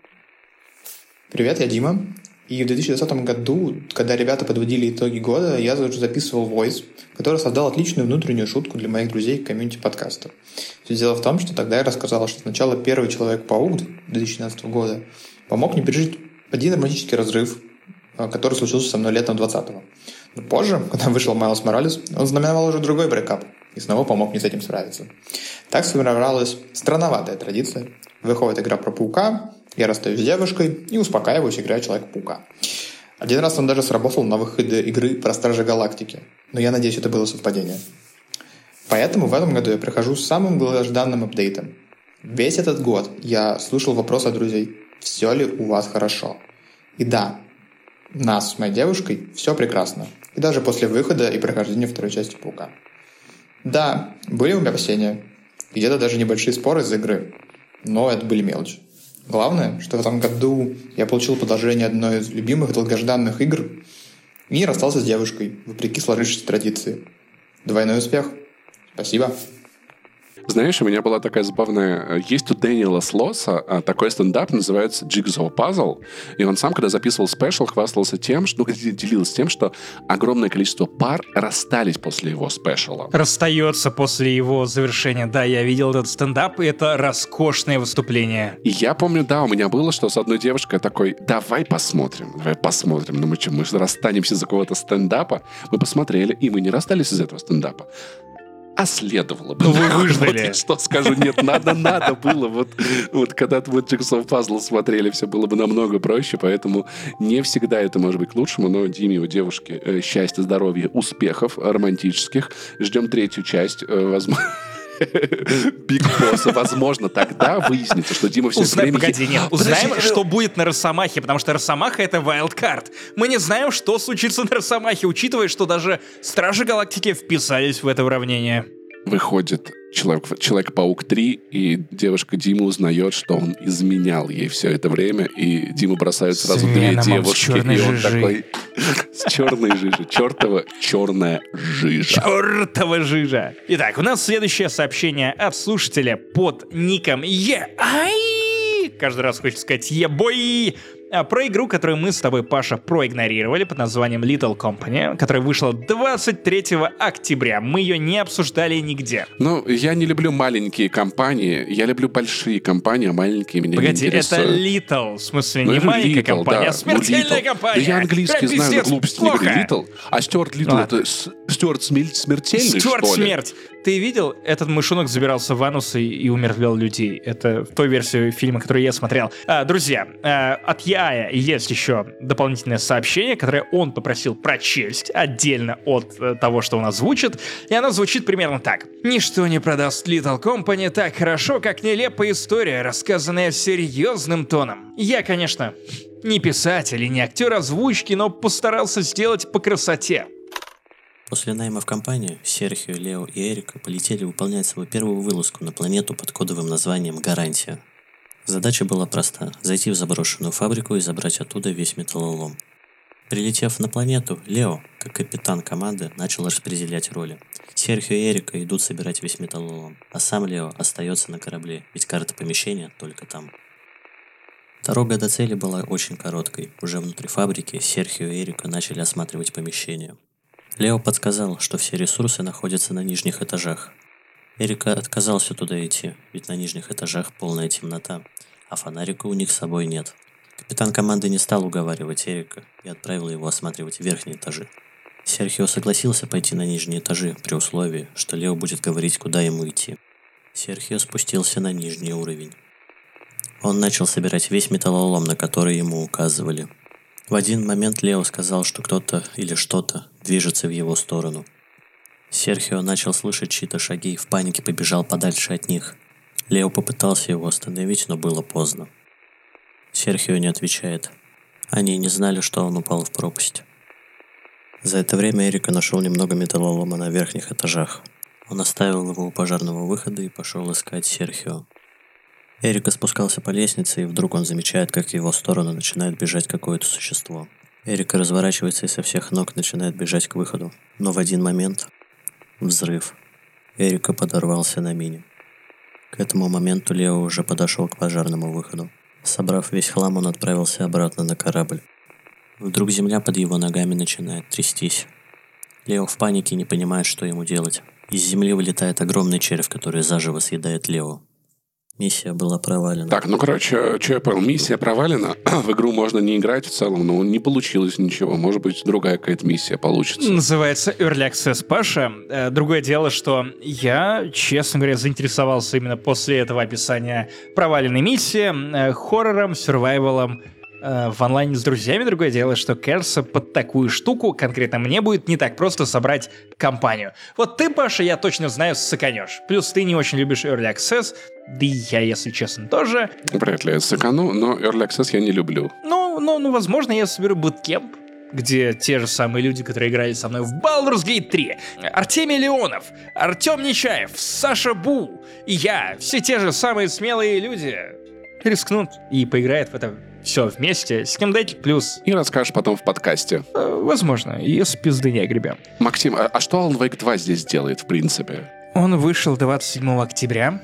Привет, я Дима. И в две тысячи двадцатом году, когда ребята подводили итоги года, я записывал Voice, который создал отличную внутреннюю шутку для моих друзей в комьюнити подкаста. Все дело в том, что тогда я рассказал, что сначала первый Человек-паук две тысячи двенадцатого года помог мне пережить один романтический разрыв, который случился со мной летом двадцатого. Но позже, когда вышел Майлз Моралес, он знаменовал уже другой брейкап и снова помог мне с этим справиться. Так сформировалась странноватая традиция. Выходит игра про паука, я расстаюсь с девушкой и успокаиваюсь, играя Человека-паука. Один раз он даже сработал на выходе игры про Стражи Галактики. Но я надеюсь, это было совпадение. Поэтому в этом году я прихожу с самым долгожданным апдейтом. Весь этот год я слушал вопросы от друзей: все ли у вас хорошо? И да, у нас с моей девушкой все прекрасно. И даже после выхода и прохождения второй части Паука. Да, были у меня опасения. Где-то даже небольшие споры из-за игры. Но это были мелочи. Главное, что в этом году я получил продолжение одной из любимых долгожданных игр и не расстался с девушкой, вопреки сложившейся традиции. Двойной успех. Спасибо. Знаешь, у меня была такая забавная... Есть у Дэниела Слоса такой стендап, называется Jigsaw Puzzle, и он сам, когда записывал спешл, хвастался тем, что, ну, делился тем, что огромное количество пар расстались после его спешла. Расстается после его завершения. Да, я видел этот стендап, и это роскошное выступление. И я помню, да, у меня было, что с одной девушкой такой: давай посмотрим, давай посмотрим. Ну мы что, мы расстанемся из-за какого-то стендапа? Мы посмотрели, и мы не расстались из этого стендапа. А следовало бы. Ну, вы выждали. Вот, что скажу, нет, надо, надо было. Вот, вот когда мы Jigsaw Puzzle смотрели, все было бы намного проще, поэтому не всегда это может быть к лучшему, но Диме, его девушке, э, счастья, здоровья, успехов романтических. Ждем третью часть, э, возможно... Биг Босса. Возможно, тогда выяснится, что Дима все Узнаем, время... Погоди, нет. Узнаем, Подожди, что будет на Росомахе, потому что Росомаха — это вайлдкарт. Мы не знаем, что случится на Росомахе, учитывая, что даже Стражи Галактики вписались в это уравнение. выходит Человек, Человек-паук три, и девушка Дима узнает, что он изменял ей все это время, и Дима бросает сразу с две девушки, и он жижи. Такой с черной жижей. Чертова черная жижа. Чертова жижа. Итак, у нас следующее сообщение от слушателя под ником Е. Ай! Каждый раз хочется сказать Е-бой. Про игру, которую мы с тобой, Паша, проигнорировали под названием Little Company, которая вышла двадцать третьего октября. Мы ее не обсуждали нигде. Ну, я не люблю маленькие компании. Я люблю большие компании, а маленькие меня Погоди, не интересуют. это Little, в смысле, ну, не маленькая little, компания, да, а смертельная ну, компания. Да я английский Прям знаю, но пиздец, глупости не говорю. Little. А Стюарт Литл, ну, это Стюарт смертельный, Стюарт что ли? смерть. Ты видел? Этот мышонок забирался в анус и, и умервлял людей. Это в той версии фильма, которую я смотрел. А, друзья, а, от Яя есть еще дополнительное сообщение, которое он попросил прочесть отдельно от а, того, что он озвучит. И оно звучит примерно так. «Ничто не продаст Little Company так хорошо, как нелепая история, рассказанная серьезным тоном. Я, конечно, не писатель и не актер озвучки, но постарался сделать по красоте». После найма в компанию Серхио, Лео и Эрика полетели выполнять свою первую вылазку на планету под кодовым названием «Гарантия». Задача была проста – зайти в заброшенную фабрику и забрать оттуда весь металлолом. Прилетев на планету, Лео, как капитан команды, начал распределять роли. Серхио и Эрика идут собирать весь металлолом, а сам Лео остается на корабле, ведь карта помещения только там. Дорога до цели была очень короткой. Уже внутри фабрики Серхио и Эрика начали осматривать помещение. Лео подсказал, что все ресурсы находятся на нижних этажах. Эрика отказался туда идти, ведь на нижних этажах полная темнота, а фонарика у них с собой нет. Капитан команды не стал уговаривать Эрика и отправил его осматривать верхние этажи. Серхио согласился пойти на нижние этажи при условии, что Лео будет говорить, куда ему идти. Серхио спустился на нижний уровень. Он начал собирать весь металлолом, на который ему указывали. В один момент Лео сказал, что кто-то или что-то движется в его сторону. Серхио начал слышать чьи-то шаги и в панике побежал подальше от них. Лео попытался его остановить, но было поздно. Серхио не отвечает. Они не знали, что он упал в пропасть. За это время Эрика нашел немного металлолома на верхних этажах. Он оставил его у пожарного выхода и пошел искать Серхио. Эрика спускался по лестнице, и вдруг он замечает, как в его сторону начинает бежать какое-то существо. Эрика разворачивается и со всех ног начинает бежать к выходу. Но в один момент — взрыв. Эрика подорвался на мине. К этому моменту Лео уже подошел к пожарному выходу. Собрав весь хлам, он отправился обратно на корабль. Вдруг земля под его ногами начинает трястись. Лео в панике не понимает, что ему делать. Из земли вылетает огромный червь, который заживо съедает Лео. Миссия была провалена. Так, ну, короче, что я понял, миссия провалена. В игру можно не играть в целом, но не получилось ничего. Может быть, другая какая-то миссия получится. Называется Early Access, Паша. Другое дело, что я, честно говоря, заинтересовался именно после этого описания проваленной миссии хоррором, сюрвайвалом в онлайне с друзьями. Другое дело, что, кажется, под такую штуку конкретно мне будет не так просто собрать компанию. Вот ты, Паша, я точно знаю, ссыканешь. Плюс ты не очень любишь Early Access, да и я, если честно, тоже. Вряд ли я ссыкану, но Early Access я не люблю. Ну, ну, ну, возможно, я соберу буткемп, где те же самые люди, которые играли со мной в Baldur's Gate три, Артемий Леонов, Артем Нечаев, Саша Бу и я, все те же самые смелые люди, рискнут и поиграют в это все вместе с Steam Deck плюс. И расскажешь потом в подкасте. Э, возможно, если пизды не огребем. Максим, а, а что Alan Wake два здесь делает, в принципе? Он вышел двадцать седьмого октября.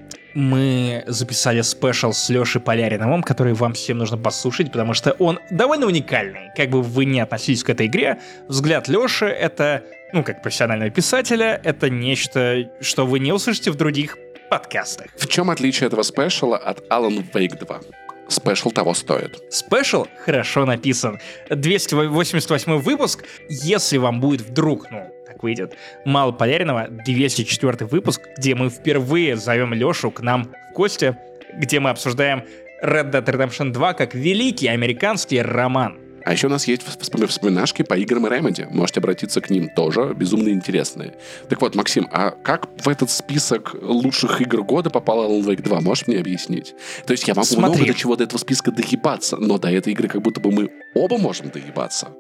Мы записали спешл с Лешей Поляриновым, который вам всем нужно послушать, потому что он довольно уникальный. Как бы вы ни относились к этой игре, взгляд Леши — это, ну, как профессионального писателя, это нечто, что вы не услышите в других подкастах. В чем отличие этого спешла от Alan Wake два? Спешл того стоит. Спешл хорошо написан. двести восемьдесят восьмой выпуск. Если вам будет вдруг, ну, так выйдет, мало Поляринова, двести четвёртый выпуск, где мы впервые зовем Лешу к нам в гости, где мы обсуждаем Red Dead Redemption два как великий американский роман. А еще у нас есть вспоминашки по играм Remedy. Можете обратиться к ним, тоже безумно интересные. Так вот, Максим, а как в этот список лучших игр года попал Alan Wake два? Можешь мне объяснить? То есть я могу Смотри. много до чего до этого списка доебаться, но до этой игры как будто бы мы оба можем доебаться.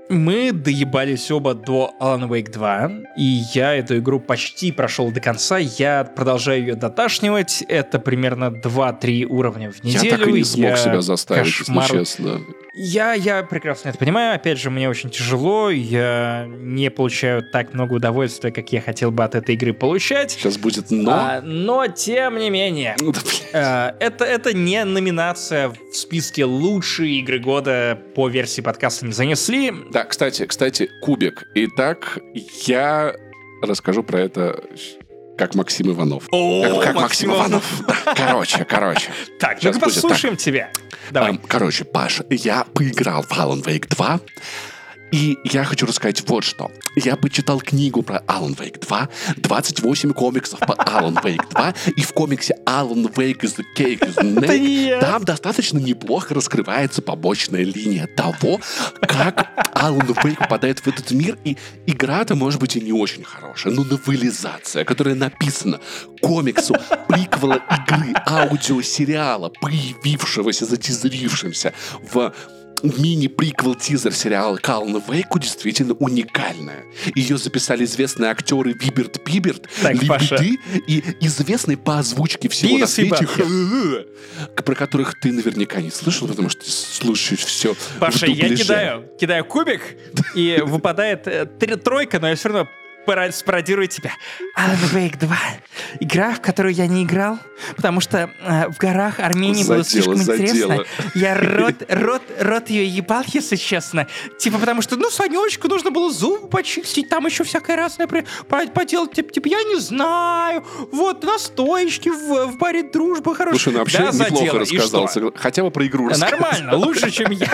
Мы доебались оба до Alan Wake два, и я эту игру почти прошел до конца. Я продолжаю ее доташнивать. Это примерно два-три уровня в неделю. Я так и не смог я себя заставить, кошмар... если честно. Я, я прекрасно это понимаю. Опять же, мне очень тяжело. Я не получаю так много удовольствия, как я хотел бы от этой игры получать. Сейчас будет но. А, но, тем не менее, а, это, это не номинация в списке лучшие игры года по версии подкаста «Не занесли». Да, кстати, кстати, Кубик. Итак, я расскажу про это... Как Максим Иванов. О, как как Максим Максим Иванов. Да, короче, короче. Так, ну-ка послушаем тебя. Давай. Um, короче, Паш, я поиграл в Alan Wake два, и я хочу рассказать вот что. Я почитал книгу про Alan Wake два, двадцать восемь комиксов по Alan Wake два, и в комиксе Alan Wake is the Cake is the Neck там достаточно неплохо раскрывается побочная линия того, как Alan Wake попадает в этот мир, и игра-то, может быть, и не очень хорошая, но новелизация, которая написана комиксу приквела игры, аудиосериала, появившегося, затизерившимся в мини-приквел тизер сериала к Алану Вейку действительно уникальная. Ее записали известные актеры Виберт Пиберт, Лебеды и известные по озвучке всего на свете, про которых ты наверняка не слышал, потому что ты слушаешь все Паша, в дубляже. Я кидаю, кидаю кубик, и выпадает тройка, но я все равно спародирую тебя. Alan Wake два. Игра, в которую я не играл, потому что э, в горах Армении задело, было слишком задело. интересно. Я рот, рот, рот ее ебал, если честно. Типа потому что, ну, Санечку нужно было зубы почистить, там еще всякое разное поделать. Типа, типа, я не знаю. Вот, настоечки в, в баре «Дружба» хорошие. Слушай, ну вообще да, неплохо рассказал. Хотя бы про игру рассказал. Нормально, лучше, чем я.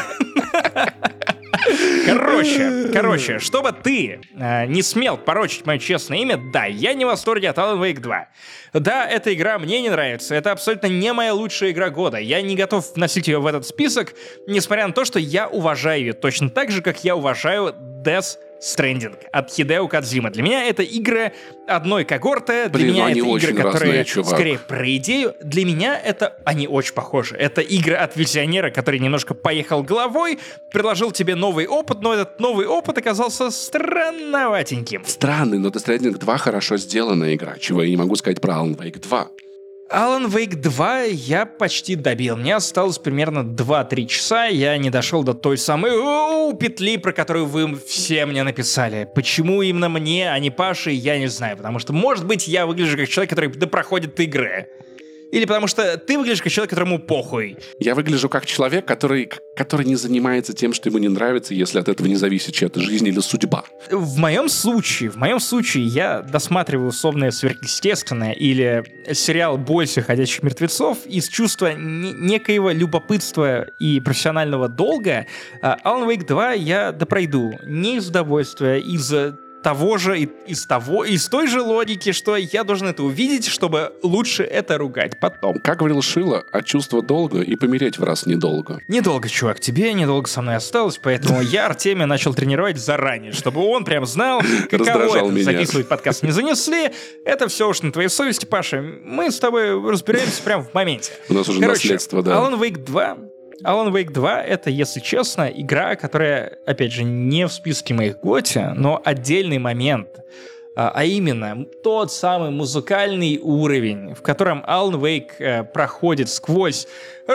Короче, короче, чтобы ты э, не смел порочить мое честное имя, да, я не в восторге от Alan Wake два. Да, эта игра мне не нравится, это абсолютно не моя лучшая игра года. Я не готов вносить ее в этот список, несмотря на то, что я уважаю ее точно так же, как я уважаю Death Stranding от Хидео Кодзимы. Для меня это игры одной когорты, для Блин, меня это игры, которые разные, скорее про идею. Для меня это они очень похожи. Это игры от визионера, который немножко поехал головой, предложил тебе новый опыт, но этот новый опыт оказался странноватеньким. Странный, но Death Stranding два хорошо сделанная игра, чего я не могу сказать про Alan Wake два. Alan Wake два я почти добил. Мне осталось примерно два-три часа. Я не дошел до той самой о, петли, про которую вы все мне написали. Почему именно мне, а не Паше, я не знаю. Потому что, может быть, я выгляжу как человек, который допроходит игры. Или потому что ты выглядишь как человек, которому похуй. Я выгляжу как человек, который, который не занимается тем, что ему не нравится, если от этого не зависит чья-то жизнь или судьба. В моем случае, в моем случае я досматриваю условное сверхъестественное или сериал «Бойся ходячих мертвецов» из чувства н- некоего любопытства и профессионального долга. Alan Wake два я допройду не из удовольствия, из того же, из того, из той же логики, что я должен это увидеть, чтобы лучше это ругать потом. Как говорил Шило, от чувства долга и помереть в раз недолго. Недолго, чувак, тебе недолго со мной осталось, поэтому я Артемия начал тренировать заранее, чтобы он прям знал, каково это записывать подкаст «Не занесли». Это все уж на твоей совести, Паша. Мы с тобой разбираемся прям в моменте. У нас уже Короче, наследство, да. Alan Wake два... Alan Wake два — это, если честно, игра, которая, опять же, не в списке моих готи, но отдельный момент, а именно тот самый музыкальный уровень, в котором Alan Wake проходит сквозь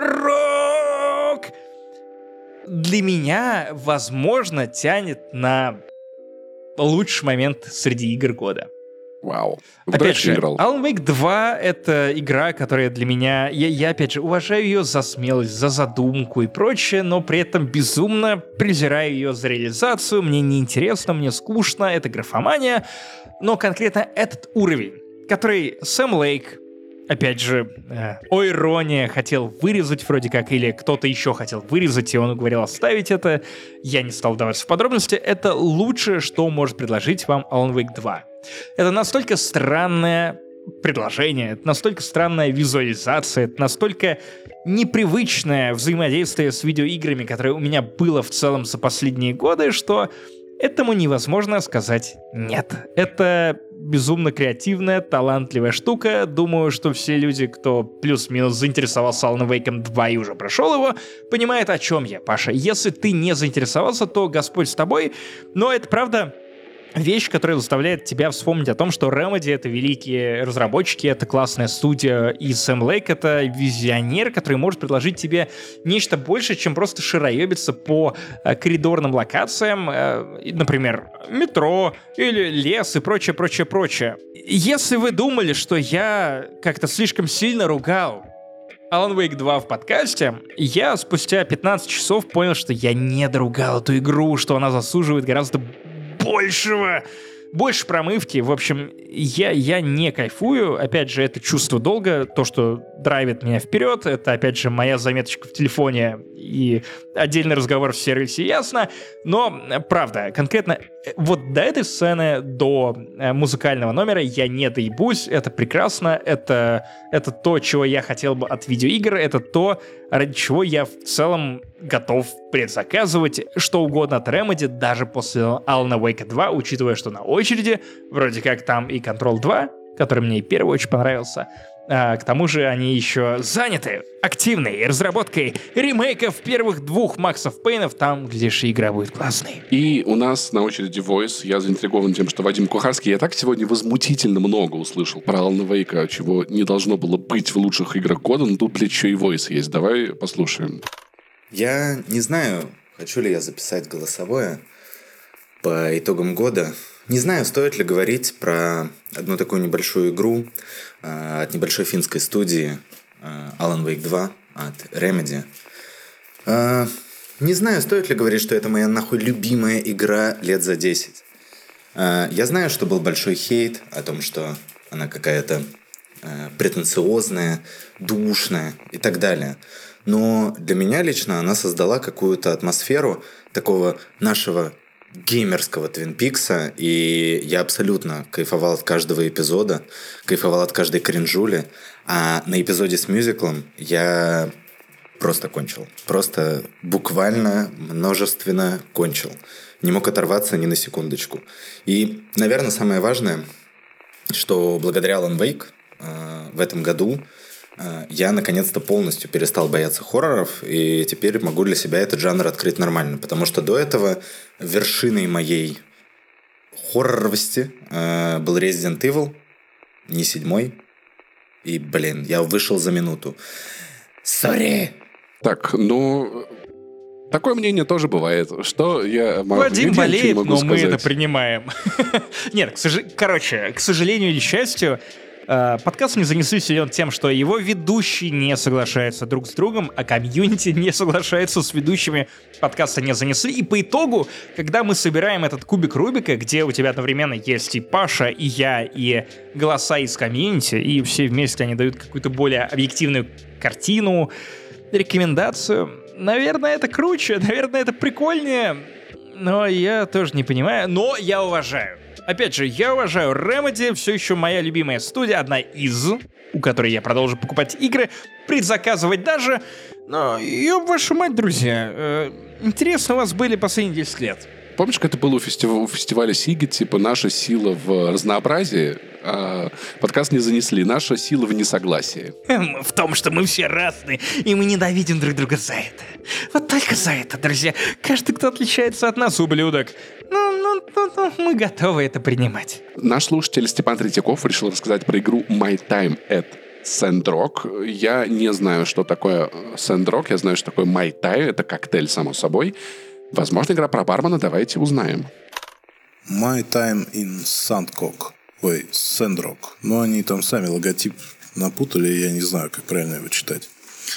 рок, для меня, возможно, тянет на лучший момент среди игр года. Вау. Опять же, играл. Alan Wake два — это игра, которая для меня... Я, я, опять же, уважаю ее за смелость, за задумку и прочее, но при этом безумно презираю ее за реализацию. Мне неинтересно, мне скучно, это графомания. Но конкретно этот уровень, который Сэм Лейк, опять же, э, о ирония, хотел вырезать вроде как, или кто-то еще хотел вырезать, и он говорил оставить это. Я не стал вдаваться в подробности. Это лучшее, что может предложить вам Alan Wake два. Это настолько странное предложение, это настолько странная визуализация, это настолько непривычное взаимодействие с видеоиграми, которое у меня было в целом за последние годы, что этому невозможно сказать «нет». Это безумно креативная, талантливая штука. Думаю, что все люди, кто плюс-минус заинтересовался Alan Wake два и уже прошел его, понимают, о чем я, Паша. Если ты не заинтересовался, то Господь с тобой. Но это правда вещь, которая заставляет тебя вспомнить о том, что Remedy — это великие разработчики, это классная студия, и Сэм Лейк — это визионер, который может предложить тебе нечто больше, чем просто шароебиться по э, коридорным локациям, э, например, метро или лес и прочее, прочее, прочее. Если вы думали, что я как-то слишком сильно ругал Alan Wake два в подкасте, я спустя пятнадцать часов понял, что я не доругал эту игру, что она заслуживает гораздо большего, больше промывки. В общем, я, я не кайфую. Опять же, это чувство долга, то, что драйвит меня вперед. Это, опять же, моя заметочка в телефоне и отдельный разговор в сервисе, ясно. Но, правда, конкретно вот до этой сцены, до музыкального номера я не доебусь. Это прекрасно. Это, это то, чего я хотел бы от видеоигр. Это то, ради чего я в целом готов предзаказывать что угодно от Remedy, даже после Alan Wake два, учитывая, что на очереди вроде как там и Control два, который мне и первый очень понравился. А, к тому же они еще заняты активной разработкой ремейков первых двух Максов Пейнов, там, где же игра будет классной. И у нас на очереди Voice. Я заинтригован тем, что Вадим Кухарский, я так сегодня возмутительно много услышал про Alan Wake, чего не должно было быть в лучших играх года, но тут, блядь, еще и Voice есть. Давай послушаем. Я не знаю, хочу ли я записать голосовое по итогам года. Не знаю, стоит ли говорить про одну такую небольшую игру э, от небольшой финской студии э, Alan Wake два от Remedy. Э, не знаю, стоит ли говорить, что это моя нахуй любимая игра лет за десять. Э, я знаю, что был большой хейт о том, что она какая-то э, претенциозная, душная и так далее. Но для меня лично она создала какую-то атмосферу такого нашего геймерского Твин Пикса, и я абсолютно кайфовал от каждого эпизода, кайфовал от каждой кринжули, а на эпизоде с мюзиклом я просто кончил. Просто буквально множественно кончил. Не мог оторваться ни на секундочку. И, наверное, самое важное, что благодаря Alan Wake э, в этом году я наконец-то полностью перестал бояться хорроров, и теперь могу для себя этот жанр открыть нормально, потому что до этого вершиной моей хорроровости э, был Resident Evil, не седьмой, и, блин, я вышел за минуту. Сори! Так, ну... Такое мнение тоже бывает. Что я могу... Вадим болеет, но сказать. Мы это принимаем. Нет, короче, к сожалению или счастью, подкаст «Не занесли» силен тем, что его ведущие не соглашаются друг с другом, а комьюнити не соглашается с ведущими подкаста «Не занесли». И по итогу, когда мы собираем этот кубик Рубика, где у тебя одновременно есть и Паша, и я, и голоса из комьюнити, и все вместе они дают какую-то более объективную картину, рекомендацию, наверное, это круче, наверное, это прикольнее, но я тоже не понимаю, но я уважаю. Опять же, я уважаю Remedy, все еще моя любимая студия, одна из, у которой я продолжу покупать игры, предзаказывать даже. Но, ёб вашу мать, друзья, э, интересно у вас были последние десять лет. Помнишь, как это было у, фестив... у фестиваля Сиги, типа «Наша сила в разнообразии», а подкаст «Не занесли», «Наша сила в несогласии». В том, что мы все разные, и мы ненавидим друг друга за это. Вот только за это, друзья. Каждый, кто отличается от нас, ублюдок. Ну, ну, ну, ну мы готовы это принимать. Наш слушатель Степан Третьяков решил рассказать про игру My Time at Sandrock. Я не знаю, что такое Sandrock, я знаю, что такое My Time, это коктейль, само собой. Возможно, игра про бармена, давайте узнаем. My Time in Sandrock. Ой, Sandrock. Ну, они там сами логотип напутали, я не знаю, как правильно его читать.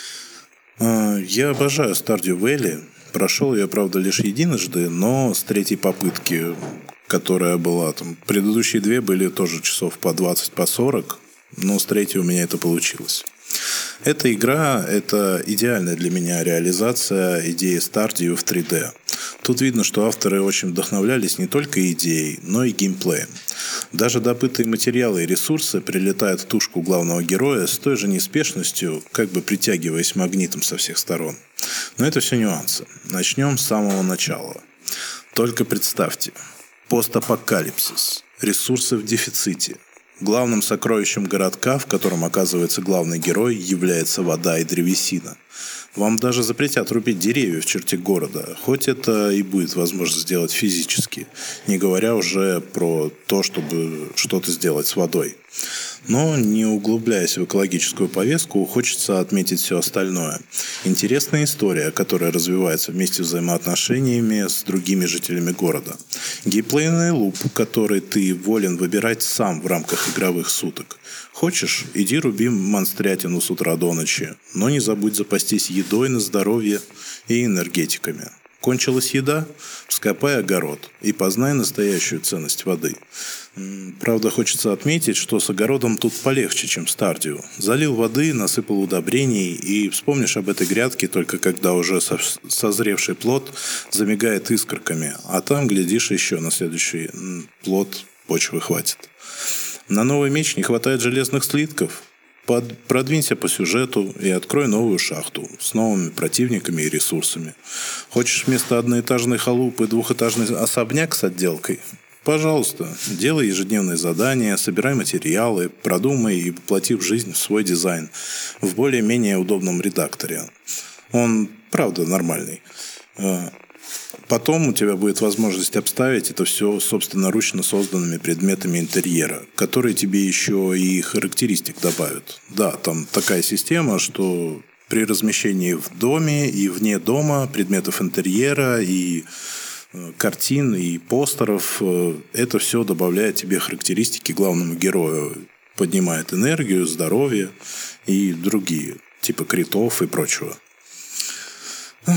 Я обожаю Stardew Valley. Прошел я, правда, лишь единожды, но с третьей попытки, которая была там. Предыдущие две были тоже часов по двадцать, по сорок, но с третьей у меня это получилось. Эта игра – это идеальная для меня реализация идеи Stardew в три дэ. Тут видно, что авторы очень вдохновлялись не только идеей, но и геймплеем. Даже добытые материалы и ресурсы прилетают в тушку главного героя с той же неспешностью, как бы притягиваясь магнитом со всех сторон. Но это все нюансы. Начнем с самого начала. Только представьте. Постапокалипсис. Ресурсы в дефиците. Главным сокровищем городка, в котором оказывается главный герой, является вода и древесина. Вам даже запретят рубить деревья в черте города, хоть это и будет возможно сделать физически, не говоря уже про то, чтобы что-то сделать с водой. Но, не углубляясь в экологическую повестку, хочется отметить все остальное. Интересная история, которая развивается вместе с взаимоотношениями с другими жителями города. Геймплейный луп, который ты волен выбирать сам в рамках игровых суток. Хочешь, иди руби монстрятину с утра до ночи, но не забудь запастись едой на здоровье и энергетиками. Кончилась еда? Вскопай огород и познай настоящую ценность воды. Правда, хочется отметить, что с огородом тут полегче, чем в Стардию. Залил воды, насыпал удобрений и вспомнишь об этой грядке только когда уже созревший плод замигает искорками, а там, глядишь, еще на следующий плод почвы хватит. На новый меч не хватает железных слитков? Под... Продвинься по сюжету и открой новую шахту с новыми противниками и ресурсами. Хочешь вместо одноэтажной халупы двухэтажный особняк с отделкой? Пожалуйста, делай ежедневные задания, собирай материалы, продумай и воплоти в жизнь свой дизайн в более-менее удобном редакторе. Он, правда, нормальный. Потом у тебя будет возможность обставить это все собственноручно созданными предметами интерьера, которые тебе еще и характеристик добавят. Да, там такая система, что при размещении в доме и вне дома предметов интерьера и картин и постеров, это все добавляет тебе характеристики главному герою, поднимает энергию, здоровье и другие, типа критов и прочего. Ой.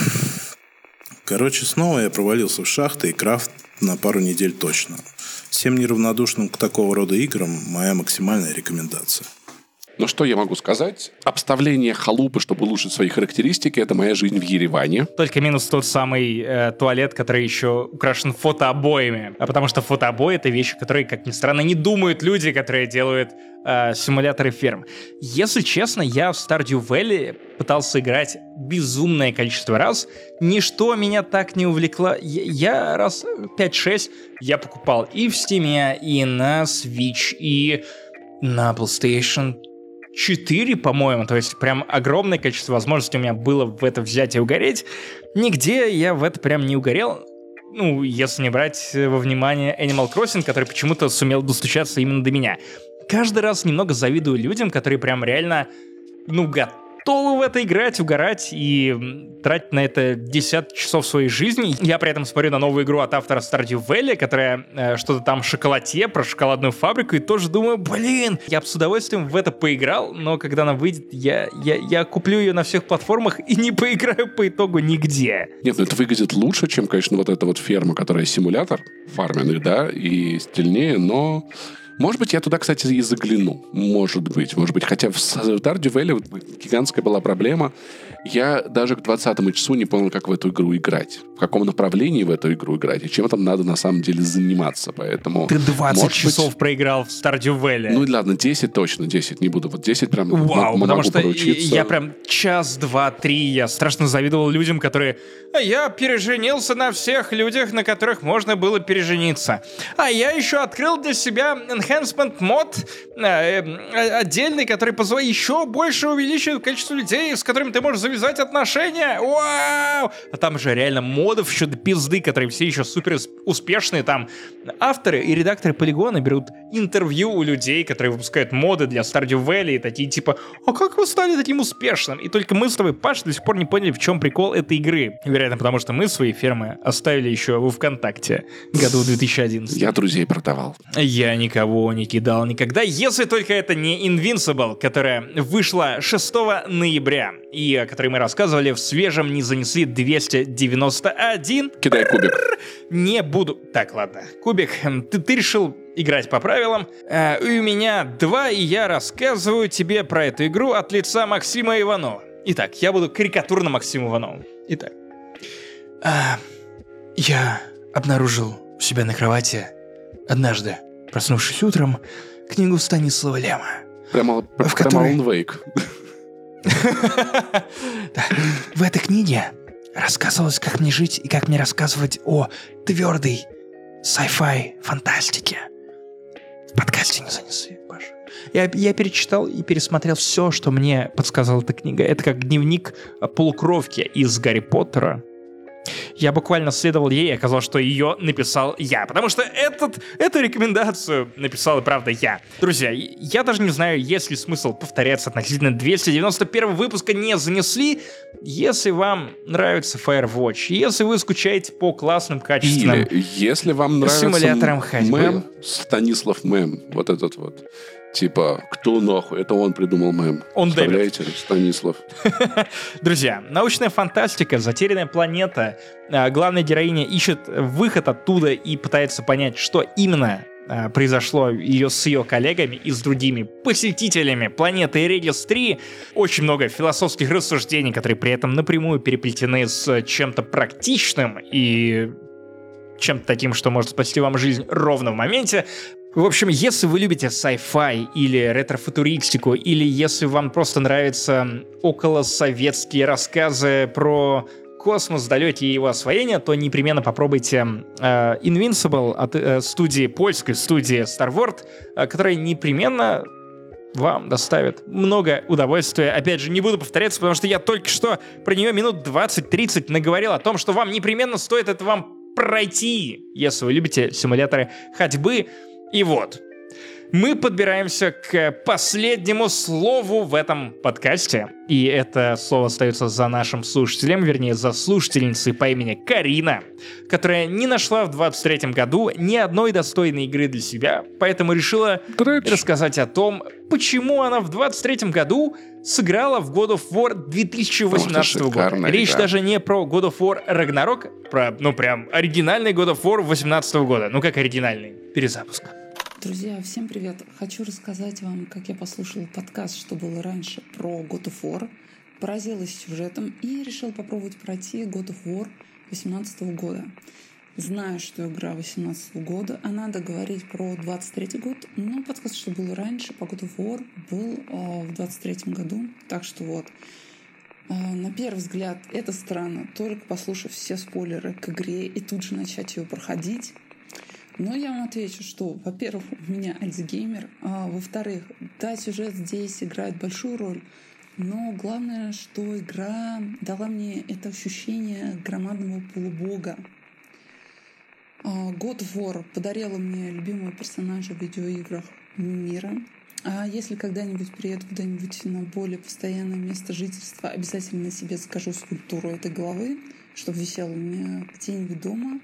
Короче, снова я провалился в шахты и крафт на пару недель точно. Всем неравнодушным к такого рода играм моя максимальная рекомендация. Ну, что я могу сказать? Обставление халупы, чтобы улучшить свои характеристики, это моя жизнь в Ереване. Только минус тот самый э, туалет, который еще украшен фотообоями. А потому что фотообои — это вещи, которые, как ни странно, не думают люди, которые делают э, симуляторы ферм. Если честно, я в Stardew Valley пытался играть безумное количество раз. Ничто меня так не увлекло. Я, я раз пять-шесть я покупал и в Steam, и на Switch, и на PlayStation четыре, по-моему, то есть прям огромное количество возможностей у меня было в это взять и угореть. Нигде я в это прям не угорел, ну, если не брать во внимание Animal Crossing, который почему-то сумел достучаться именно до меня. Каждый раз немного завидую людям, которые прям реально, ну, готовы в это играть, угорать и тратить на это десятки часов своей жизни. Я при этом смотрю на новую игру от автора Stardew Valley, которая э, что-то там шоколадье, про шоколадную фабрику, и тоже думаю, блин, я бы с удовольствием в это поиграл, но когда она выйдет, я, я, я куплю ее на всех платформах и не поиграю по итогу нигде. Нет, ну это выглядит лучше, чем, конечно, вот эта вот ферма, которая симулятор фарминг, да, и стильнее, но... Может быть, я туда, кстати, и загляну. Может быть, может быть. Хотя в Stardew Valley гигантская была проблема. Я даже к двадцатому часу не понял, как в эту игру играть. В каком направлении в эту игру играть. И чем там надо на самом деле заниматься. Поэтому... Ты двадцать часов быть... проиграл в Stardew Valley. Ну ладно, десять точно, десять не буду. Вот десять прям Вау, м- потому что поручиться. Я прям час, два, три, я страшно завидовал людям, которые... Я переженился на всех людях, на которых можно было пережениться. А я еще открыл для себя enhancement мод э, э, отдельный, который позволяет еще больше увеличивать количество людей, с которыми ты можешь завязать отношения. Вау! А там же реально модов еще до пизды, которые все еще супер успешные. Там авторы и редакторы Полигона берут интервью у людей, которые выпускают моды для Stardew Valley, и такие типа, а как вы стали таким успешным? И только мы с тобой, Паша, до сих пор не поняли, в чем прикол этой игры. Вероятно, потому что мы свои фермы оставили еще во ВКонтакте году в две тысячи одиннадцатом. Я друзей продавал. Я никого не кидал никогда, если только это не Invincible, которая вышла шестого ноября, и о которой мы рассказывали в свежем «Не занесли двести девяносто один». Кидай кубик. Не буду... Так, ладно. Кубик, ты, ты решил играть по правилам. А, у меня два, и я рассказываю тебе про эту игру от лица Максима Иванова. Итак, я буду карикатурно Максиму Иванову. Итак. А, я обнаружил у себя на кровати однажды, проснувшись утром, книгу Станислава Лема. Прямо, в которой... прямо Alan Wake. В этой книге рассказывалось, как мне жить и как мне рассказывать о твердой sci-fi фантастики в подкасте не занесли, Паша. Я, я перечитал и пересмотрел все, что мне подсказала эта книга. Это как дневник полукровки из Гарри Поттера. Я буквально следовал ей, и оказалось, что ее написал я. Потому что этот, эту рекомендацию написал, и правда, я. Друзья, я даже не знаю, есть ли смысл повторяться относительно двести девяносто первого выпуска не занесли. Если вам нравится Firewatch, если вы скучаете по классным, качественным Или если вам нравится симуляторам ходьбы. Мэм, Станислав Мэм, вот этот вот. Типа, кто нахуй? Это он придумал мем. Он Представляете, Станислав. Друзья, научная фантастика, затерянная планета. Главная героиня ищет выход оттуда и пытается понять, что именно произошло ее с ее коллегами и с другими посетителями планеты Регис три. Очень много философских рассуждений, которые при этом напрямую переплетены с чем-то практичным и чем-то таким, что может спасти вам жизнь ровно в моменте. В общем, если вы любите sci-fi или ретро-футуристику, или если вам просто нравятся околосоветские рассказы про космос, далекие и его освоение, то непременно попробуйте э, Invincible от э, студии, польской студии Starward, э, которая непременно вам доставит много удовольствия. Опять же, не буду повторяться, потому что я только что про нее минут двадцать-тридцать наговорил о том, что вам непременно стоит это вам пройти, если вы любите симуляторы ходьбы. И вот, мы подбираемся к последнему слову в этом подкасте. И это слово остается за нашим слушателем, вернее, за слушательницей по имени Карина, которая не нашла в двадцать третьем году ни одной достойной игры для себя, поэтому решила Трэч. рассказать о том, почему она в двадцать третьем году сыграла в God of War две тысячи восемнадцатого года. Речь игра. Даже не про God of War Ragnarok, про, ну, прям оригинальный God of War две тысячи восемнадцатого года. Ну, как оригинальный? Перезапуск. Друзья, всем привет! Хочу рассказать вам, как я послушала подкаст, что было раньше, про God of War, поразилась сюжетом и решила попробовать пройти God of War две тысячи восемнадцатого года. Знаю, что игра две тысячи восемнадцатого года, а надо говорить про двадцать третий год, но подкаст, что было раньше, по God of War был э, в двадцать третьем году, так что вот. Э, на первый взгляд, это странно, только послушав все спойлеры к игре и тут же начать ее проходить. Но я вам отвечу, что, во-первых, у меня альцгеймер, а во-вторых, да, сюжет здесь играет большую роль, но главное, что игра дала мне это ощущение громадного полубога. God of War подарила мне любимого персонажа в видеоиграх мира. А если когда-нибудь приеду куда-нибудь на более постоянное место жительства, обязательно себе закажу скульптуру этой головы, чтобы висела у меня где-нибудь дома.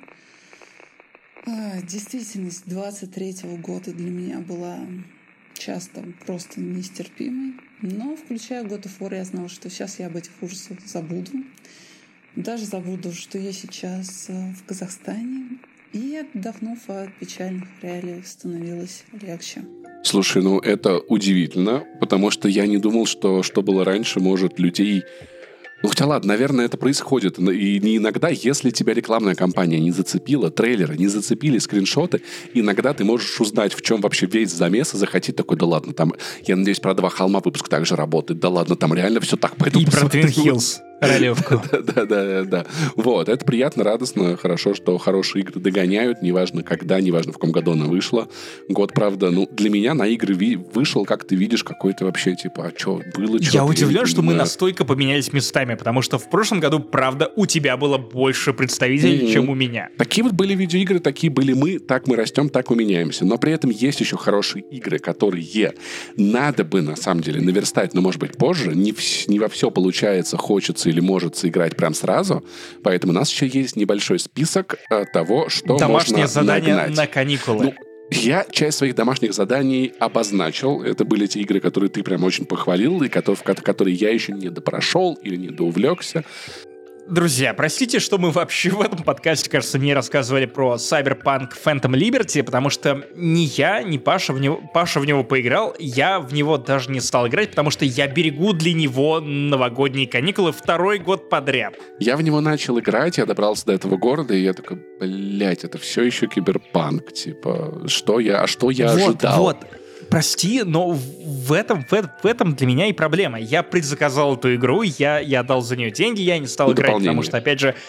Действительность двадцать третьего года для меня была часто просто нестерпимой. Но, включая God of War, я знала, что сейчас я об этих ужасах забуду. Даже забуду, что я сейчас в Казахстане. И, отдохнув от печальных реалий, становилось легче. Слушай, ну это удивительно, потому что я не думал, что что было раньше, может людей... Ну, хотя ладно, наверное, это происходит. И не иногда, если тебя рекламная кампания не зацепила, трейлеры не зацепили, скриншоты, иногда ты можешь узнать, в чем вообще весь замес, и захотеть такой, да ладно, там, я надеюсь, про два холма выпуск также работает, да ладно, там реально все так, пойду и посмотрю. Про Twin Hills. Ролевку. Да, да, да. Вот, это приятно, радостно, хорошо, что хорошие игры догоняют, неважно когда, неважно в каком году она вышла. Год, правда, ну, для меня на игры ви- вышел, как ты видишь, какой-то вообще, типа, а что, было, что? Я удивлен, что мы настолько поменялись местами, потому что в прошлом году, правда, у тебя было больше представителей, mm-hmm. чем у меня. Такие вот были видеоигры, такие были мы, так мы растем, так мы меняемся. Но при этом есть еще хорошие игры, которые надо бы, на самом деле, наверстать, но, может быть, позже. Не, в- не во все получается, хочется или может сыграть прям сразу. Поэтому у нас еще есть небольшой список э, того, что Домашнее можно задание нагнать. На каникулы. Ну, я часть своих домашних заданий обозначил. Это были те игры, которые ты прям очень похвалил, и которые, которые я еще не допрошел или не доувлекся. Друзья, простите, что мы вообще в этом подкасте, кажется, не рассказывали про Cyberpunk Phantom Liberty, потому что ни я, ни Паша в него, Паша в него поиграл, я в него даже не стал играть, потому что я берегу для него новогодние каникулы второй год подряд. Я в него начал играть, я добрался до этого города, и я такой, блять, это все еще киберпанк, типа, что я, а что я вот, ожидал? Вот, прости, но в этом, в, в этом для меня и проблема. Я предзаказал эту игру, я, я отдал за нее деньги, я не стал играть, потому что, опять же,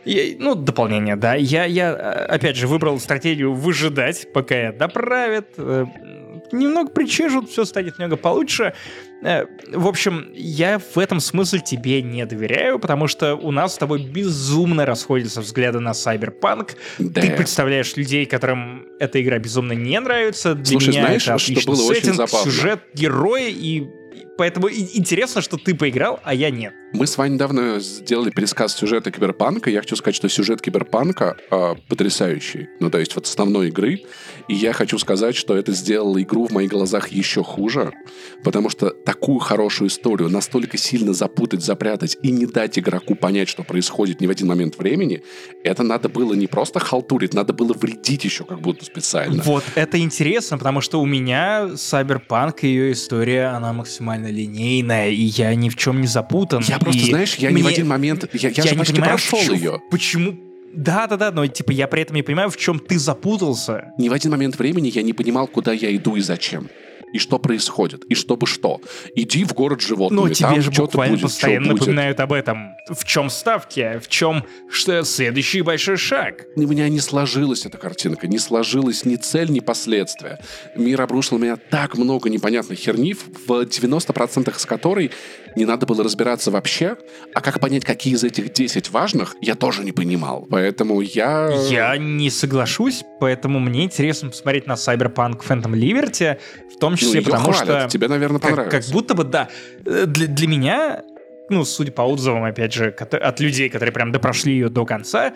Я, ну, дополнение, да. Я, я, опять же, выбрал стратегию выжидать, пока я доправят. Э, немного причешут, все станет немного получше. Э, в общем, я в этом смысле тебе не доверяю, потому что у нас с тобой безумно расходятся взгляды на Cyberpunk. Да. Ты представляешь людей, которым эта игра безумно не нравится. Для Слушай, меня знаешь, это отличный что было сеттинг, очень забавно? Сюжет, герои, и поэтому интересно, что ты поиграл, а я нет. Мы с вами недавно сделали пересказ сюжета Киберпанка. Я хочу сказать, что сюжет Киберпанка э, потрясающий. Ну, то есть вот основной игры. И я хочу сказать, что это сделало игру в моих глазах еще хуже. Потому что такую хорошую историю настолько сильно запутать, запрятать и не дать игроку понять, что происходит ни в один момент времени, это надо было не просто халтурить, надо было вредить еще как будто специально. Вот, это интересно, потому что у меня Cyberpunk и ее история, она максимально линейная, и я ни в чем не запутан. Я просто, и знаешь, я мне... ни в один момент... Я, я, я же почти понимаю, прошел почему, ее. Почему... Да-да-да, но типа я при этом не понимаю, в чем ты запутался. Ни в один момент времени я не понимал, куда я иду и зачем. И что происходит, и чтобы что. Иди в город животными. Но тебе там же буквально будет, постоянно будет. напоминают об этом. В чем ставки, в чем что следующий большой шаг. У меня не сложилась эта картинка, не сложилась ни цель, ни последствия. Мир обрушил меня так много непонятной херни, в девяноста процентах с которой не надо было разбираться вообще, а как понять, какие из этих десять важных, я тоже не понимал. Поэтому я... Я не соглашусь, поэтому мне интересно посмотреть на Cyberpunk Phantom Liberty, в том числе ну, потому хвалят. что... Тебе, наверное, понравится. Как, как будто бы, да. Для, для меня, ну, судя по отзывам, опять же, от людей, которые прям допрошли ее до конца,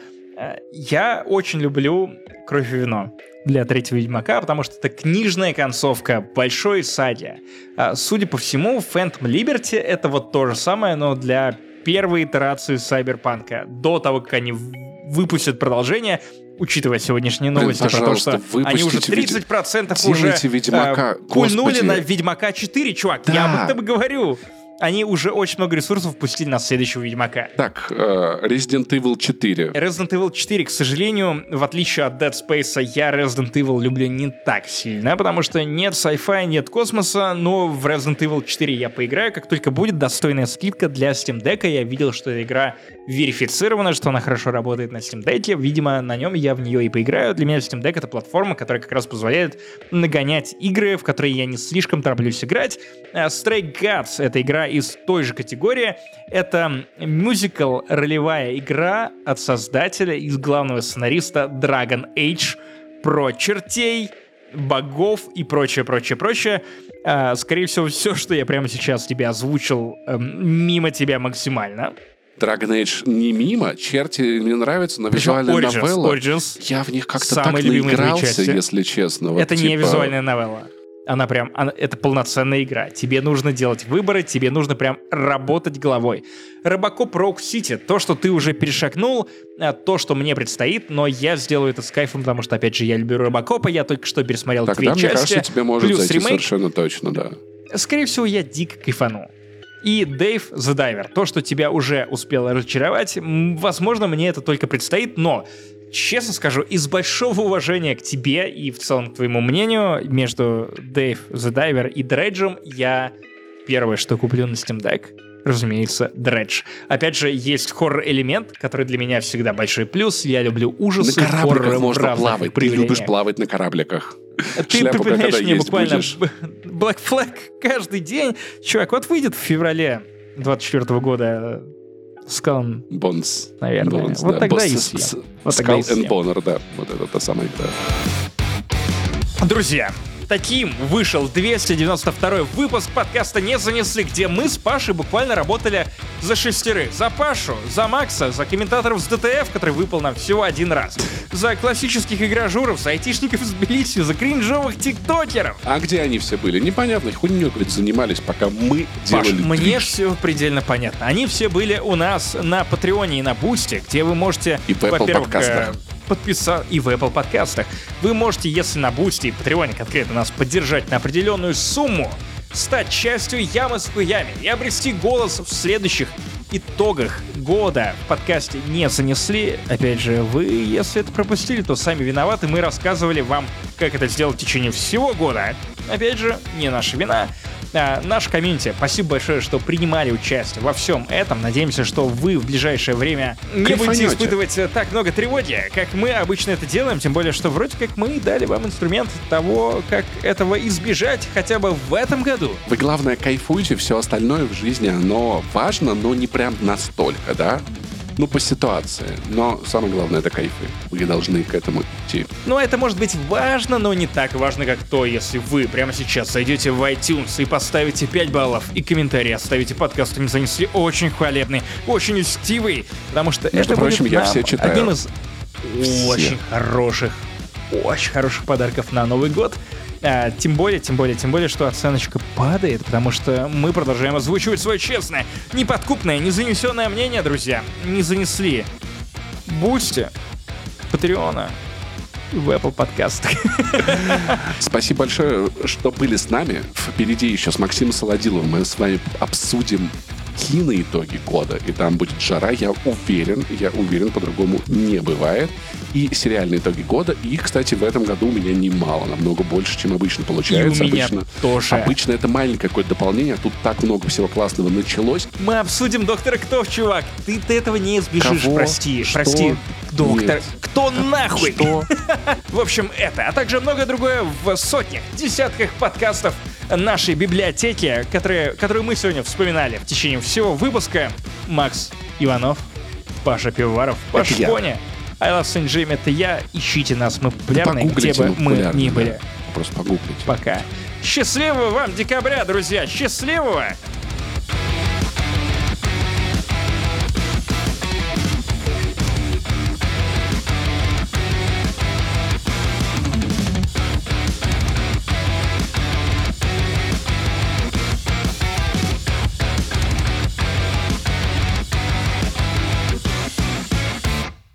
я очень люблю «Кровь и вино» для третьего Ведьмака, потому что это книжная концовка большой саги. Судя по всему, Phantom Liberty — это вот то же самое, но для первой итерации Cyberpunk. До того, как они выпустят продолжение, учитывая сегодняшние новости Блин, про то, что они уже тридцать процентов уже Ведьмака. э, пульнули на Ведьмака четыре, чувак. Да. Я об этом говорю. Они уже очень много ресурсов пустили на следующего Ведьмака. Так, uh, Resident Evil четыре. Resident Evil четыре, к сожалению, в отличие от Dead Space, я Resident Evil люблю не так сильно, потому что нет sci-fi, нет космоса, но в Resident Evil четыре я поиграю, как только будет достойная скидка для Steam Deck. Я видел, что эта игра верифицирована, что она хорошо работает на Steam Deck. Видимо, на нем я в нее и поиграю. Для меня Steam Deck — это платформа, которая как раз позволяет нагонять игры, в которые я не слишком тороплюсь играть. Stray Gods — это игра из той же категории. Это мюзикл, ролевая игра от создателя и главного сценариста Dragon Age про чертей, богов и прочее, прочее, прочее. А, скорее всего, все, что я прямо сейчас тебе озвучил, эм, мимо тебя максимально. Dragon Age не мимо, черти мне нравятся, но визуальная Origins, новелла. Origins, я в них как-то так наигрался, если честно. Вот это типа... не визуальная новелла. Она прям, она, это полноценная игра. Тебе нужно делать выборы, тебе нужно прям работать головой. Робокоп Rogue City, то, что ты уже перешагнул, то, что мне предстоит, но я сделаю это с кайфом, потому что, опять же, я люблю Робокопа, я только что пересмотрел две части. Тогда, мне кажется, тебе может зайти ремейк. Совершенно точно, да. Скорее всего, я дико кайфану. И Dave the Diver, то, что тебя уже успело разочаровать, возможно, мне это только предстоит, но... Честно скажу, из большого уважения к тебе и в целом к твоему мнению, между Dave the Diver и Dredge'ем я первое, что куплю на Steam Deck, разумеется, Dredge. Опять же, есть хоррор-элемент, который для меня всегда большой плюс. Я люблю ужасы. На корабликах можно плавать. Ты любишь плавать на корабликах. Ты Шляпу, припоминаешь мне буквально будешь. Black Flag каждый день. Чувак, вот выйдет в феврале двадцать четвёртого года... Skull Bones. Наверное. Bones, вот да. тогда Boss, и с, съем. С, вот Skull and Boner, да. Вот это та самая игра. Друзья, таким вышел двести девяносто второй выпуск подкаста «Не занесли», где мы с Пашей буквально работали за шестерых. За Пашу, за Макса, за комментаторов с ДТФ, который выпал нам всего один раз, за классических игражуров, за айтишников из Тбилиси, за кринжовых тиктокеров. А где они все были? Непонятно. Хуйнёй ведь занимались, пока мы Паш, делали мне движ. все предельно понятно. Они все были у нас на Патреоне и на Бусти, где вы можете, и в Apple во-первых, подкастах. подписаться, и в Apple подкастах. Вы можете, если на Бусти и Патреоне конкретно нас поддержать на определенную сумму, стать частью Ямы с хуями и обрести голос в следующих итогах года. В подкасте «Не занесли». Опять же, вы, если это пропустили, то сами виноваты. Мы рассказывали вам, как это сделать в течение всего года. Опять же, не наша вина. а, наш комьюнити. Спасибо большое, что принимали участие во всем этом. Надеемся, что вы в ближайшее время не Кайфанете. будете испытывать так много тревоги, как мы обычно это делаем. Тем более, что вроде как мы дали вам инструмент того, как этого избежать хотя бы в этом году. Вы, главное, кайфуйте, все остальное в жизни, оно важно, но не прям настолько, да? Ну, по ситуации. Но самое главное — это кайфы. Вы должны к этому идти. Ну, это может быть важно, но не так важно, как то, если вы прямо сейчас зайдете в iTunes и поставите пять баллов и комментарий оставите. Подкасту не занесли очень хвалебный, очень льстивый, потому что Между это прочим, будет я нам все читаю. одним из Все. очень хороших, очень хороших подарков на Новый год. А, тем более, тем более, тем более, что оценочка падает, потому что мы продолжаем озвучивать свое честное, неподкупное, незанесенное мнение, друзья. Не занесли Бусти, Патреона в Apple подкастах. Спасибо большое, что были с нами. Впереди еще с Максимом Солодиловым мы с вами обсудим киноитоги года, и там будет жара, я уверен, я уверен, по-другому не бывает. И сериальные итоги года, и их, кстати, в этом году у меня немало, намного больше, чем обычно получается. И у меня обычно, тоже. Обычно это маленькое какое-то дополнение, а тут так много всего классного началось. Мы обсудим Доктора Кто, чувак. Ты, ты этого не избежишь, Кого? прости. Что? Прости, доктор. Нет. Кто нахуй? Что? В общем, это, а также многое другое в сотнях, десятках подкастов нашей библиотеки, которые, которую мы сегодня вспоминали в течение всего выпуска. Макс Иванов, Паша Пивоваров, Паша Пони, I Love Saint Jim, это я. Ищите нас, мы популярны, где бы мы ни были. Да. Просто погуглите. Пока. Счастливого вам декабря, друзья! Счастливого!